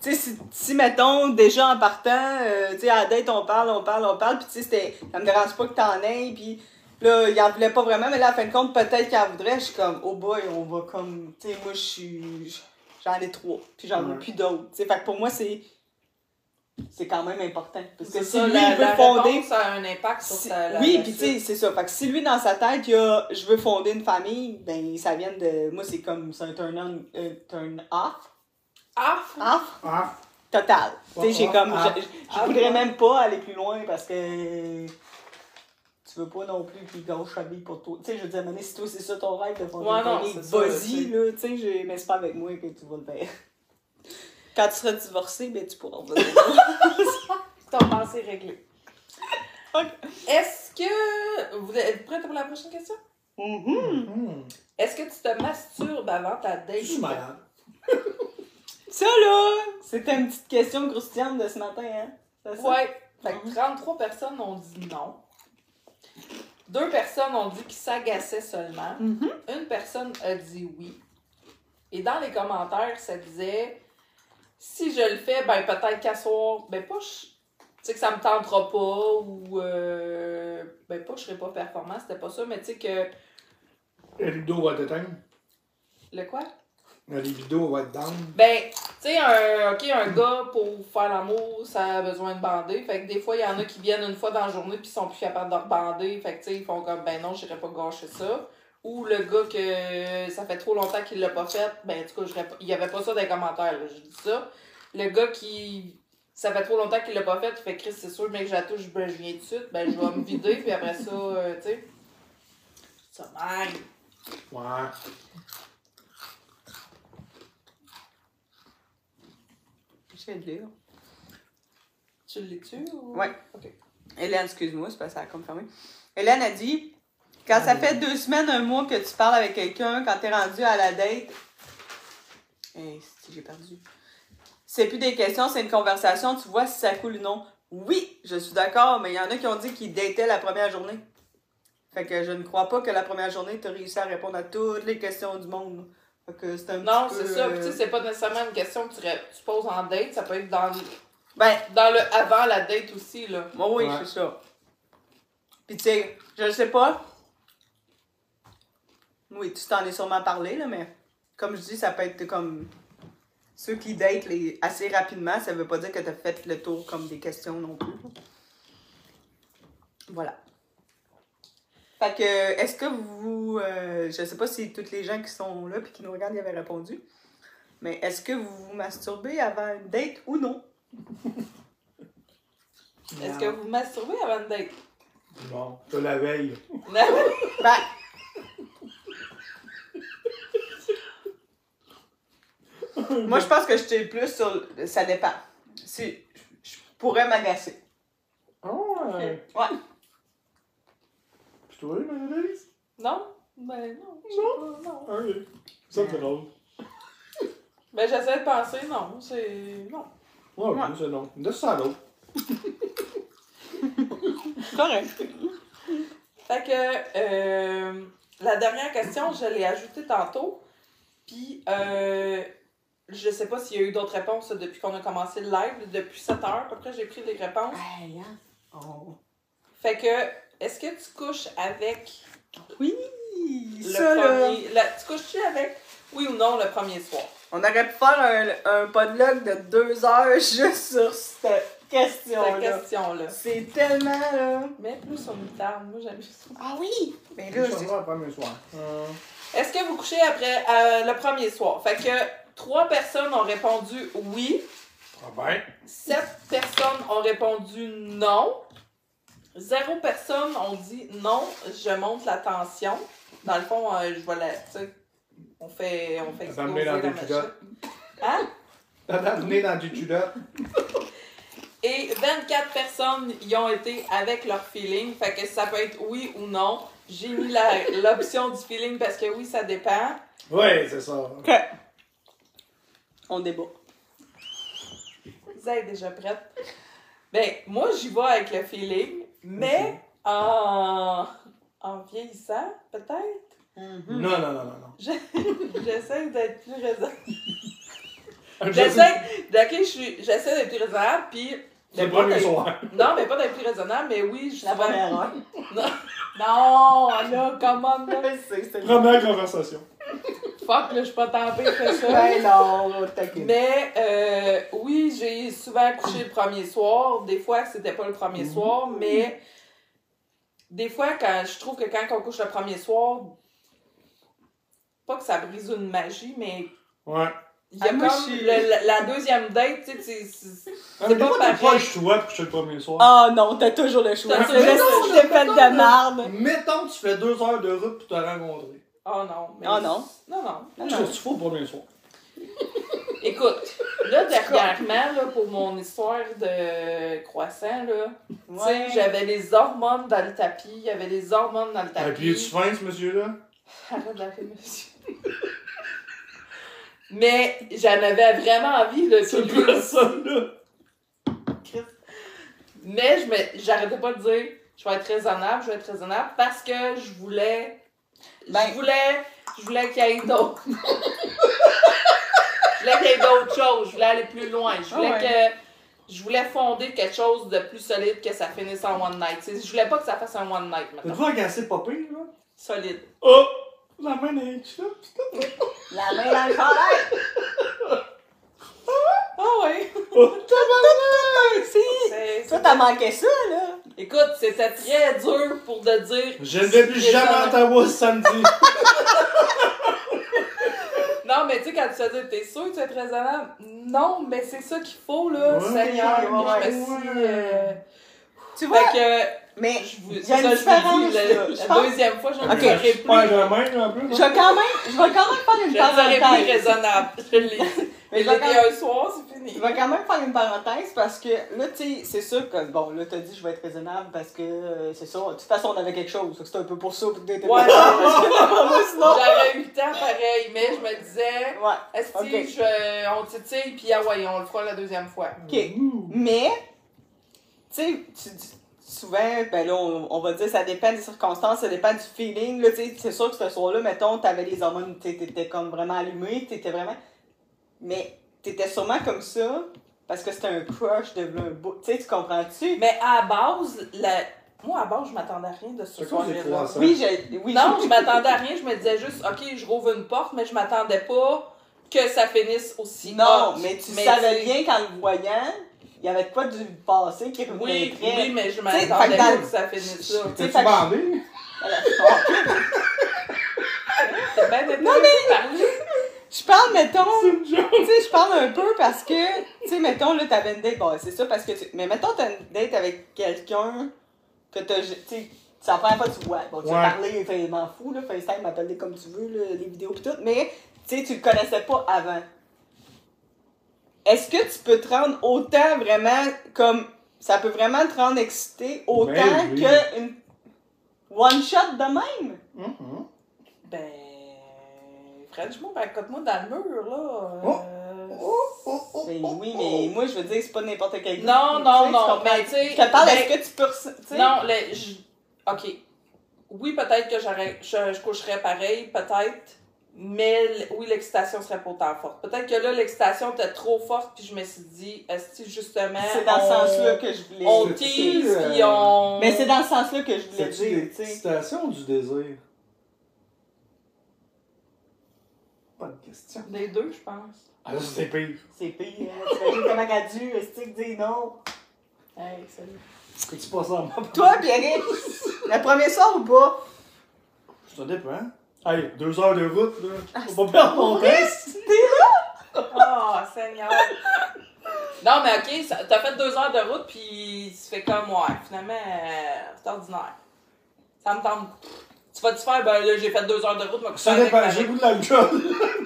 Tu sais, si, mettons, déjà en partant, tu sais, à la date, on parle, puis tu sais, ça me dérange pas que t'en aies, puis là, il en voulait pas vraiment, mais là, à la fin de compte, peut-être qu'il en voudrait, je suis comme, oh boy, on va comme, tu sais, moi, j'en ai 3, puis j'en veux plus d'autres, tu sais, fait que pour moi, c'est quand même important, parce que si lui, il veut fonder... Ça a un impact sur sa... Oui, puis tu sais, c'est ça, fait que si lui, dans sa tête, il a, je veux fonder une famille, ben, ça vient de, moi, c'est comme, c'est un turn off. Ah, Total. Tu sais, j'ai comme. Ah. Je voudrais même pas aller plus loin parce que. Tu veux pas non plus qu'il gâche sa vie pour toi. Tu sais, je veux dire, mais si toi, c'est ça ton rêve de fonder une famille, vas-y, là, tu sais, mais c'est pas avec moi que tu vas le faire. Quand tu seras divorcé, ben, tu pourras revenir. Ton pensée est réglée. Ok. Est-ce que. Vous êtes prête pour la prochaine question? Est-ce que tu te masturbes avant ta date? Je suis malade. Ça, là, c'était une petite question croustillante de ce matin, hein? C'est ça? Ouais. Fait que 33 personnes ont dit non. 2 personnes ont dit qu'ils s'agaçaient seulement. Une personne a dit oui. Et dans les commentaires, ça disait si je le fais, ben peut-être qu'à soir, ben pas tu sais que ça me tentera pas ou ben pas je serai pas performant, c'était pas ça, mais tu sais que. Le rideau va t'éteindre. Le quoi? Le rideau va être down. Ben, tu sais, un gars, pour faire l'amour, ça a besoin de bander. Fait que des fois, il y en a qui viennent une fois dans la journée puis ils sont plus capables de rebander. Fait que, tu sais, ils font comme, ben non, j'irai pas gâcher ça. Ou le gars que ça fait trop longtemps qu'il l'a pas fait, ben, en tout cas, il y avait pas ça dans les commentaires, là, je dis ça. Le gars qui, ça fait trop longtemps qu'il l'a pas fait, il fait, Chris, c'est sûr, mais que je la touche, ben, je viens tout de suite, ben, je vais me vider, puis après ça, tu sais, ça m'aille. Ouais. Je viens de lire. Tu le lis-tu ou... Ouais. Ok. Hélène, excuse-moi, c'est parce que ça a confirmé. Hélène a dit quand ça fait 2 semaines, 1 mois que tu parles avec quelqu'un, quand t'es rendu à la date. Si j'ai perdu. C'est plus des questions, c'est une conversation, tu vois si ça coule ou non. Oui, je suis d'accord, mais il y en a qui ont dit qu'ils dataient la première journée. Fait que je ne crois pas que la première journée, tu as réussi à répondre à toutes les questions du monde. Fait que c'est un Non, petit peu, c'est ça. Puis, tu sais, c'est pas nécessairement une question que tu poses en date. Ça peut être dans Ben, le avant la date aussi, là. bon, oui, Ouais. c'est ça. Puis, tu sais, je le sais pas. Oui, tu t'en es sûrement parlé, là, mais comme je dis, ça peut être comme ceux qui datent assez rapidement. Ça veut pas dire que tu as fait le tour comme des questions non plus. Voilà. Fait que, est-ce que vous... je sais pas si toutes les gens qui sont là et qui nous regardent y avaient répondu, mais est-ce que vous vous masturbez avant une date ou non? Est-ce que vous masturbez avant une date? Bon, c'est la veille. Ben... Moi, je pense que je suis plus sur... Ça dépend. Si, je pourrais m'agacer. Ah ouais. Ouais. Puis toi, Marie-Lise? Non? Ben non. Je sais pas, non. Ok. Ça, c'est drôle. Ben j'essaie de penser, non. C'est... Non. Ouais, ok, c'est non. De ça, l'autre. Correct. Fait que la dernière question, je l'ai ajoutée tantôt. Puis je sais pas s'il y a eu d'autres réponses depuis qu'on a commencé le live. Depuis 7 heures, à peu près, j'ai pris des réponses. Hey, hein? Oh. Fait que, est-ce que tu couches avec Oui! le Ça, premier... tu couches-tu avec, oui ou non, le premier soir? On aurait pu faire un podlog de 2 heures juste sur cette question-là. Cette question-là. C'est tellement, là... Mais plus on me tarde, moi j'aime ça. Ah oui! Mais Je là, vais le premier soir. Est-ce que vous couchez après le premier soir? Fait que 3 personnes ont répondu oui. Ah ben. 7 personnes ont répondu non. 0 personnes ont dit non, je monte la tension. Dans le fond, je vais la. Tu sais, on fait exploser dans la des machine. culottes. Hein? T'as amené dans du culotte. Et 24 personnes y ont été avec leur feeling. Fait que ça peut être oui ou non. J'ai mis l'option du feeling parce que oui, ça dépend. Ouais, c'est ça. OK. On débat. Vous êtes déjà prête? Ben, moi, j'y vais avec le feeling, mais en vieillissant, peut-être. Non. J'essaie d'être plus raisonnable. Je J'essaie j'essaie d'être plus raisonnable, puis... C'est le premier soir. Non, mais pas d'être plus raisonnable, mais oui, je suis La souvent... première heure. Non, là, comment, là? C'est le Première conversation. Fuck, là, je suis pas tant pire que ça. Ben non, t'inquiète. Mais, oui, j'ai souvent couché le premier soir. Des fois, c'était pas le premier soir, mais... Des fois, je trouve que quand on couche le premier soir, pas que ça brise une magie, mais... Ouais. Il y a moi, comme la deuxième date, tu sais, Ah, mais des pas fois, t'as pareil. pas le choix de coucher le premier soir. Ah non, t'as toujours le choix. T'as C'est toujours juste le si choix. t'es fait de merde. Mettons que tu fais 2 heures de route pour te rencontrer. Oh non. Mais... Oh non. Non. Non, Qu'est-ce non. que tu fais au premier soir? Écoute, là, dernièrement, là, pour mon histoire de croissant, là, tu sais, j'avais les hormones dans le tapis, il y avait les hormones dans le tapis. Et puis, es-tu fin, ce monsieur-là? Arrête d'arrêter, monsieur. Mais j'en avais vraiment envie, là, C'est puis lui aussi. personne-là. Mais j'arrêtais pas de dire, je vais être raisonnable, parce que je voulais qu'il y ait d'autres. Je voulais qu'il y ait d'autres choses, je voulais aller plus loin, je voulais fonder quelque chose de plus solide que ça finisse en one night. T'sais, je voulais pas que ça fasse un one night T'as maintenant. vu agacer pas pire, là? Solide. Oh! La main dans les chops. La main dans le collet. Ah ouais! Oh, tabarnak! Toi, t'as manqué ça, là. Écoute, c'était très dur pour te dire. Je ne vais plus jamais à Ottawa ce samedi. Non, mais tu sais, quand tu te dis, t'es sûr que tu es raisonnable? Non, mais c'est ça qu'il faut, là, Ouais, Seigneur. ouais, Je me suis. Tu vois, Fait que. mais C'est il y ça, a une je vous différence, dis, là. la Je pense- deuxième fois, je ne Ok. le ferai plus. Super de main, en plus. je vais quand même faire une Je ne serai plus parenthèse. raisonnable. Je l'ai dit. Mais Je je vais l'ai quand dit même- un soir, c'est fini. Je vais quand même faire une parenthèse parce que là, tu sais, c'est sûr que, bon, là, t'as dit je vais être raisonnable parce que c'est ça. De toute façon, on avait quelque chose. C'était un peu pour ça. Pour t'aider. Ouais, sinon. j'aurais eu le temps pareil, mais je me disais, Ouais. est-ce Ok. que on titille, puis ah ouais, on le fera la deuxième fois. OK. Mais, tu sais, tu dis souvent, ben là, on va dire, ça dépend des circonstances, ça dépend du feeling. Là, tu sais, c'est sûr que ce soir-là, mettons, t'avais les hormones, t'étais comme vraiment allumé, t'étais vraiment. Mais t'étais sûrement comme ça parce que c'était un crush de un bout. Tu sais, tu comprends-tu? Mais à la base, moi à base, je m'attendais à rien de ce C'est quoi les soir-là. croissants? Oui, Non, je m'attendais à rien, je me disais juste, ok, je rouvre une porte, mais je m'attendais pas que ça finisse aussi. Non, hot. mais tu savais t'sais, bien qu'en le voyant, il y avait de quoi du passé qui Oui, reviendrait. oui, mais je T'sais, fait m'attendais que dans pas le- que ça finisse là. T'sais, T'es-tu bandé? T'es bien intéressé de parler. Je parle, mettons, C'est une joke. tu sais, je parle un peu parce que, tu sais, mettons, là, t'avais une date, bon, c'est ça, parce que mais mettons, t'as une date avec quelqu'un que t'as, tu sais, c'est la première fois que tu vois. Bon, tu vas Ouais. parler, fait, m'en fous, là, FaceTime, m'appeler comme tu veux, là, les vidéos pis tout, mais, tu sais, tu le connaissais pas avant. Est-ce que tu peux te rendre autant vraiment, comme, ça peut vraiment te rendre excité autant Ben oui. qu'une one-shot de même? Mhm. Ben, franchement, ben, cote-moi dans le mur, là. Ben oui, mais moi, je veux dire, c'est pas n'importe quel Non, gars, non, tu sais, tu non, comprends? mais tu sais, Je te parle, ben- est-ce que tu peux... tu sais? Non, ok. Oui, peut-être que je coucherais pareil, peut-être. Mais oui, l'excitation serait pas autant forte. Peut-être que là, l'excitation était trop forte, puis je me suis dit, est-ce que justement. C'est dans ce sens-là que je voulais... On C'est- tease, c'est, puis on. Mais c'est dans ce sens-là que je voulais C'est-tu dire, de tu sais. l'excitation ou du désir? Bonne question. Les deux, je pense. Ah là, c'est pire. C'est pire, hein. Tu imagines comment elle a dû, Stick dit non. Hey, salut. Peux-tu pas ça en moi? Toi, Pierrick, le premier soir ou pas? Ça dépend. Hey, 2 heures de route, là. Faut pas perdre mon temps. Oh, Seigneur. Non, mais ok, t'as fait 2 heures de route, puis tu fais comme, ouais, finalement, c'est ordinaire. Ça me tente. Tu vas-tu faire, ben là, j'ai fait 2 heures de route, mais Ça dépend, j'ai goût de l'alcool.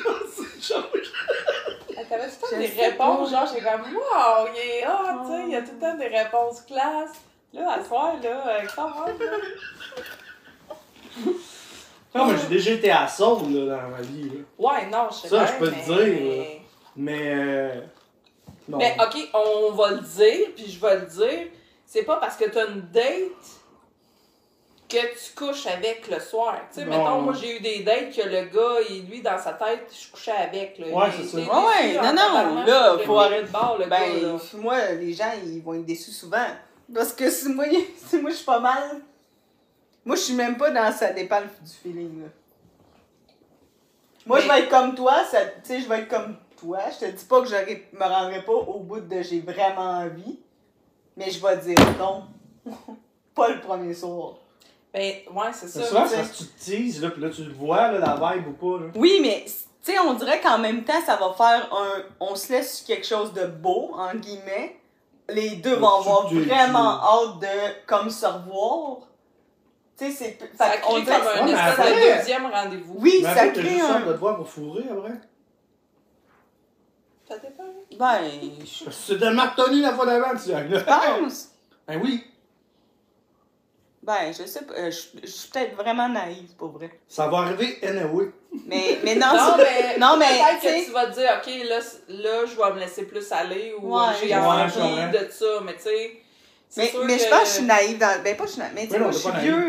T'avais tout le temps Je des sais réponses, pas. genre, j'ai comme, wow, il est hot, tu sais, il y a tout le temps des réponses classe. Là, à soir, là, comment, là? Non, mais j'ai déjà été à Saul, là, dans ma vie, là. Ouais, non, je sais Ça, bien, je peux te mais... dire, Mais, non. Mais, ok, on va le dire, puis je vais le dire. C'est pas parce que t'as une date que tu couches avec le soir. Tu sais, Non. mettons, moi, j'ai eu des dates que le gars, lui, dans sa tête, je couchais avec. Là. Ouais, Il c'est ça. était Ouais, déçu non, en non, tabarnak, là, je faut le arrêter. de bord, le gars, là. Ben, moi, les gens, ils vont être déçus souvent. Parce que si moi, je suis pas mal. Moi, je suis même pas dans ça dépend du feeling, là. Moi, je vais être comme toi, tu sais, je vais être comme toi. Je te dis pas que je me rendrai pas au bout de j'ai vraiment envie. Mais je vais dire non. Pas le premier soir. Ben, ouais, c'est ça. C'est souvent, c'est parce que tu te teases, là, puis là, tu le vois, là, la vibe ou pas, là. Oui, mais tu sais, on dirait qu'en même temps, ça va faire on se laisse sur quelque chose de beau, en guillemets. Les deux vont avoir Tu- vraiment hâte de comme se revoir. Tu sais, c'est. Ça fait qu'on crée dirait comme que un Ouais, mais espèce après- de deuxième rendez-vous. Oui, Mais ça après, t'as crée juste hâte un. de te voir pour fourrer, après. Ça dépend. Ben, je C'était Marc Tony la fois d'avant, tu dis, là. pense. Ben oui. Ben, je sais pas. Je suis peut-être vraiment naïve, pour vrai. Ça va arriver anyway. Mais non, Non, c'est- mais, non, mais, peut-être tu sais- que tu vas te dire, OK, là, je vais me laisser plus aller ou Ouais, j'ai je envie comprends. de ça, mais tu sais, c'est mais, sûr mais que... je pense que je suis naïve dans. Ben, pas que je suis naïve. Mais tu sais, Oui, non, moi, je t'es suis pas vieux.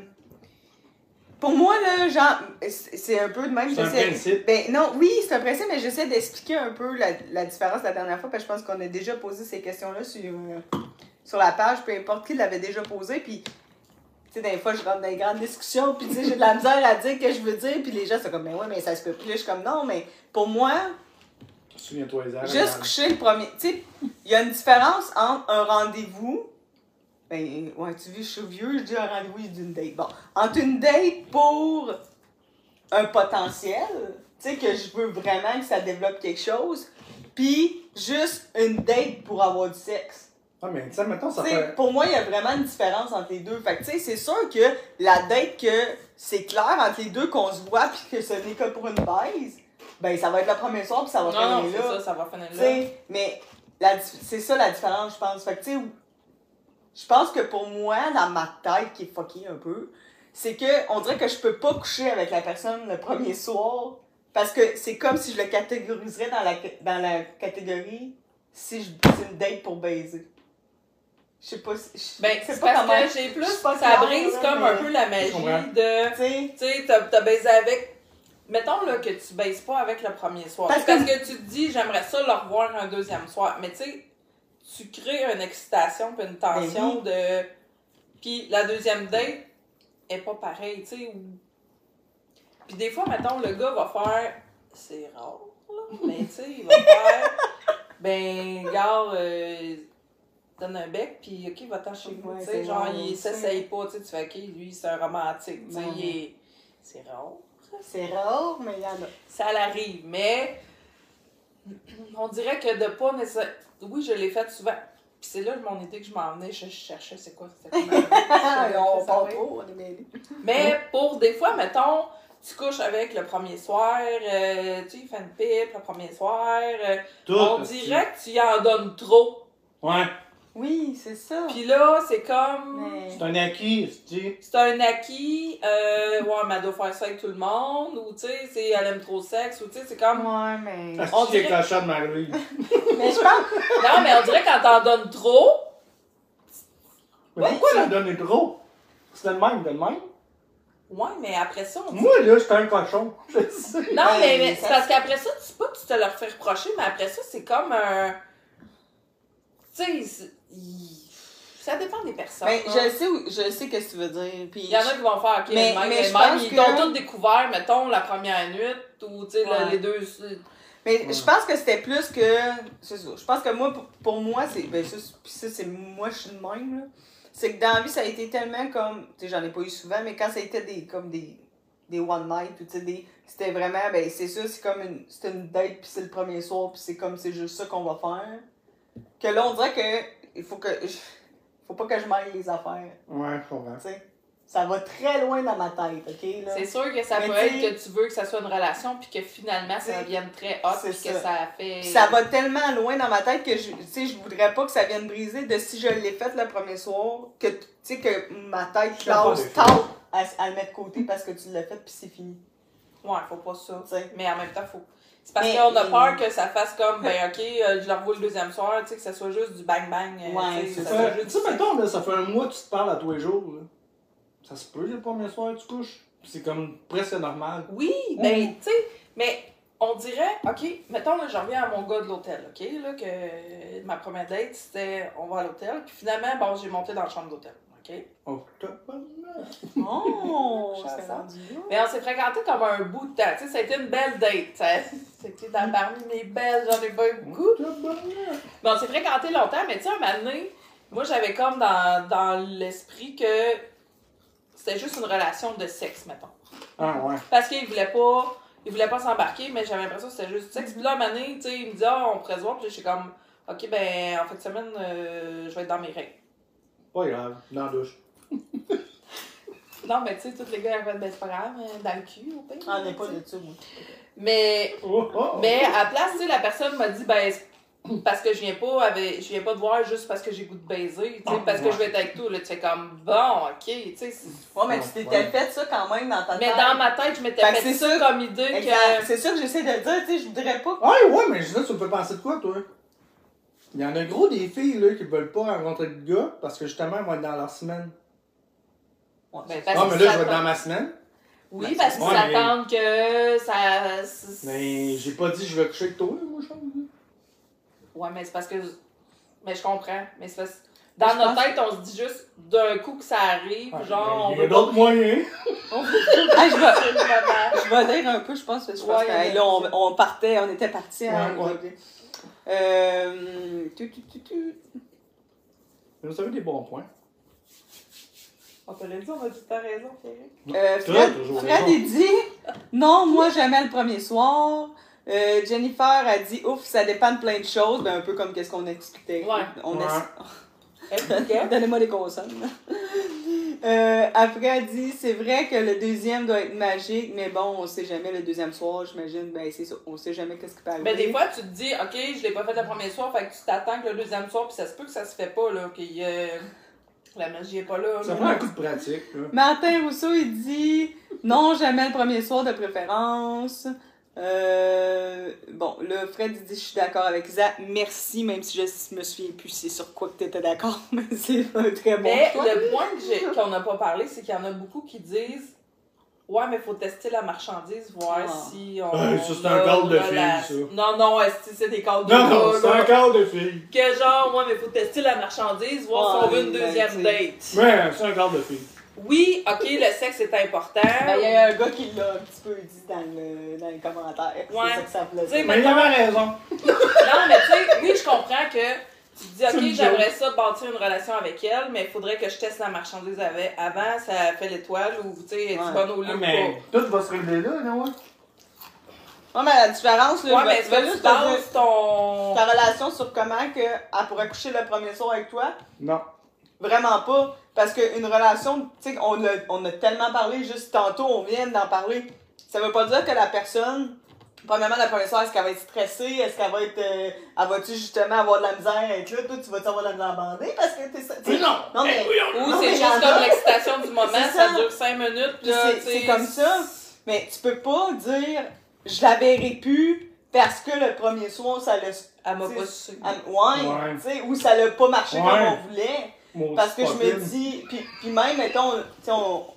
Pour moi, là, genre, c'est un peu de même. C'est un j'essaie- principe. Ben, non, oui, c'est un principe, mais j'essaie d'expliquer un peu la différence la dernière fois, parce que je pense qu'on a déjà posé ces questions-là sur la page, peu importe qui l'avait déjà posé, puis, tu sais, des fois, je rentre dans des grandes discussions, puis, tu sais, j'ai de la misère à dire ce que je veux dire, puis les gens sont comme, mais ouais, mais ça se peut plus. Je suis comme, non, mais pour moi, Souviens-toi, les juste coucher le premier. Tu sais, il y a une différence entre un rendez-vous. Ben, ouais, tu vois, je suis vieux, je dis un rendez-vous, je dis une date. Bon, entre une date pour un potentiel, tu sais, que je veux vraiment que ça développe quelque chose, puis juste une date pour avoir du sexe. Ah, mais tu sais, maintenant, ça Tu sais, fait. pour moi, il y a vraiment une différence entre les deux. Fait que, tu sais, c'est sûr que la date que c'est clair entre les deux qu'on se voit puis que ce n'est que pour une baise, ben, ça va être le premier soir puis ça va Non, finir c'est là. ça va finir Tu là. sais, mais c'est ça la différence, je pense. Fait que, tu sais, je pense que pour moi, dans ma tête qui est fuckée un peu, c'est que on dirait que je peux pas coucher avec la personne le premier soir parce que c'est comme si je le catégoriserais dans la catégorie si c'est une date pour baiser. Je sais pas si. Ben, je sais c'est pas parce comment. que j'ai plus, je suis pas ça claire, brise là, comme mais- un peu la magie comprends. de... Tu sais, Tu sais, t'as baisé avec... Mettons là, que tu baises pas avec le premier soir. Parce Parce que- que tu te dis, j'aimerais ça le revoir un deuxième soir. Mais tu sais, tu crées une excitation puis une tension de... Puis la deuxième date est pas pareille, tu sais. Puis des fois, mettons, le gars va faire... C'est rare, là, mais tu sais, il va faire... Ben, gars, donne un bec, puis OK, va-t'en chez vous. Ouais, Tu sais, c'est genre, rare, il tu sais. s'essaye pas, tu sais, tu fais OK, lui, c'est un romantique, tu sais, Ouais. c'est rare. c'est rare, mais il y en a. Ça l'arrive, mais on dirait que de pas nécessairement... Oui, je l'ai fait souvent. Puis c'est là, mon idée que je m'en venais, je cherchais c'est quoi, c'était quoi. On parle trop, on est mêlés. Mais pour des fois, mettons, tu couches avec le premier soir, tu sais, il fait une pipe le premier soir, Tout. on parce que- dirait que tu y en donnes trop. Ouais. Oui, c'est ça. Puis là, c'est comme... Mais... C'est un acquis, tu dis. C'est un acquis, ouais, mais elle doit faire ça avec tout le monde, ou tu sais, elle aime trop le sexe, ou tu sais, c'est comme... Ouais, mais. Parce On que c'est dirait- clochard de Marie. Mais je pense. Non, mais on dirait que quand t'en donnes trop, Mais pourquoi la donner trop? C'est le même, ouais, mais après ça, on dit... Moi, là, j'étais un cochon. Je sais. Non, Ben, mais ça- c'est parce qu'après ça, c'est pas que tu te le refais reprocher, mais après ça, c'est comme un... Tu sais, ça dépend des personnes. Ben, là. je sais qu'est-ce que tu veux dire. Puis Il y en a qui vont faire, OK, Mais même, je même, pense ils que- t'ont tous découvert, mettons, la première nuit, ou, tu sais, Ouais. les deux... Mais je pense que c'était plus que. C'est ça. Je pense que moi, pour moi, c'est. Ben, ça, puis ça, c'est. Moi, je suis de même, là. C'est que dans la vie, ça a été tellement comme. Tu sais, j'en ai pas eu souvent, mais quand ça a été des one night, ou tu sais, c'était vraiment. Ben, c'est ça, c'est comme une. C'était une date, puis c'est le premier soir, puis c'est comme. C'est juste ça qu'on va faire. Que là, on dirait que. Il faut que. Faut pas que je mêle les affaires. Ouais, je comprends. Tu sais. Ça va très loin dans ma tête, OK? Là. C'est sûr que ça Mais peut tu sais- être que tu veux que ça soit une relation, puis que finalement, ça T'sais, devienne très hot, c'est puis que ça. ça fait... Puis ça va tellement loin dans ma tête que je, tu sais, je voudrais pas que ça vienne briser de si je l'ai fait le premier soir, que tu sais que ma tête Je suis pas classe des tard à le mettre de côté parce que tu l'as fait puis c'est fini. Ouais, faut pas ça. Tu sais. Mais en même temps, faut... C'est parce Mais- qu'on a peur que ça fasse comme, ben OK, je le revois le deuxième soir, tu sais, que ça soit juste du bang-bang. Ouais, tu sais, c'est ça Ça soit fait, juste tu sais, mettons, là, ça fait un mois que tu te parles à tous les jours. Là. Ça se peut, le premier soir, tu couches. C'est comme presque normal. Oui, ben, tu sais, mais on dirait, OK, mettons, là, je reviens à mon gars de l'hôtel, OK, là, que ma première date, c'était, on va à l'hôtel, puis finalement, bon, j'ai monté dans la chambre d'hôtel, OK? Oh, tabarnak! Oh, Je c'est sens. rendu là. Mais on s'est fréquenté comme un bout de temps, tu sais, ça a été une belle date, c'était parmi mes belles, j'en ai pas eu beaucoup. Oh, tabarnak! Mais on s'est fréquenté longtemps, mais tu sais, un moment donné, moi, j'avais comme dans l'esprit que c'était juste une relation de sexe, mettons. Ah, ouais. Parce qu'il voulait pas s'embarquer, mais j'avais l'impression que c'était juste du sexe. Puis là, un moment donné, tu sais, il me dit, on pourrait se voir. Puis là, je suis comme, OK, ben, en fin de semaine, je vais être dans mes règles. Pas grave, dans la douche. Non, mais tu sais, tous les gars avaient ben, c'est pas grave, dans le cul, au pire. Ah, on n'est pas de ça, moi. Mais à la place, tu sais, la personne m'a dit, ben, parce que je viens pas te voir juste parce que j'ai goût de baiser, tu sais, parce que je vais être avec toi, là, tu sais, comme, bon, OK, tu sais. Ouais, mais tu t'étais fait ça quand même dans ta tête. Mais dans ma tête, je m'étais Fait que fait c'est ça sûr. comme idée Exact. que... C'est ça que j'essaie de dire, tu sais, je voudrais pas. Ouais, mais là, tu me fais penser de quoi, toi? Il y en a gros des filles, là, qui veulent pas rencontrer de gars parce que justement, elles vont être dans leur semaine. Ben, parce Ah, que mais là, je vais ça être dans ma semaine. Oui, Ben, parce qu'ils ouais, mais- s'attendent que ça... Mais j'ai pas dit je vais coucher avec toi, moi, je pense. Ouais, mais c'est parce que... Mais je comprends. Mais c'est parce... Dans Je notre pense- tête, on se dit juste d'un coup que ça arrive, Ouais, genre... il y a d'autres moyens. Ah, je vais lire un peu, je pense, parce que Ouais, que là, on était partis. Hein, Ouais. Vous avez des bons points. On te l'a dit, on a tout à raison, Pierre. Toujours Fred, raison. il dit non, moi, jamais le premier soir. Jennifer a dit ouf, ça dépend de plein de choses, ben, un peu comme qu'est-ce qu'on expliquait. Ouais. Donnez-moi des consonnes. Après, elle dit c'est vrai que le deuxième doit être magique, mais bon, on sait jamais le deuxième soir, j'imagine. Ben, c'est ça, on sait jamais qu'est-ce qui peut arriver. Mais des fois, tu te dis, OK, je l'ai pas fait le premier soir, fait que tu t'attends que le deuxième soir, puis ça se peut que ça se fait pas, là, que la magie est pas là. Ça là. prend un coup de pratique, là. Martin Rousseau, il dit non, jamais le premier soir de préférence. Bon, là, Fred, il dit je suis d'accord avec Isa. Merci, même si je me souviens plus c'est sur quoi que tu étais d'accord, mais c'est un très bon Mais choix. le point qu'on n'a pas parlé, c'est qu'il y en a beaucoup qui disent ouais, mais faut tester la marchandise, voir Ah. si on. Ça, c'est un cadre de filles, ça. Non, c'est des cadres de Non, non, gars, c'est là. un quart de filles. Que genre, ouais, mais faut tester la marchandise, voir si on veut une ben, deuxième tu date. Ouais, c'est un quart de filles. Oui, ok, le sexe est important. Ben, il y a un gars qui l'a un petit peu dit dans les commentaires. Ouais. C'est ça que ça voulait Tu sais, dire. Mais il avait raison. Non, mais tu sais, oui, je comprends que tu te dis, C'est une ok, j'aimerais ça bâtir une relation avec elle, mais il faudrait que je teste la marchandise avant, ça fait l'étoile, ou tu sais, es-tu Ouais. bonne au lit ou Mais tout va se régler là, non? Ouais, mais la différence, pas. là, Ouais, je mais vais est-ce que tu juste te dire bases ton. ta relation sur comment que elle pourrait coucher le premier soir avec toi. Non. Vraiment pas. Parce qu'une relation, tu sais, on a tellement parlé, juste tantôt, on vient d'en parler. Ça veut pas dire que la personne, premièrement, la première soir, est-ce qu'elle va être stressée? Est-ce qu'elle va être. Elle va-tu justement avoir de la misère à être là? Toi, tu vas-tu avoir de la misère à bander? Parce que t'es ça. Mais non! Non, mais. Ou Non, c'est mais juste y en a. comme l'excitation du moment, C'est ça ça. dure 5 minutes, Puis là, c'est- tu sais. c'est comme ça. Mais tu peux pas dire, je la verrai plus parce que le premier soir, ça l'a. Elle m'a tu pas sais, su. Ouais, tu sais, ou ça l'a pas marché comme Ouais. on voulait. Moi, Parce que c'est je pas me fine. dis, puis même, mettons, tu sais,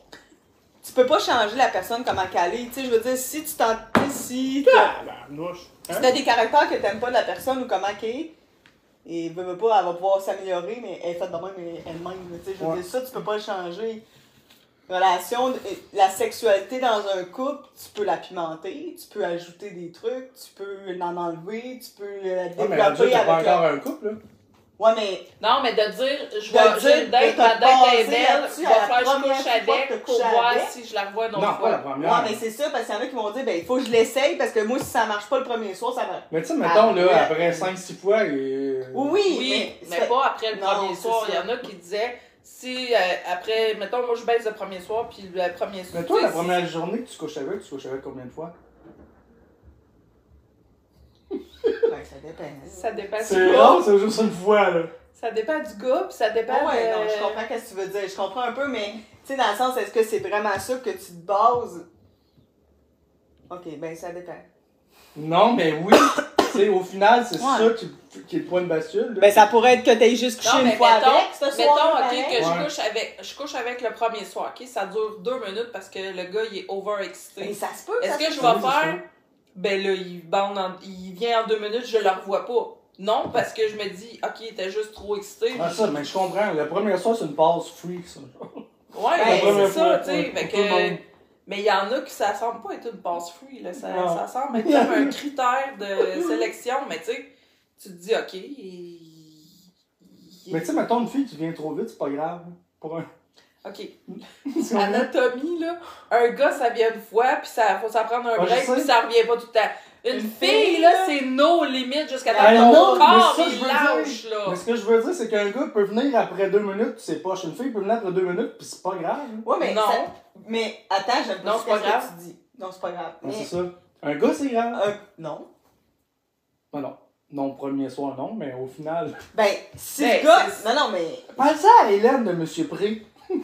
tu peux pas changer la personne comment qu'elle est. Tu sais, je veux dire, si tu t'en. Si Tabarnouche. si t'as des caractères que t'aimes pas de la personne ou comment qu'elle est, et veut pas, elle va pouvoir s'améliorer, mais elle est faite de même elle-même. Tu sais, je veux Ouais. dire, ça, tu peux pas le changer. Relation, la sexualité dans un couple, tu peux la pimenter, tu peux ajouter des trucs, tu peux l'en enlever, tu peux la Ouais, mais rendu, développer t'as pas avec encore un couple, là. Ouais, mais Non, mais de dire, je De vais, dire, j'ai une date, de te ma date est baser belle, là-dessus je à vais la faire, je première couche fois que avec t'as pour couché voir avec. si je la revois une autre Non, pas la fois. première. ouais, mais c'est ça, parce qu'il y en a qui vont dire, ben, il faut que je l'essaye, parce que moi, si ça marche pas le premier soir, ça va. Mais tu sais, mettons, ouais. là, après 5-6 fois, Oui, Oui, mais c'est- pas après le Non, premier c'est soir. ça. Il y en a qui disaient, si après, mettons, moi je baisse le premier soir, puis le premier soir. Mais toi, tu la sais, première journée que tu couches avec combien de fois? Ben, ça dépend. Ça dépend du C'est gars. rare, c'est juste une fois, là. Ça dépend du gars, puis ça dépend Ouais, de... non, je comprends ce que tu veux dire. Je comprends un peu, mais, tu sais, dans le sens, est-ce que c'est vraiment ça que tu te bases? Ok, ben, ça dépend. Non, mais oui. sais, au final, c'est Ouais. ça qui est le point de bascule. Là. Ben, ça pourrait être que t'aies juste couché Non, une mais fois mettons, avec, ce mettons, soir. ok, pareil. que Ouais. je couche avec le premier soir, ok? Ça dure 2 minutes parce que le gars, il est Mais overexcité. ça se peut. Est-ce ça que se je peut. vais Oui, ça se faire, ben là, il vient en 2 minutes, je le revois pas. Non, parce que je me dis, ok, il était juste trop excité. Ah, ça, mais je comprends. Le premier soir, c'est une passe free, ça. Ouais, Ben, ben, première c'est ça, fois, tu sais. ouais, Fait pour tout le que... monde. Mais il y en a qui ça semble pas être une passe free, là. Ça Non. semble être comme un critère de sélection, mais tu sais, tu te dis, ok, Mais tu sais, mettons une fille qui vient trop vite, c'est pas grave. Pour un. ok. Anatomie, là, un gars, ça vient une fois, puis ça faut ça prendre un Ouais, je break, sais. puis ça revient pas tout le temps. Une fille, là, c'est nos limites jusqu'à temps Ah, que non, ton mais corps, ça, je il veux lâche, dire. là. Mais ce que je veux dire, c'est qu'un gars peut venir après 2 minutes, puis c'est poche. Une fille peut venir après 2 minutes, puis c'est pas grave. Ouais, mais Non. mais attends, j'aime pas Non, ce c'est pas que grave. tu dis. Non, c'est pas grave. Ouais, Mais c'est ça. Un gars, c'est grave. non. Ben non. Non, premier soir, non, mais au final. Ben, si Ben, le gars... c'est- Non, non, mais... Parle ça à Hélène de Monsieur Pré.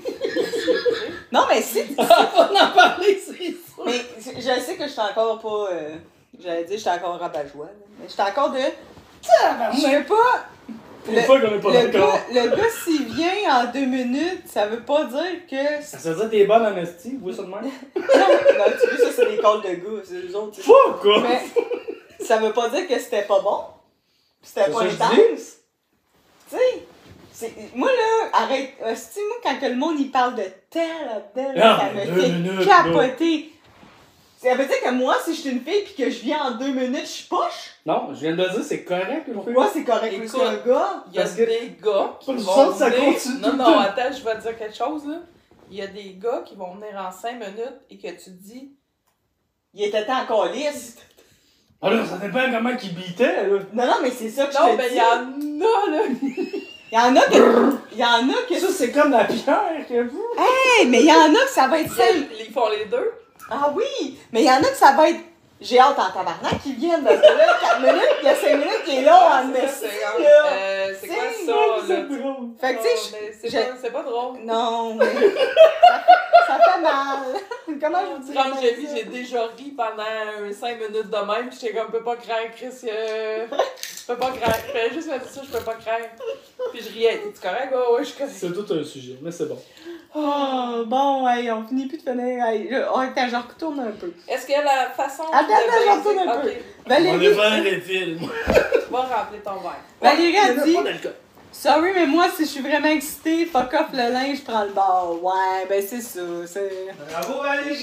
Non, mais si... On en parler, c'est ça. Mais je sais que je suis encore pas... J'allais dire, je suis encore rabat-joie. Là. Mais je suis encore de... Je sais pas... Une fois qu'on est pas d'accord. Le gars, s'il vient en 2 minutes, ça veut pas dire que... Ça veut dire que t'es bonne en esti, vous voyez ça de même? Non, tu vois, ça, c'est des calls de gars. C'est les autres. tu sais. Fuck, quoi! Mais ça veut pas dire que c'était pas bon. C'était C'est pas ça que je intense. Tu sais, moi là, arrête. Si moi, quand que le monde il parle de tel là-dedans, Non, ça mais me 2 fait minutes, capoter. Ça veut dire que moi, si je suis une fille pis que je viens en 2 minutes, je suis poche. Non, je viens de dire, c'est correct, une fille. Pourquoi c'est correct plus Écoute, qu'un gars? Il y a Parce que- des gars qui Je vont sens que ça venir... continue Non, tout le non, temps. attends, je vais te dire quelque chose, là. Il y a des gars qui vont venir en 5 minutes et que tu te dis... Il était temps encore lisse. Ah là, ça dépend comment qu'il bitait, là. Non, non, mais c'est ça que je Non, te ben dis. il y en a, là. Il y en a que... Il y en a que... Ça, c'est comme la pierre que vous. Hey, mais il y en a que ça va être celle... Ils font les deux. Ah oui! Mais il y en a que ça va être. J'ai hâte en tabarnak qu'ils viennent parce que là, 4 minutes, il y a 5 minutes qui est là en C'est ça, esti, c'est comme, là. c'est quoi C'est- ça, C'est là? drôle. Fait que tu sais, Mais c'est je- pas drôle. non, mais ça fait mal. Comment je vous dirais Comme j'ai vu, j'ai déjà ri pendant 5 minutes de même, pis j'étais comme, je peux pas craindre, Chris, je peux pas craindre. Je fais juste me dire ça, je peux pas craindre. Puis je riais, t'es-tu correct? Ouais, je suis correct. C'est tout un sujet, mais c'est bon. Oh, bon, hey, on finit plus de finir. Hey, attends, j'en retourne un peu. Est-ce que la façon Attends, j'en retourne un peu. Ok, Valérie, faire des films. tu vas remplir ton verre. Valérie a dit, Pas d'alcool. sorry, mais moi, si je suis vraiment excitée, fuck off le linge, je prends le bar. Ouais, ben c'est ça, c'est... Bravo, Valérie.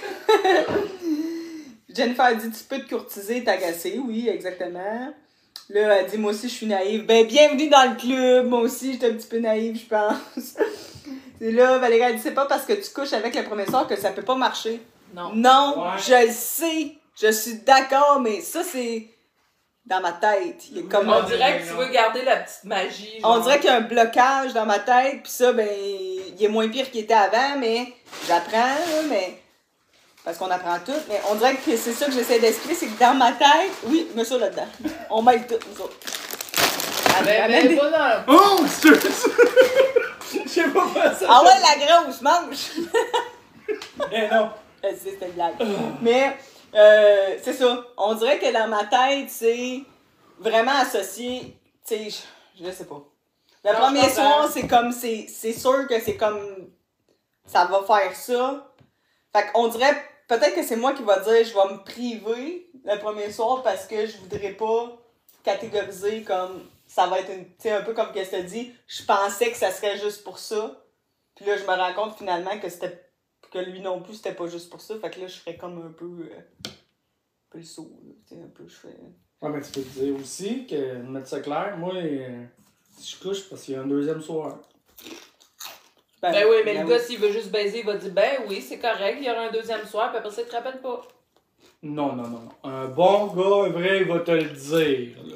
Jennifer dit tu peux te courtiser, t'agacer. Oui, exactement. Là, elle dit moi aussi je suis naïve. Ben, bienvenue dans le club. Moi aussi, j'étais un petit peu naïve, je pense. C'est là, Valérie, elle dit c'est pas parce que tu couches avec le premier soir que ça peut pas marcher. Non. Non, Ouais. je le sais. Je suis d'accord, mais ça, c'est dans ma tête. Il est comme On dirait que tu veux garder la petite magie. on genre. dirait qu'il y a un blocage dans ma tête, puis ça, ben, il est moins pire qu'il était avant, mais j'apprends, là, mais... Parce qu'on apprend tout, mais on dirait que c'est ça que j'essaie d'expliquer, c'est que dans ma tête, oui, mets ça là-dedans. On mêle tout, nous autres. Amène des- pas dans Oh, excuse. J'ai pas fait ça. Ah ouais, la grosse, mange! Eh non. C'était une blague. Mais, c'est ça. On dirait que dans ma tête, c'est vraiment associé, tu sais, je sais pas. Le Non, premier je comprends. soir, c'est comme, c'est sûr que c'est comme, ça va faire ça. Fait qu'on dirait, peut-être que c'est moi qui va dire, je vais me priver le premier soir parce que je voudrais pas catégoriser comme, ça va être une, tu sais, un peu comme qu'elle se dit, je pensais que ça serait juste pour ça. Puis là, je me rends compte finalement que c'était, que lui non plus, c'était pas juste pour ça. Fait que là, je ferais comme un peu le saut, là. Tu sais, un peu, je fais... Ouais, mais tu peux te dire aussi que, mettre ça clair, moi, si je couche, parce qu'il y a un deuxième soir. Ben oui, mais le gars, s'il veut juste baiser, il va dire, ben oui, c'est correct, il y aura un deuxième soir, puis après ça, il te rappelle pas. Non, non, non, non. Un bon gars, un vrai, il va te le dire, là.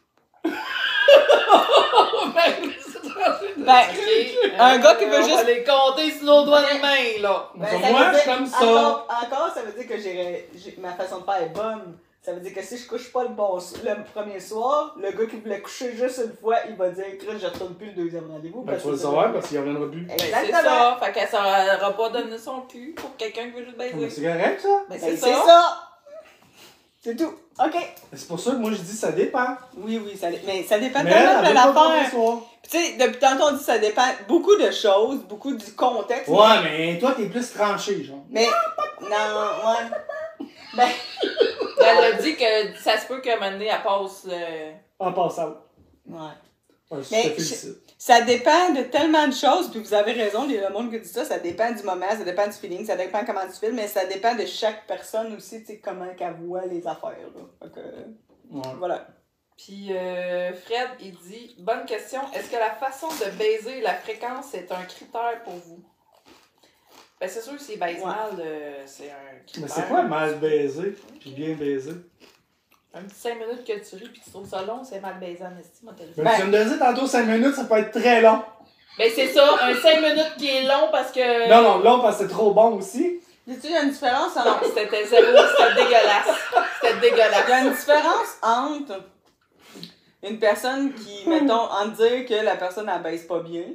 Ben, un gars qui veut On juste- va les compter sur nos doigts de main, là. Ben, Donc, ça moi, veut je suis dire- comme ça. Encore, ça veut dire que ma façon de faire est bonne. Ça veut dire que si je couche pas le premier soir, le gars qui voulait coucher juste une fois, il va dire Chris, je retourne plus le deuxième rendez-vous. Ben, parce tu vas que le ça savoir veut- parce qu'il reviendra plus. Ben, c'est Exactement. ça. Fait qu'elle saura pas donner son cul pour quelqu'un qui veut juste Mais baiser. c'est correct, ça? Ben, c'est c'est ça. ça. C'est tout. OK. C'est pour ça que moi, je dis ça dépend. Oui, mais ça dépend Mais tellement de elle avait pas l'affaire. soir. Puis tu sais, depuis tantôt, on dit que ça dépend beaucoup de choses, beaucoup du contexte. Ouais, mais toi, t'es plus tranché, genre. Mais, non, ouais. Ben, Elle a dit que ça se peut qu'à un moment donné, elle passe le... En passant. ouais. Ouais, je Mais te félicite. Ça dépend de tellement de choses, puis vous avez raison, le monde qui dit ça dépend du moment, ça dépend du feeling, ça dépend comment tu files, mais ça dépend de chaque personne aussi, tu sais, comment qu'elle voit les affaires, là. Fait que, Ouais. voilà. Puis Fred, il dit, bonne question, est-ce que la façon de baiser et la fréquence est un critère pour vous? Ben c'est sûr que s'il baise mal, c'est un critère. Mais c'est quoi mal baiser, puis bien baiser? Un petit 5 minutes que tu ris puis tu trouves ça long, c'est mal baisé en estime, Ben, tu me disais tantôt 5 minutes, ça peut être très long. Ben c'est ça, un 5 minutes qui est long parce que... Non, long parce que c'est trop bon aussi. Dis-tu, il y a une différence Non, entre... c'était zéro, c'était dégueulasse. C'était dégueulasse. Il y a une différence entre une personne qui, mettons, en dire que la personne, elle baisse pas bien,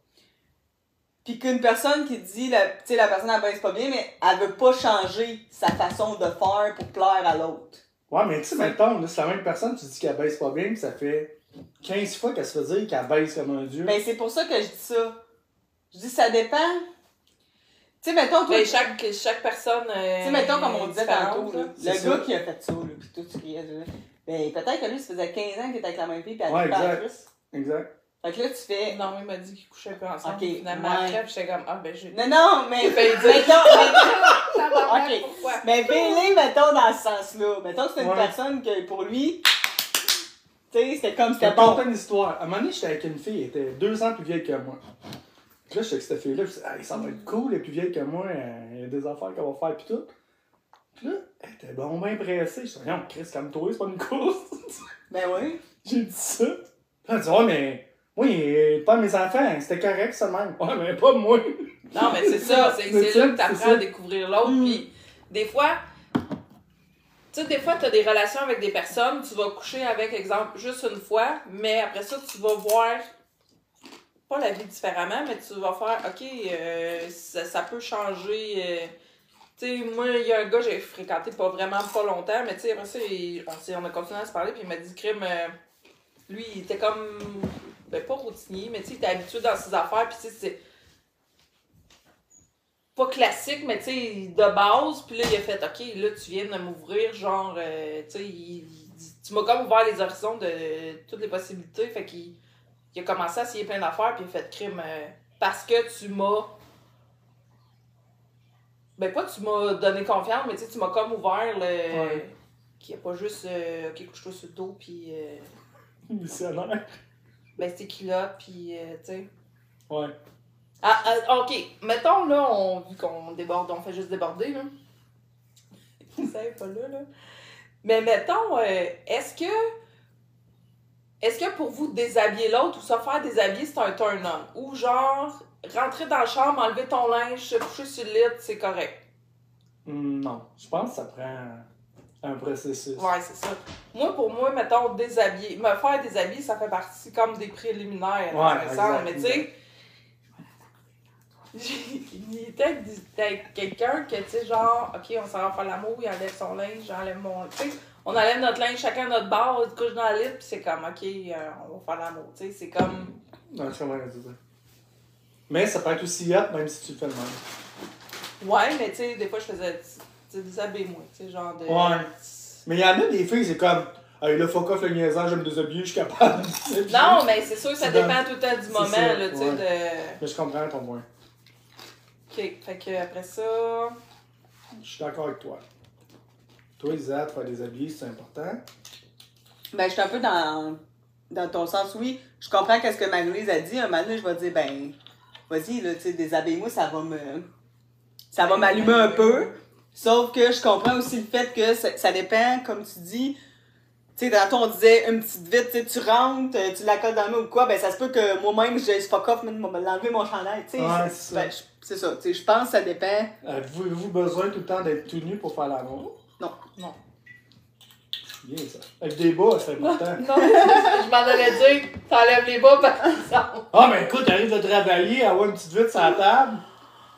puis qu'une personne qui dit, tu sais, la personne, elle baisse pas bien, mais elle veut pas changer sa façon de faire pour plaire à l'autre. Ouais, mais tu sais, mettons, là, c'est la même personne, tu dis qu'elle baisse pas bien, puis ça fait 15 fois qu'elle se fait dire qu'elle baisse comme un dieu. Ben, c'est pour ça que je dis ça. Je dis, ça dépend. Tu sais, mettons, toi... Ben, chaque personne. Tu sais, mettons, comme on disait tantôt, là, C'est le ça. gars qui a fait ça, là, pis tout, tu riais, là. Ben, peut-être que lui, ça faisait 15 ans qu'il était avec la même fille, pis elle Ouais, était pas exact. actrice. Exact. Fait que là, tu fais... Non, il m'a dit qu'ils couchaient un peu ensemble. Ok, Finalement, ouais. après, puis j'étais comme, ah, ben, j'ai. Non, mais... J'ai failli dire. mettons, Ok. ok. Pourquoi? Mais Bailey, mettons, dans ce sens-là. Mettons que c'est une Ouais. personne que, pour lui, tu sais, c'était comme, Je te c'était bon. raconte une histoire. À un moment donné, j'étais avec une fille, elle était 2 ans plus vieille que moi. Puis là, j'étais avec cette fille-là, je me suis dit, hey, ça va être cool, elle est plus vieille que moi, il y a des affaires qu'elle va faire, pis tout. Puis là, elle était bon, bien pressée. Je dis, non, Chris, calme-toi, c'est pas une course. Ben oui. J'ai dit ça. Puis elle dit, ouais, mais moi, pas mes enfants, c'était correct, ça de même. Ouais, mais pas moi. Non, mais c'est ça. C'est Mais là que c'est t'apprends ça. à découvrir l'autre. Puis, des fois. Tu sais, des fois, t'as des relations avec des personnes, tu vas coucher avec, exemple, juste une fois, mais après ça, tu vas voir, pas la vie différemment, mais tu vas faire, ok, ça peut changer. Tu sais, moi, il y a un gars que j'ai fréquenté vraiment pas longtemps, mais tu sais, après ça, on a continué à se parler, puis il m'a dit, crime, lui, il était comme, ben pas routinier, mais tu sais, il était habitué dans ses affaires, puis tu sais, c'est pas classique, mais tu sais, de base. Puis là, il a fait, OK, là, tu viens de m'ouvrir, genre, tu sais, tu m'as comme ouvert les horizons de toutes les possibilités. Fait qu'il a commencé à essayer plein d'affaires, puis il a fait crime parce que tu m'as. Ben, pas tu m'as donné confiance, mais tu sais, tu m'as comme ouvert le. Ouais. Qu'il n'y a pas juste, OK, couche-toi sur le dos, puis. Missionnaire. Ben, c'est culotte, puis, tu sais. Ouais. OK. Mettons, là, vu qu'on déborde, on fait juste déborder, là. Ça est pas là. Mais mettons, est-ce que pour vous, déshabiller l'autre ou se faire déshabiller, c'est un turn-on? Ou genre, rentrer dans la chambre, enlever ton linge, se coucher sur le lit, c'est correct? Non. Je pense que ça prend un processus. Ouais, c'est ça. Moi, pour moi, mettons, déshabiller. Me faire déshabiller, ça fait partie comme des préliminaires. dans un sens. Mais tu sais, il était avec quelqu'un que, tu sais, genre, OK, on s'en va faire l'amour, il enlève son linge, j'enlève mon... Tu sais, on enlève notre linge, chacun à notre barre, on se couche dans le lit, puis c'est comme, OK, on va faire l'amour. Tu sais, c'est comme... Non, je comprends ce que tu dis. Mais ça peut être aussi hot, même si tu le fais de même. Ouais, mais tu sais, des fois, je faisais, tu sais, déshabille-moi, tu sais, genre de... Ouais. Mais il y en a des filles, c'est comme, hey, là, fuck off le niaisage, je me déshabille, je suis capable. Non, mais c'est sûr que ça C'est dépend dans- tout le temps du c'est moment, ça, là, tu sais, ouais. de... Mais je comprends ton point. OK, fait que après ça... Je suis d'accord avec toi. Toi, Isa, te faire déshabiller, c'est important. Ben, je suis un peu dans ton sens, oui. Je comprends qu'est-ce que Marie-Lise a dit. Un moment donné, je vais dire, ben, vas-y, là, tu sais, déshabille-moi, ça va m'allumer un peu. Sauf que je comprends aussi le fait que ça dépend, comme tu dis. Tu sais, tantôt, on disait une petite vite, tu sais, tu rentres, tu la colles dans le main ou quoi, ben, ça se peut que moi-même, je fuck off, même, l'enlever mon chandail, tu sais. Ouais, c'est ça. Ben, c'est ça, tu sais, je pense que ça dépend. Avez-vous besoin tout le temps d'être tout nu pour faire l'amour? Non. Bien, ça. Avec des bas, c'est important. Non, je m'en allais dire, t'enlèves les bas, par exemple. Ah, mais écoute, t'arrives de travailler, avoir une petite vite sur la table.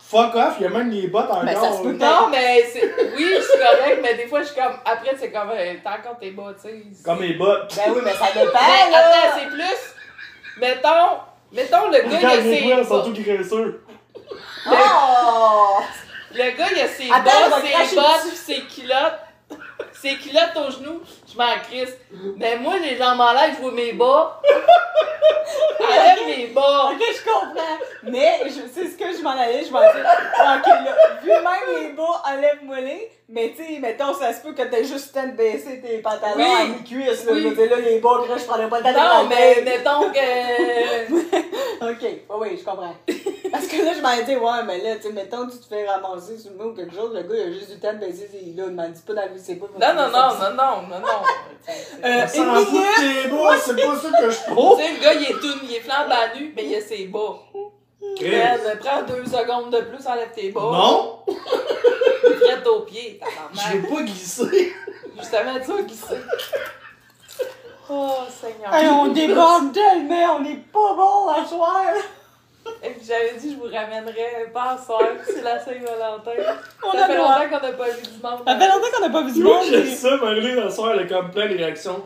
Fuck off, il y a même les bottes encore. Ben, ça se peut Non, mais c'est. Oui, je suis correct, mais des fois, je suis comme. Après, c'est comme. T'as encore tes bas, tu sais. Comme les bottes. Ben oui, mais ça dépend, Mais là. attends, c'est plus. Mettons, le gars, il a Regarde les ses jouets, ils sont bas. tout graisseux. Oh! Le gars, il a ses Attends, je bas, vais ses cracher bottes, dessus. ses culottes. Ses culottes aux genoux, je m'en crisse. Mais moi, les jambes en l'air, je vois mes bas. Enlève mes bas. Ok, je comprends. Mais c'est ce que je m'en allais, je m'en dire. Ok, là, vu même les bas, enlève-moi-les. Mais tu sais, mettons, ça se peut que t'aies juste le temps de baisser tes pantalons Oui. à mi-cuisse. Là. Oui. Je veux dire, là, les bas, là, je prendrais pas le temps de Non, les mais enlever. mettons que. Ok, oui, je comprends. Parce que là, je m'en dit, ouais, mais là, tu sais, mettons, tu te fais ramasser sur le mot ou quelque chose, le gars, il a juste du temps de baisser ses. Là, il m'en dit pas d'enlever ses bas. Non. On s'en une fout minute. de tes bas, c'est pas ça que je Tu trouve. sais, le gars, il est flambant nu, mais il a ses bas. Man, prends 2 secondes de plus, enlève tes bas. Non, Frette aux pieds, je tabarnak. veux pas glisser. Justement, tu vas glisser. Oh, Seigneur. Hey, on déborde tellement, on est pas bon à soir. Et puis j'avais dit, je vous ramènerais pas à soir, c'est la Saint-Valentin. On Ça a fait le droit. longtemps qu'on n'a pas vu du monde. Ça fait longtemps qu'on n'a pas vu du monde. J'aime ça, Marie, dans le soir, elle a comme plein de réactions.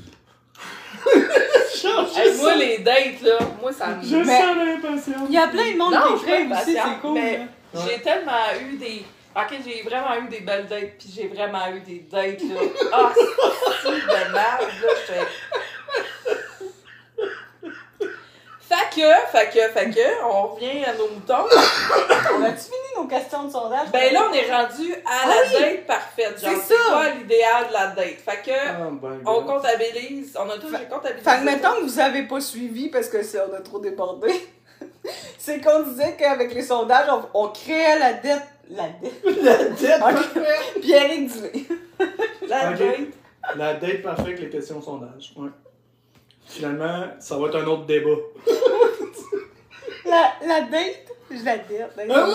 Hey, moi, les dates, là, moi, ça me. Je Mais- sens l'impatience. Il y a plein de monde Non, qui je suis écrivent pas aussi, impatiente, c'est cool. mais là. j'ai tellement eu des. Ok, j'ai vraiment eu des belles dates, puis j'ai vraiment eu des dates, là. Ah, c'est de merde, là, j'étais. Fait que, on revient à nos moutons. On a-tu fini nos questions de sondage? Ben là, on est rendu à la date parfaite. Genre, C'est c'est ça. quoi l'idéal de la date? Fait que, Oh my on God. comptabilise. On a tous, j'ai comptabilisé. Fait que mettons que vous avez pas suivi parce que on a trop débordé. C'est qu'on disait qu'avec les sondages, on créait la dette. La dette? La dette Ok. parfaite. Pierre-Éric Dulé. La Ok. date. La date parfaite, les questions sondage. Ouais. Finalement, ça va être un autre débat. La date? Je la dette. Ah oui,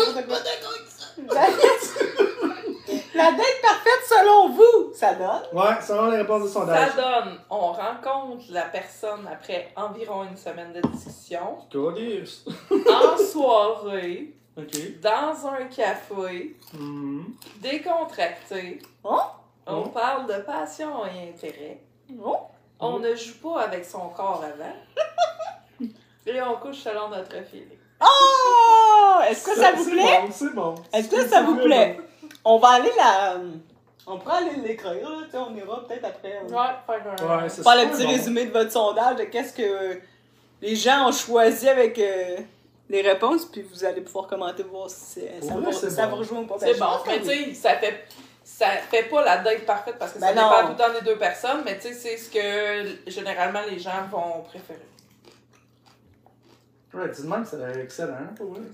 La date parfaite selon vous, ça donne? Ouais, selon les réponses de sondage. Ça donne, on rencontre la personne après environ une semaine de discussion, Codis. en soirée, Ok. dans un café, Mhm. décontracté. Oh? On Oh. parle de passion et intérêt. Oh? On ne joue pas avec son corps avant. Et on couche selon notre feeling. Oh! Est-ce que ça vous C'est plaît? bon, c'est bon. Est-ce que ça vous plaît? On va aller on pourra aller l'écrire, là, tu sais, on ira peut-être après. Ouais, faire un. Ouais, c'est Faire le super petit bon. résumé de votre sondage de qu'est-ce que les gens ont choisi avec les réponses, puis vous allez pouvoir commenter, voir si Pour ça, vrai, va, c'est ça bon. vous rejoint ou pas. Ben, C'est je bon, pense que mais tu oui. sais, ça fait pas la date parfaite parce que ça Ben dépend non. tout le temps des deux personnes, mais tu sais, c'est ce que généralement les gens vont préférer. Ouais, dis même que c'est excellent, pour vrai.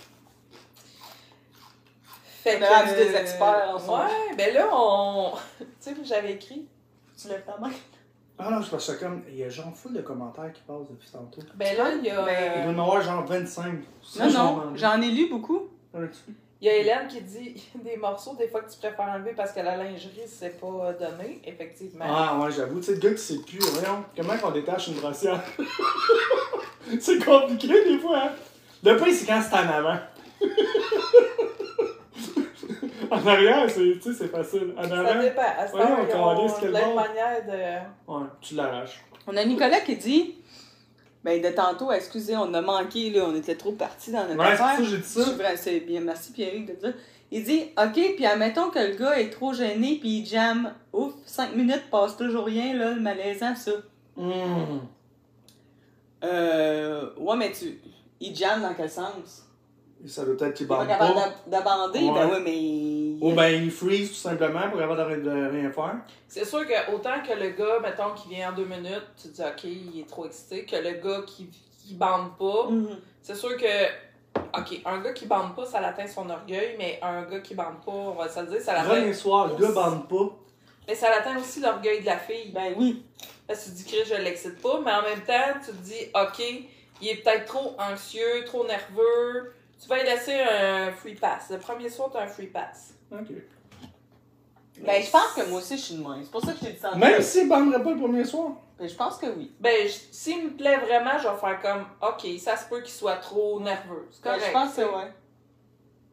Fait On a rendu des experts ensemble. Ouais, ben là, on. Tu sais, j'avais écrit. Tu lèves ta main. Ah non, je pense que comme. Il y a genre full de commentaires qui passent depuis tantôt. Ben là, il y a. Ben, Il doit y en avoir genre 25. Non, j'en ai lu beaucoup. Il y a Hélène qui dit des morceaux, des fois que tu préfères enlever parce que la lingerie, c'est pas donné, effectivement. Ah ouais, j'avoue, tu sais, le gars qui sait plus, voyons, comment qu'on détache une brossière? C'est compliqué des fois, hein? Le pire, c'est quand c'est en avant. En arrière, tu sais, c'est facile. En Ça avant, dépend. À ce Voyons, temps, ils calisse, ont quel plein de bord. manières de. ouais, tu l'arraches. On a Nicolas qui dit, ben de tantôt, excusez, on a manqué, là, on était trop partis dans notre Ouais, c'est affaire. ça, j'ai dit ça. C'est vrai, c'est bien, merci Pierrick de dire. Il dit, ok, puis admettons que le gars est trop gêné, puis il jamme. Ouf, 5 minutes passe toujours rien, là, le malaisant, ça. Mmh. Ouais, mais il jamme dans quel sens? Ça doit être qu'il Il est pas bande capable pas. d'abander? Ouais. Ben oui, mais. Ou ben il freeze tout simplement pour avoir de rien faire. C'est sûr que autant que le gars, mettons, qui vient en 2 minutes, tu te dis, ok, il est trop excité, que le gars qui bande pas, Mhm. c'est sûr que. Ok, un gars qui bande pas, ça l'atteint son orgueil, mais un gars qui bande pas, on va se le dire, ça l'atteint. Premier soir, le gars bande pas. Mais ça l'atteint aussi l'orgueil de la fille. Ben oui. Parce que tu te dis, Chris, je l'excite pas, mais en même temps, tu te dis, ok, il est peut-être trop anxieux, trop nerveux. Tu vas lui laisser un free pass. Le premier soir, t'as un free pass. Ok. Ben, je pense que moi aussi, je suis de même. C'est pour ça que je t'ai dit ça. Même s'il banderait pas le premier soir. Ben, je pense que oui. Ben, s'il me plaît vraiment, je vais faire comme, ok, ça se peut qu'il soit trop nerveux. C'est Ben, correct. je pense que ouais.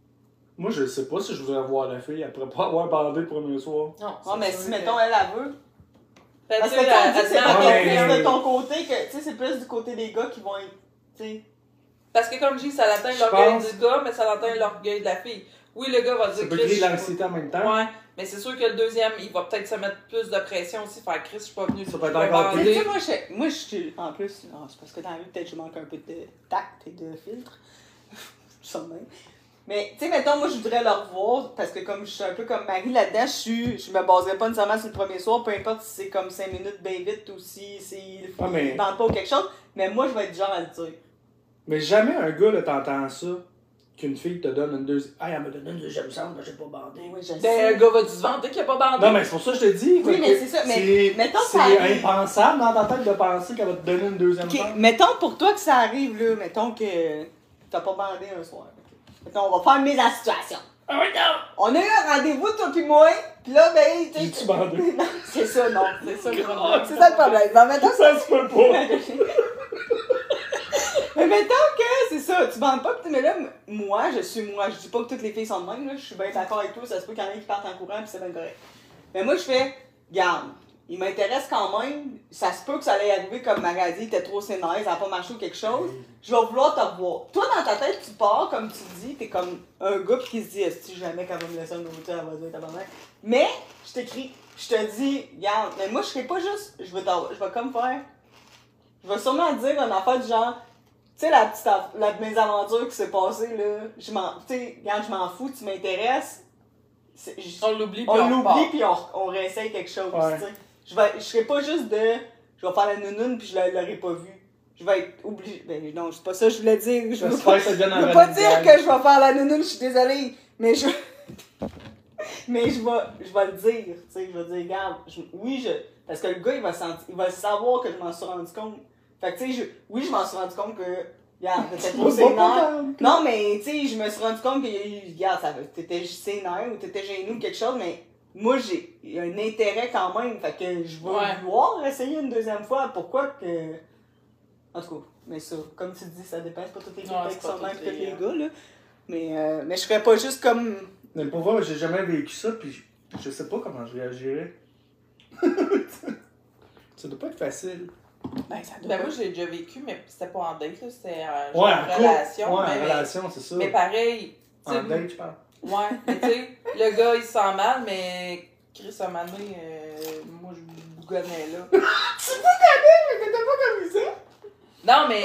Moi, je sais pas si je voudrais voir la fille après pas avoir bandé le premier soir. Non, Non, mais sûr si, que- mettons, elle veut. Fait Parce tu que sais, quand on elle dit que c'est se met pas en Ouais, plus confiance. de ton côté, que, tu sais, c'est plus du côté des gars qui vont être, tu sais... Parce que comme je dis, ça atteint Je l'orgueil pense- du gars, mais ça atteint l'orgueil de la fille. Oui, le gars va Ça dire peut Chris, créer de je suis l'anxiété en même temps. Ouais, mais c'est sûr que le deuxième, il va peut-être se mettre plus de pression aussi, faire Chris, je suis pas venu, Ça je peut être vais encore bander. Tu sais, moi, je suis. En plus, non, c'est parce que dans la vie, peut-être, je manque un peu de tact et de filtre. Je sens même. Mais, tu sais, mettons, moi, je voudrais le revoir parce que, comme je suis un peu comme Marie là-dedans, je me baserais pas nécessairement sur le premier soir, peu importe si c'est comme 5 minutes bien vite ou si c'est. Ah, mais- Dans pas ou quelque chose. Mais moi, je vais être du genre à le dire. Mais jamais un gars, là, t'entends ça, qu'une fille te donne une deuxième. Ah, elle me donne une deuxième chance, moi, j'ai pas bandé. Oui, je Ben, un gars va-tu se vanter qu'il a pas bandé? Non, mais c'est pour ça que je te dis. Oui, fait mais que c'est ça, mais mettons que ça c'est arrive. impensable dans ta tête de penser qu'elle va te donner une deuxième Ok, chance. mettons pour toi que ça arrive, là. Mettons que t'as pas bandé un soir. Mettons, on va faire mise à la situation. Ah oui, non! On a eu un rendez-vous, toi pis moi, pis là, ben, tu J'ai-tu bandé? Non, c'est ça, non. C'est ça le problème. C'est ça le problème. Ben, mettons Ça se peut pas! Mais mettons que c'est ça, tu bandes pas, pis mais là, moi, je dis pas que toutes les filles sont de même, là, je suis bien d'accord avec toi, ça se peut qu'il y en ait qui partent en courant, pis c'est bien correct. Mais moi, je fais, garde, il m'intéresse quand même, ça se peut que ça allait arriver comme Maradie, t'es trop sénère, ça a pas marché ou quelque chose, je vais vouloir te revoir. Toi, dans ta tête, tu pars, comme tu dis, t'es comme un gars qui se dit, est-ce que jamais qu'elle va me laisser un nouveau, elle va dire, tabarnak. Mais, je t'écris, je te dis, garde, mais moi, je serais pas juste, je vais comme faire, je vais sûrement dire une affaire du genre, tu sais, la mésaventure qui s'est passée, là, tu sais, regarde, je m'en fous, tu m'intéresses. On l'oublie, puis On on l'oublie, repart. puis on réessaye quelque chose, Ouais. tu sais. Je serais pas juste de, je vais faire la nounoune, puis je l'aurais pas vue. Je vais être obligée. Ben non, c'est pas ça que je voulais dire. Je veux J'espère que ça devienne je un veux pas running dire gag. que je vais faire la nounoune, je suis désolée, mais mais je vais le dire, tu sais, je vais dire, regarde, parce que le gars, il va savoir que je m'en suis rendu compte. Fait que, tu sais, je m'en suis rendu compte que, regarde, t'étais trop sénère. Non, mais, tu sais, je me suis rendu compte que, regarde, t'étais sénère ou t'étais gêné ou quelque chose, mais moi, j'ai un intérêt quand même, fait que je vais Ouais. vouloir essayer une deuxième fois. Pourquoi que... En tout cas, mais ça, comme tu dis, ça dépend, c'est pas toutes les filles Ouais, qui c'est sont pas même toutes que les les gars, là. Mais je ferais pas juste comme... Mais pour voir, j'ai jamais vécu ça, puis je sais pas comment je réagirais. Ça doit pas être facile. Ben, ça doit Ben, pas- moi, j'ai déjà vécu, mais c'était pas en date, là, c'était Ouais, en relation. Ouais, mais, en relation, c'est ça. mais pareil, tu sais, En date, je parle. ouais, mais tu sais, le gars, il se sent mal, mais Chris, à un moment donné, moi, je bougonnais là. Tu bougonnais, mais t'étais pas comme ça! Non, mais.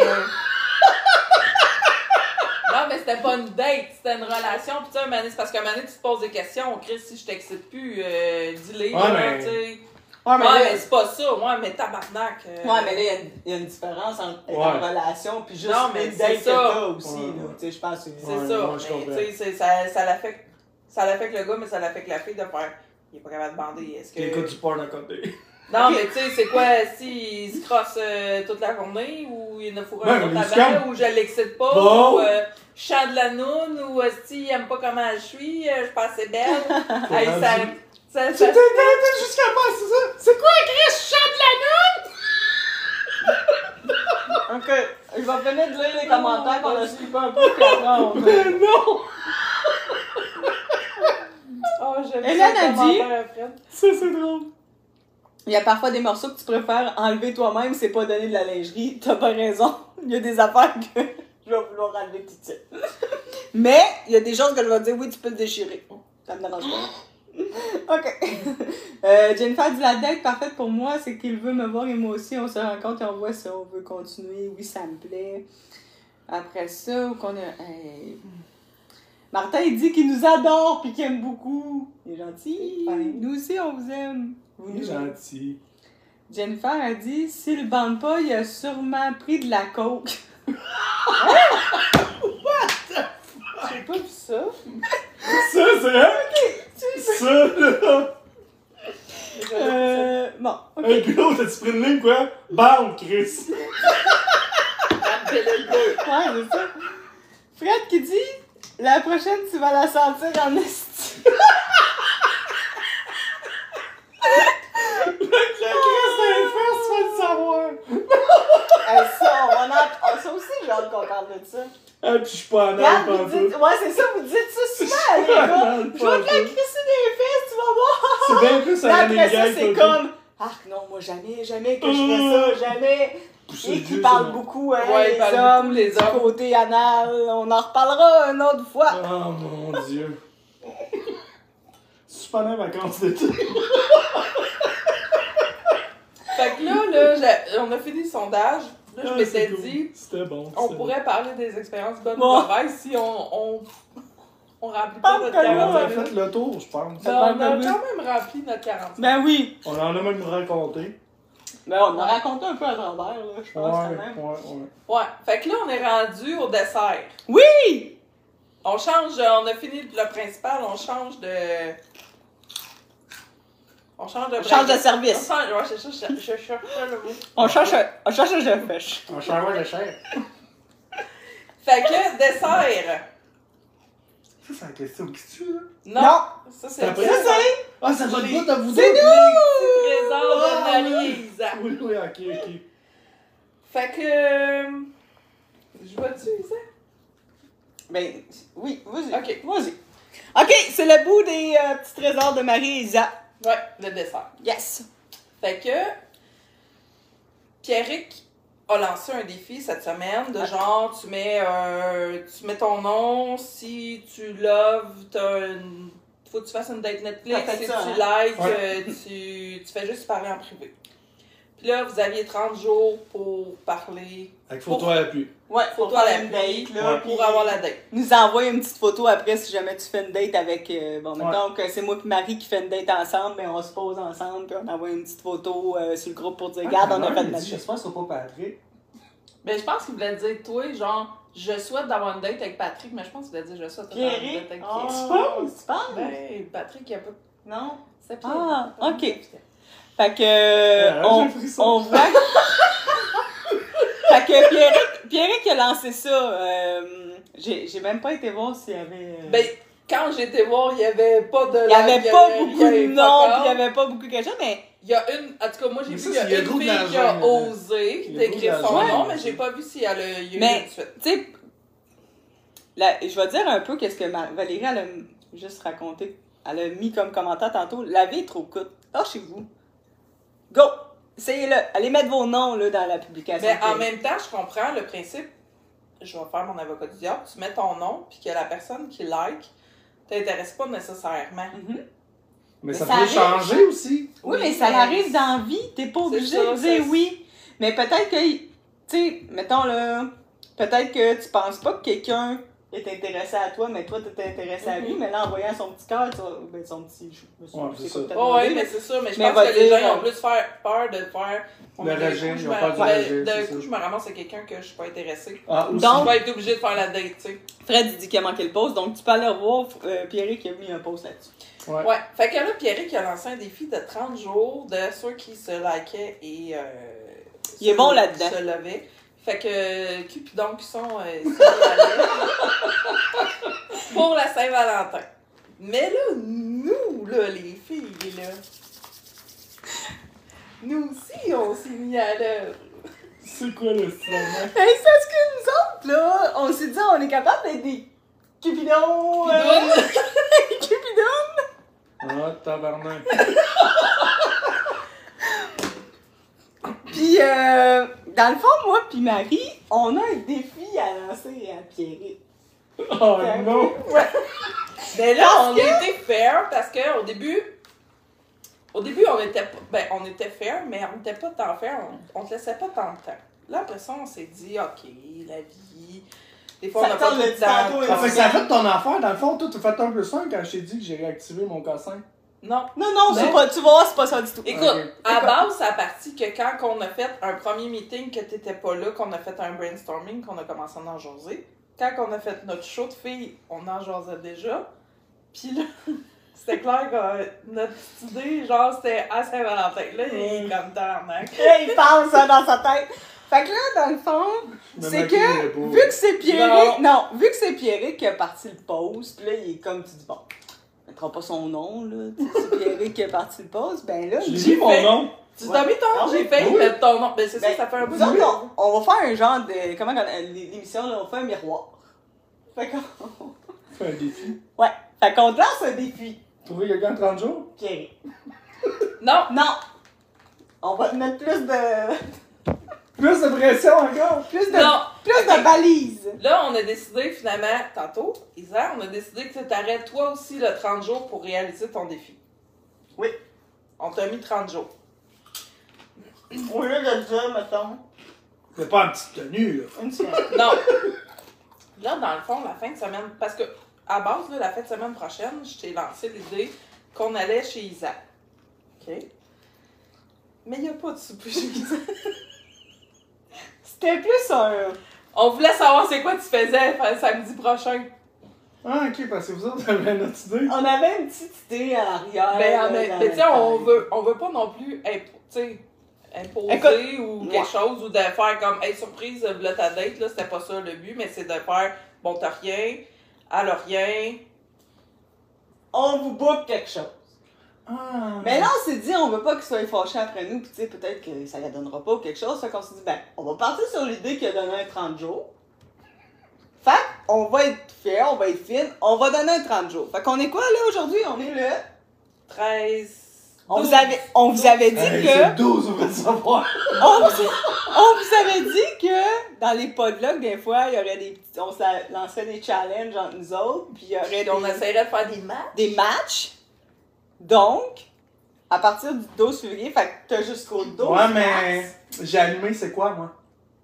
Non, mais c'était pas une date, c'était une relation. Puis tu sais, un moment donné, c'est parce qu'à un moment donné, tu te poses des questions. Chris, si je t'excite plus, dis-les, Ouais, là, mais- tu sais. Ouais, mais, Ouais, là, mais c'est pas ça. Ouais, mais tabarnak. ouais, mais là, il y a une différence entre être en relation puis juste Non, mais une c'est date que ça. t'as aussi, Ouais. là. Tu sais, je pense que C'est Ouais, ça. ouais, je Mais comprends. tu sais, ça l'affecte. Ça l'affecte le gars, mais ça l'affecte la fille de faire. Il est pas capable de bander. Est-ce que. Qui écoute du porn à côté. Non, Ok. mais tu sais, c'est quoi, si il se crosse toute la journée, ou il ne fourre Ouais, un mais autre il se calme. avant, ou je l'excite pas, Bon. ou je chante la noune, ou si il aime pas comment je suis, je suis pas assez belle. Hey, ça, Tu t'es jusqu'à passer ça. C'est quoi, Chris? Je chante la Ok, je vais finir de lire les commentaires qu'on a suivi un peu, puis après, on va... Mais non! Oh, j'aime Hélène ça, a le dit- commentaire après. Ça, c'est drôle. Il y a parfois des morceaux que tu préfères enlever toi-même, c'est pas donner de la lingerie. T'as pas raison. Il y a des affaires que je vais vouloir enlever tout de suite. Mais, il y a des choses que je vais dire, oui, tu peux le déchirer. Ça me dérange pas. Ok. Jennifer dit la date parfaite pour moi, c'est qu'il veut me voir et moi aussi. On se rencontre et on voit si on veut continuer. Oui, ça me plaît. Après ça, qu'on a. Martin, il dit qu'il nous adore puis qu'il aime beaucoup. Il est gentil. Ouais. Nous aussi, on vous aime. Vous Il est nous aimez. gentil. Jennifer a dit s'il bande pas, il a sûrement pris de la coke. J'ai pas vu ça. Ça, c'est ça, là! Bon. ok. Hey, puis l'autre, t'as-tu pris une ligne, quoi? Bam, Chris! Appelez le gars. Ouais, c'est ça. Fred qui dit la prochaine, tu vas la sentir en esti. Le Chris, c'est un fest, tu vas le savoir! Hey, ça aussi, j'ai hâte qu'on parle de ça. Ah, puis je suis pas en Regarde, aide, vous pas dites, ouais, c'est ça, vous dites ça souvent les gars! Non, Je vais te pas la ça. crisser des fesses, tu vas voir! C'est bien plus Là, un après ça, running c'est gag. comme... Ah non, moi jamais que je fais ça, jamais! Et qui parle beaucoup, hein, Ouais, il parle beaucoup, les du hommes. côté anal. On en reparlera une autre fois. Oh mon dieu. Super bien vacances d'été. Fait que on a fini le sondage. Là, je Ah, m'étais c'est cool. dit, C'était bon. on c'était pourrait parler des expériences bonnes Bon. ou mauvaises si on remplit pas notre Parle bon. On 40 a minutes. fait le tour, je pense. Ça Ben, on a parle de quand même rempli notre 40 minutes. Ben oui. On en a même raconté. Ben on a raconté un peu à travers, là, je pense, quand même. ouais. Ouais. Fait que là, on est rendu au dessert. Oui! On change, on a fini le principal, on change de. On change de On change de service. On change, ouais, je cherche le mot. On cherche de pêche. Un charlotte de chair. Fait que, dessert. Ça, c'est la question qui tue, là. Non. Ça, c'est Après le ça, dessert. Ah, ça va Les- être à vous C'est deux. Les trésors de Marie-Isa. Oui, ok. Fait que. Je vois-tu, Isa? Ben oui, vas-y. Ok. Vas-y. Ok, c'est le bout des petits trésors de Marie et Isa. Ouais, le dessert. Yes! Fait que. Pierrick a lancé un défi cette semaine de genre, tu mets ton nom, si tu loves, faut que tu fasses une date Netflix, T'as fait si ça, tu hein? likes, tu fais juste parler en privé. Puis là, vous aviez 30 jours pour parler, Avec photo à l'appui. Ouais, Photo faut à faire la une pluie, date, là. pour avoir la date. Nous envoie une petite photo après si jamais tu fais une date avec. Bon, mettons que c'est moi et Marie qui fait une date ensemble, mais on se pose ensemble, puis on envoie une petite photo sur le groupe pour dire regarde, on a fait notre date. J'espère que ce sera pas Patrick. Mais je pense qu'il voulait dire, toi, genre, je souhaite d'avoir une date avec Patrick, mais je pense qu'il voulait dire, je souhaite d'avoir une Pierrick? date avec Oh, Pierrick. tu penses? Ben, Patrick, il a pas. Non? C'est Pierrick. Ah, Pas ok. Pierrick. Fait que. j'ai un frisson. On voit. Fait que Pierrick a lancé ça. J'ai même pas été voir s'il y avait. Ben, quand j'ai été voir, il y avait pas de. il y avait pas beaucoup de noms, puis il y avait. avait pas beaucoup de quelque chose, mais. Il y a une. En tout cas, moi, j'ai Mais vu ça, qu'il y c'est- il y a a une gros de fille qui l'argent, a là. osé Il y a gros d'écrire son d'argent, nom, là. mais j'ai pas vu si elle a eu Mais- tout de suite. Tu sais, je vais dire un peu qu'est-ce que Valérie, elle a juste raconté. Elle a mis comme commentaire tantôt. La vie est trop courte. Lâchez-vous. Go! Essayez-le. Allez mettre vos noms là, dans la publication. Mais en même temps, je comprends le principe. Je vais faire mon avocat du diable. Tu mets ton nom, puis que la personne qui like t'intéresse pas nécessairement. Mhm. Mais ça ça peut arrive. changer aussi. Oui, mais ça arrive dans la vie. T'es pas C'est obligé ça, de dire ça- oui. Mais peut-être que, tu sais, mettons là, peut-être que tu penses pas que quelqu'un est intéressé à toi, mais toi t'es intéressé à lui, Mhm. mais là en voyant son petit cœur, tu vas, ben son petit. Ouais, c'est ça. quoi que t'as Oh, demandé, ouais, mais c'est ça. Mais je Mais pense va que les dire, gens ont plus peur de faire. Le rejet, ils ont peur du D'un rejet, c'est coup, ça. je me ramasse avec quelqu'un que je suis pas intéressée. Ah, aussi. Donc- Je vais être obligée de faire la date, tu sais. Fred il dit qu'il a manqué le post, donc tu peux aller revoir Pierrick qui a mis un post là-dessus. Ouais. Ouais. Fait que là, Pierrick a lancé un défi de 30 jours de ceux qui se likaient et. Il est bon là-dedans. Se levaient. Fait que Cupidon qui sont signalés pour la Saint-Valentin. Mais là, nous, là, les filles, là. Nous aussi, on s'est mis à l'heure. C'est quoi le slogan? Hey, c'est ce que nous autres, là, on s'est dit, on est capable d'être des Cupidons. Cupidons. Ah, tabarnak. Puis, dans le fond, moi puis Marie, on a un défi à lancer à Pierrick. Oh non! Ouais. Mais là, on était fair parce que au début, on était fair, mais on n'était pas tant fair, on te laissait pas tant de temps. Là, après ça, on s'est dit, OK, la vie, des fois, Ça on n'a pas tente tout le le temps. tantôt, Ça fait que ça a fait ton affaire. Dans le fond, toi, tu fait 1 + 1 quand je t'ai dit que j'ai réactivé mon cassin. Non. Non, c'est Non. pas, tu vas voir, c'est pas ça du tout. Écoute, Ok. à base, ça a parti que quand on a fait un premier meeting que t'étais pas là, qu'on a fait un brainstorming, qu'on a commencé à en jaser, quand on a fait notre show de filles, on en jasait déjà. Puis là, c'était clair que notre petite idée, genre, c'était à Saint-Valentin. Là, il est comme tabarnak. Il pense ça dans sa tête. Fait que là, dans le fond, Je me c'est maquillerai que, pas. vu que c'est Pierrick, non, vu que c'est Pierrick qui a parti le post, pis là, il est comme, tu dis, bon, on mettra pas son nom, là, tu sais, c'est Pierrick qui a parti le post, ben là, J'ai il dit mon fait- nom. Tu t'as mis ton Ah nom, oui, j'ai failli oui. mettre ton nom. Ben, c'est ça, Ben, ça fait un bout nous de autres, on va faire un genre de, comment l'émission, là, on fait un miroir. Fait que, Fais un défi. ouais, Fait qu'on te lance un défi. Trouver quelqu'un en 30 jours? Pierre. Non! Non! On va te mettre plus de Plus de pression encore! Non! de balises. Là, on a décidé finalement, tantôt, Isa, on a décidé que tu t'arrêtes toi aussi le 30 jours pour réaliser ton défi. Oui. On t'a mis 30 jours. Au lieu de dire, mettons, C'est pas en petite tenue, là. une semaine. Non. Là, dans le fond, la fin de semaine, parce que à base, là, la fin de semaine prochaine, je t'ai lancé l'idée qu'on allait chez Isa. OK? Mais il n'y a pas de souper chez Isa. C'était plus un... On voulait savoir c'est quoi tu faisais samedi prochain. Ah, ok, parce que vous autres avez une autre idée. On avait une petite idée à l'arrière. Mais tu sais, on veut pas non plus imposer Écoute, ou quelque chose, ou de faire comme, hey, surprise, là, ta date, là, c'était pas ça le but, mais c'est de faire, bon, t'as rien, elle a rien. On vous book quelque chose. Ah. Mais là, on s'est dit, on veut pas qu'ils soient fâchés après nous, pis tu sais, peut-être que ça ne donnera pas ou quelque chose. Fait qu'on s'est dit, ben, on va partir sur l'idée qu'il a donné un 30 jours. Fait on va être fair, on va être fine, on va donner un 30 jours. Fait qu'on est quoi, là, aujourd'hui? On est le... 13. On 12. vous avait dit Hey, que... c'est 12, on va le savoir. On vous avait dit que dans les podvlogs, des fois, il y aurait des petits... On lancerait des challenges entre nous autres, puis il y aurait Puis on essaierait de faire des matchs. des matchs. Donc, à partir du 12 février, fait que t'as jusqu'au 12 Ouais, mais mars. j'ai allumé, c'est quoi, moi?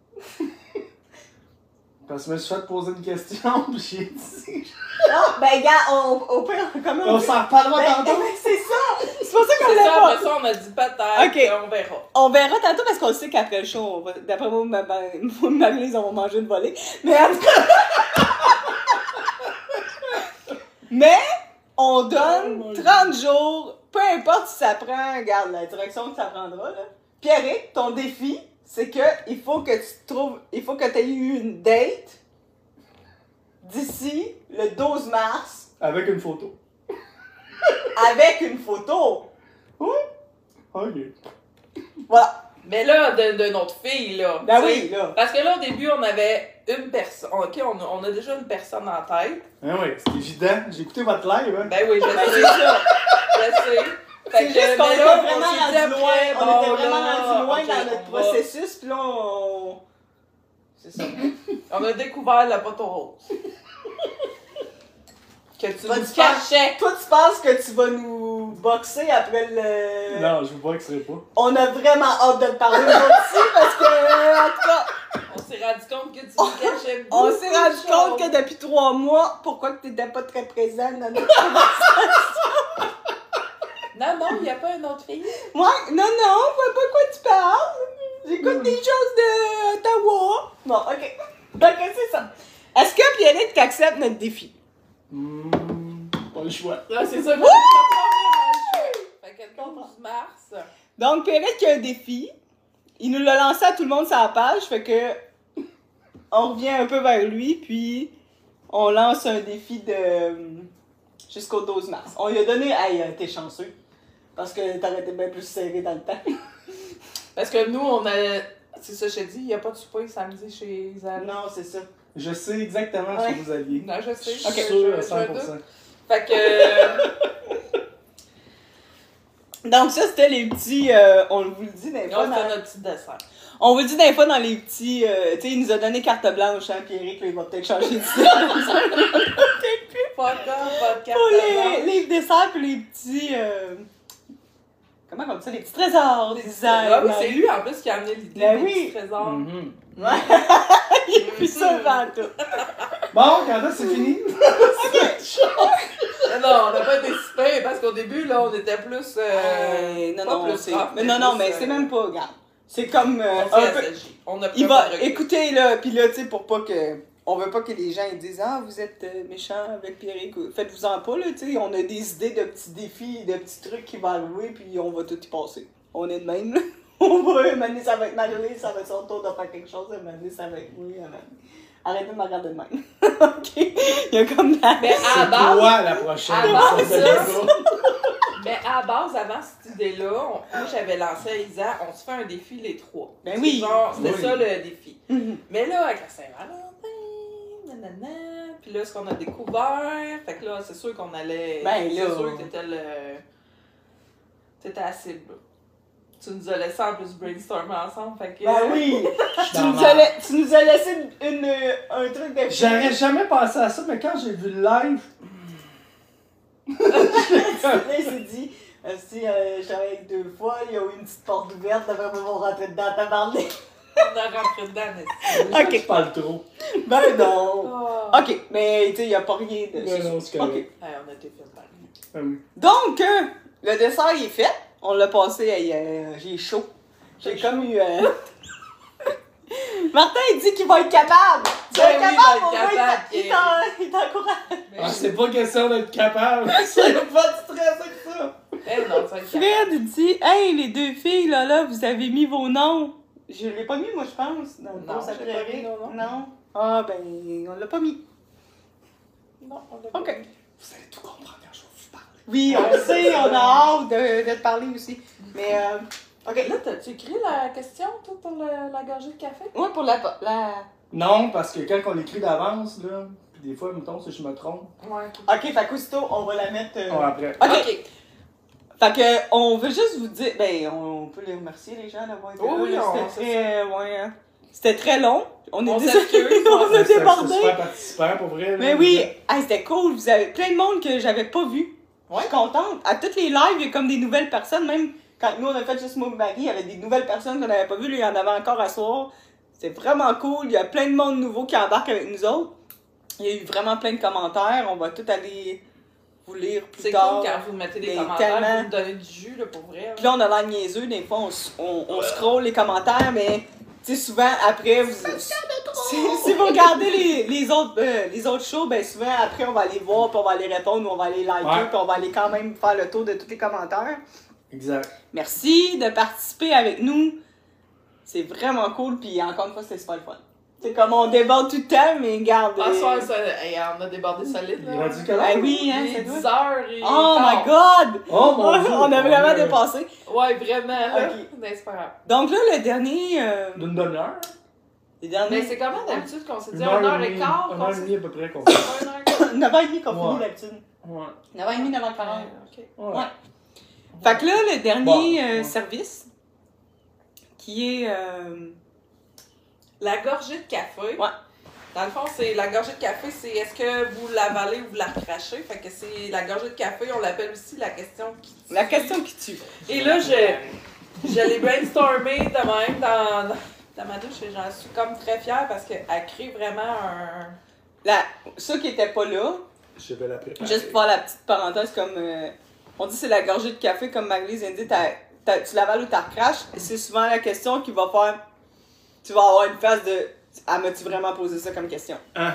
Parce que je me suis fait poser une question, puis j'ai dit... Non, ben gars, au pire, comment On s'en reparlera tantôt. Ben, c'est ça! C'est pour ça qu'on C'est l'a ça, pas. après ça, on a dit peut-être, Ok. on verra. On verra tantôt parce qu'on sait qu'après le show, on va, d'après moi, Marie-Lise, on va manger une volée. Mais en tout cas... Mais, on donne Oh my 30 jours, peu importe si ça prend, regarde la direction que ça prendra, là. Pierrick, ton défi, c'est que il faut que tu aies eu une date d'ici le 12 mars Avec une photo. avec une photo. Ok. Voilà. Mais là, de notre fille, là. Ben tu sais. oui, là. Parce que là, au début, on avait une personne. OK, on a déjà une personne en tête. Ah oui, c'est évident. J'ai écouté votre live, hein. Ben oui, je Ben, sais. c'est ça. Je sais. C'est juste qu'on mais était là, vraiment on s'est dit rendu loin. après, On bon, était vraiment là, rendu loin ok, dans notre on va- processus, puis là, on... C'est ça. On a découvert la poteau rose. Que tu Toi, nous tu cachais. Toi, tu penses que tu vas nous boxer après le... Non, je vous vois que ce serait pas. On a vraiment hâte de te parler nous aussi, parce que, en tout cas, On s'est rendu compte que tu nous cachais on beaucoup s'est rendu de compte choses. que depuis 3 mois, pourquoi que t'étais pas très présent dans notre conversation? Non, il n'y a pas une autre fille. Moi, non, je vois pas quoi tu parles. J'écoute des choses de Ottawa. Bon, ok. Donc, c'est ça. Est-ce que Pierrick t'accepte notre défi? Pas le choix. Là, c'est ça. Wouh! Fait que le 12 mars. Donc, Pierrick a un défi. Il nous l'a lancé à tout le monde sur la page, fait que on revient un peu vers lui, puis on lance un défi de jusqu'au 12 mars. On lui a donné... Hey, t'es chanceux, parce que t'aurais été bien plus serré dans le temps. Parce que nous, on a. C'est ça, je t'ai dit, il n'y a pas de souper samedi chez Isabelle. Non, c'est ça. Je sais exactement Ouais. ce que vous aviez. Non, je sais. Je suis Ok. sûr à je 100%. doute. Fait que. Donc ça, c'était les petits... on vous le dit des fois. On fait notre petit dessert. On vous le dit des fois dans les petits... tu sais, il nous a donné carte blanche, hein, Pierrick, là, il va peut-être changer d'idée. Pas de carte Pour blanche. les desserts puis les petits... comment on dit ça? Les petits trésors des designs. Ah oui, c'est lui en plus qui a amené l'idée Ben des oui. petits trésors. Mhm. Il a plus ça devant tout. Bon, quand est-ce que c'est fini? Mais non, on n'a pas été si pire, parce qu'au début, là, on était plus. Non, pas non, plus c'est... rough, Mais non, plus, mais c'est même pas... Regarde. C'est comme... On un s'est peu... assagi. On a pris Il un va... peu de recul. Écoutez, là, puis là, tu sais, pour pas que... On veut pas que les gens ils disent « Ah, vous êtes méchants avec Pierrick. » Faites-vous-en pas, là, tu sais. On a des idées de petits défis, de petits trucs qui vont arriver, puis on va tout y passer. On est de même, là. On va... Maintenant, ça va être Marie-Lise, ça va être son tour de faire quelque chose. Et maintenant, ça va être... Oui, arrêtez de me regarder de même. OK? Il y a comme la... Mais à C'est la base. toi la prochaine. à base, ça, là. c'est ça. Mais à la base, avant cette idée-là, moi j'avais lancé à Isa, on se fait un défi les trois. Ben C'est oui. genre, c'était Oui. ça le défi. Mhm. Mais là, avec la Saint-Valentin, nanana, puis là, ce qu'on a découvert. Fait que là, c'est sûr qu'on allait. Ben, là. C'est sûr que t'étais à cible, là. Tu nous as laissé en plus brainstormer ensemble, fait que. Ben oui! Tu nous Tu nous as laissé un truc de... J'aurais jamais pensé à ça, mais quand j'ai vu le live, Là, il s'est dit, si je travaille avec 2 fois, il y a eu une petite porte ouverte, d'après moi, ils vont rentrer dedans, t'as parlé. On a rentré dedans, mais Ok. je parle trop. Ben non! oh. Ok, mais tu sais, il n'y a pas rien de... Ben non, c'est correct. Ok. Hey, on a été fait par lui. Ah oui. Donc, le dessert il est fait. On l'a passé, j'ai chaud. J'ai comme eu... Martin, il dit qu'il va être capable! Tu vas Ben être oui, capable, il va au être moins, capable, il t'encourage. Mais Ah, c'est pas question d'être capable. C'est pas de stress avec ça. Eh non, ça va être capable. Fred dit, hey, les 2 filles, là, vous avez mis vos noms. Je l'ai pas mis, moi, je pense. Dans le Non, post j'ai pas après. mis nos noms. Non. Ah, ben, on l'a pas mis. Non, on l'a pas Ok. mis. Vous allez tout comprendre quand je vais vous parler. Oui, on le sait, on a hâte de te parler aussi. Mais, ok. Là, t'as-tu écrit la question, toi, pour la gorgée de café? Ouais, pour la... Non, parce que quand on l'écrit d'avance, là, puis des fois, mettons, si je me trompe, Ouais. Ok, fait qu'aussitôt, on va la mettre... après. Ok. Fait que, on veut juste vous dire, ben, on peut les remercier, les gens, d'avoir été Oui, là. on- C'était c'est très, ouais, hein. C'était très long. On est On désolé, s'excuse, on a C'est débordé. super participant, pour vrai. là. Mais oui, hey, c'était cool. Vous avez plein de monde que j'avais pas vu. Je Ouais. suis contente. À toutes les lives, il y a comme des nouvelles personnes. Même quand nous, on a fait juste moi et Marie, il y avait des nouvelles personnes qu'on n'avait pas vues. Là, il y en avait encore à soir. C'est vraiment cool. Il y a plein de monde nouveau qui embarque avec nous autres. Il y a eu vraiment plein de commentaires. On va tout aller vous lire plus C'est tard. cool quand vous mettez des Mais commentaires, tellement. vous nous donnez du jus, là, pour vrai. Puis là, on a l'air niaiseux. Des fois, on scrolle les commentaires, mais tu sais, souvent, après, si vous regardez les autres shows, ben souvent, après, on va aller voir, puis on va aller répondre, ou on va aller liker, Ouais. puis on va aller quand même faire le tour de tous les commentaires. Exact. Merci de participer avec nous. C'est vraiment cool, puis encore une fois, c'était super le fun. C'est comme on déborde tout le temps, mais garde. Ah, soir, ça, hey, on a débordé solide, Il est là. rendu quelle heure? Ben oui, hein, Il c'est est doux. 10 heures et Oh my quart. god! Oh mon dieu! On a vraiment dépassé. Ouais, vraiment, là. Ok. Mais c'est pas grave. Donc là, le dernier. D'une demi-heure? Les derniers. Mais c'est comment d'habitude qu'on s'est dit Une 1 heure et et demie. quart? Une qu'on heure et s'est- demie à peu près qu'on fait. 1 heure et quart? 9h30 qu'on finit Ouais. d'habitude. Ouais. 9h30, 9h40. Ok. Ouais. Ouais. Fait que là, le dernier Bon, ouais. service, qui est... La gorgée de café. Ouais. Dans le fond, c'est la gorgée de café, c'est est-ce que vous l'avalez ou vous la recrachez? Fait que c'est la gorgée de café, on l'appelle aussi la question qui tue. la question qui tue. Et là, je l'ai brainstormé de même dans ma douche et j'en suis comme très fière parce qu'elle crée vraiment un... Ceux qui étaient pas là, Je vais la préparer. juste pour faire la petite parenthèse, comme on dit c'est la gorgée de café, comme Marie-Lise a dit, tu l'avales ou tu la recraches. Et c'est souvent la question qui va faire... Tu vas avoir une phase de... Ah, m'as-tu vraiment posé ça comme question?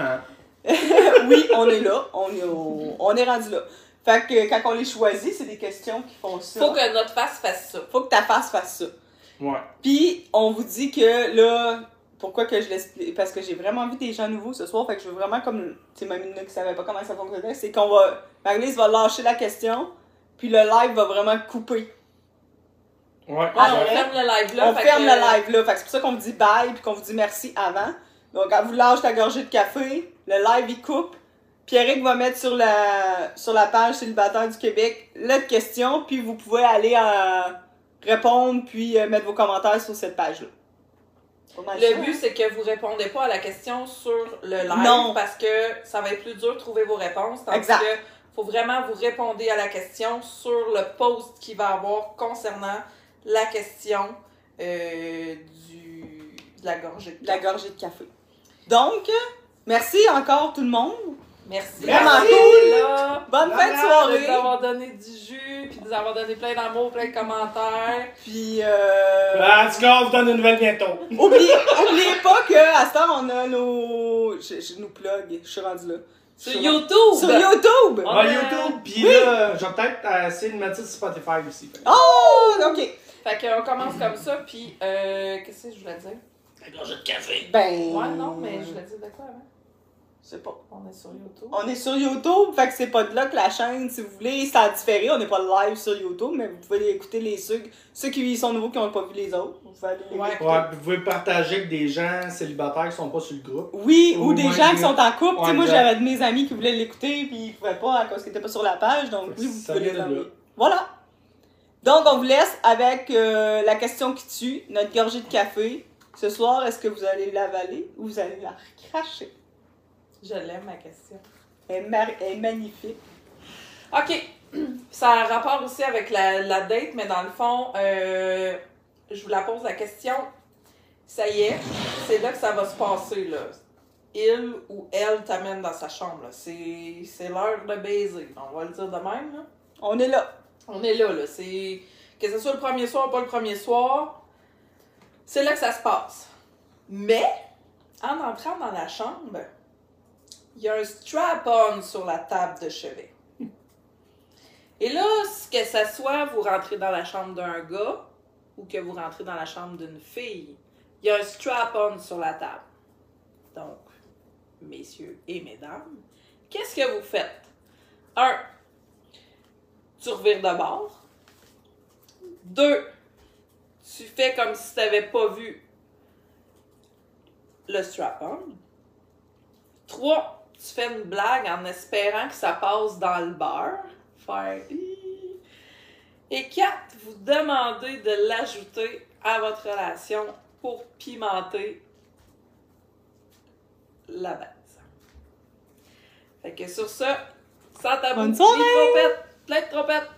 Oui, on est là. On est rendu là. Fait que quand on les choisit, c'est des questions qui font ça. Faut que notre face fasse ça. Faut que ta face fasse ça. Ouais. Puis, on vous dit que là, pourquoi que je l'explique? Parce que j'ai vraiment vu des gens nouveaux ce soir, fait que je veux vraiment comme, tu sais, même une qui savait pas comment ça fonctionnait, c'est qu'on va, Marie-Lise va lâcher la question, puis le live va vraiment couper. Ouais. Ah, on ouais. ferme le live là. On fait ferme que- le live là, fait que c'est pour ça qu'on vous dit bye, puis qu'on vous dit merci avant. Donc, quand vous lâchez la gorgée de café, le live il coupe. Pierrick va mettre sur la page Célibataire du Québec la question, puis vous pouvez aller répondre, puis mettre vos commentaires sur cette page-là. C'est pas mal ça, Le hein? but, c'est que vous répondez pas à la question sur le live Non. parce que ça va être plus dur de trouver vos réponses. Tandis Exact. que faut vraiment vous répondre à la question sur le post qu'il va avoir concernant la question de la gorgée de La café. gorgée de café. Donc, merci encore tout le monde. Merci. Vraiment d'être cool. là. Bonne fin de De soirée. nous avoir donné du jus, puis de nous avoir donné plein d'amour, plein de commentaires. Puis, En tout cas, on vous donne une nouvelle bientôt. oubliez pas qu'à ce temps, on a nos... Je nous plug, je suis rendue là. Sur Sur YouTube! Sur YouTube! On Ah, a- YouTube, pis là, je vais peut-être essayer de mettre ça sur Spotify aussi. Oh, ok. Fait qu'on commence comme ça, puis qu'est-ce que je voulais dire? La gorgée de café. Ben... Ouais, non, mais je voulais dire de quoi avant? Je sais pas, on est sur YouTube. On est sur YouTube, fait que c'est pas de là que la chaîne, si vous voulez, c'est en différé. On n'est pas live sur YouTube, mais vous pouvez écouter ceux qui y sont nouveaux qui n'ont pas vu les autres. Vous pouvez aller les Ouais. écouter. Ouais, puis vous pouvez partager avec des gens célibataires qui sont pas sur le groupe. Oui, ou des ouais, gens qui sont en couple. Tu sais, moi, exact. j'avais de mes amis qui voulaient l'écouter, puis ils pouvaient pas à cause qu'ils étaient pas sur la page. Donc, oui, vous Ça pouvez les vient de envoyer. là. Voilà. Donc, on vous laisse avec la question qui tue, notre gorgée de café. Ce soir, est-ce que vous allez l'avaler ou vous allez la recracher? Je l'aime, ma question. Elle est magnifique. OK. Ça a un rapport aussi avec la date, mais dans le fond, je vous la pose la question. Ça y est, c'est là que ça va se passer, là. Il ou elle t'amène dans sa chambre, là. C'est l'heure de baiser. On va le dire de même, là. On est là. On est là, là. C'est... Que ce soit le premier soir ou pas le premier soir, c'est là que ça se passe. Mais, en entrant dans la chambre, il y a un strap-on sur la table de chevet. Et là, que ça soit vous rentrez dans la chambre d'un gars ou que vous rentrez dans la chambre d'une fille, il y a un strap-on sur la table. Donc, messieurs et mesdames, qu'est-ce que vous faites? 1. Tu revires de bord. 2. Tu fais comme si tu n'avais pas vu le strap-on. 3. Tu fais une blague en espérant que ça passe dans le beurre. Faire... Et 4. Vous demandez de l'ajouter à votre relation pour pimenter la base. Fait que sur ça, sans tabou, Bonne soirée! les trompettes, plein de trompettes.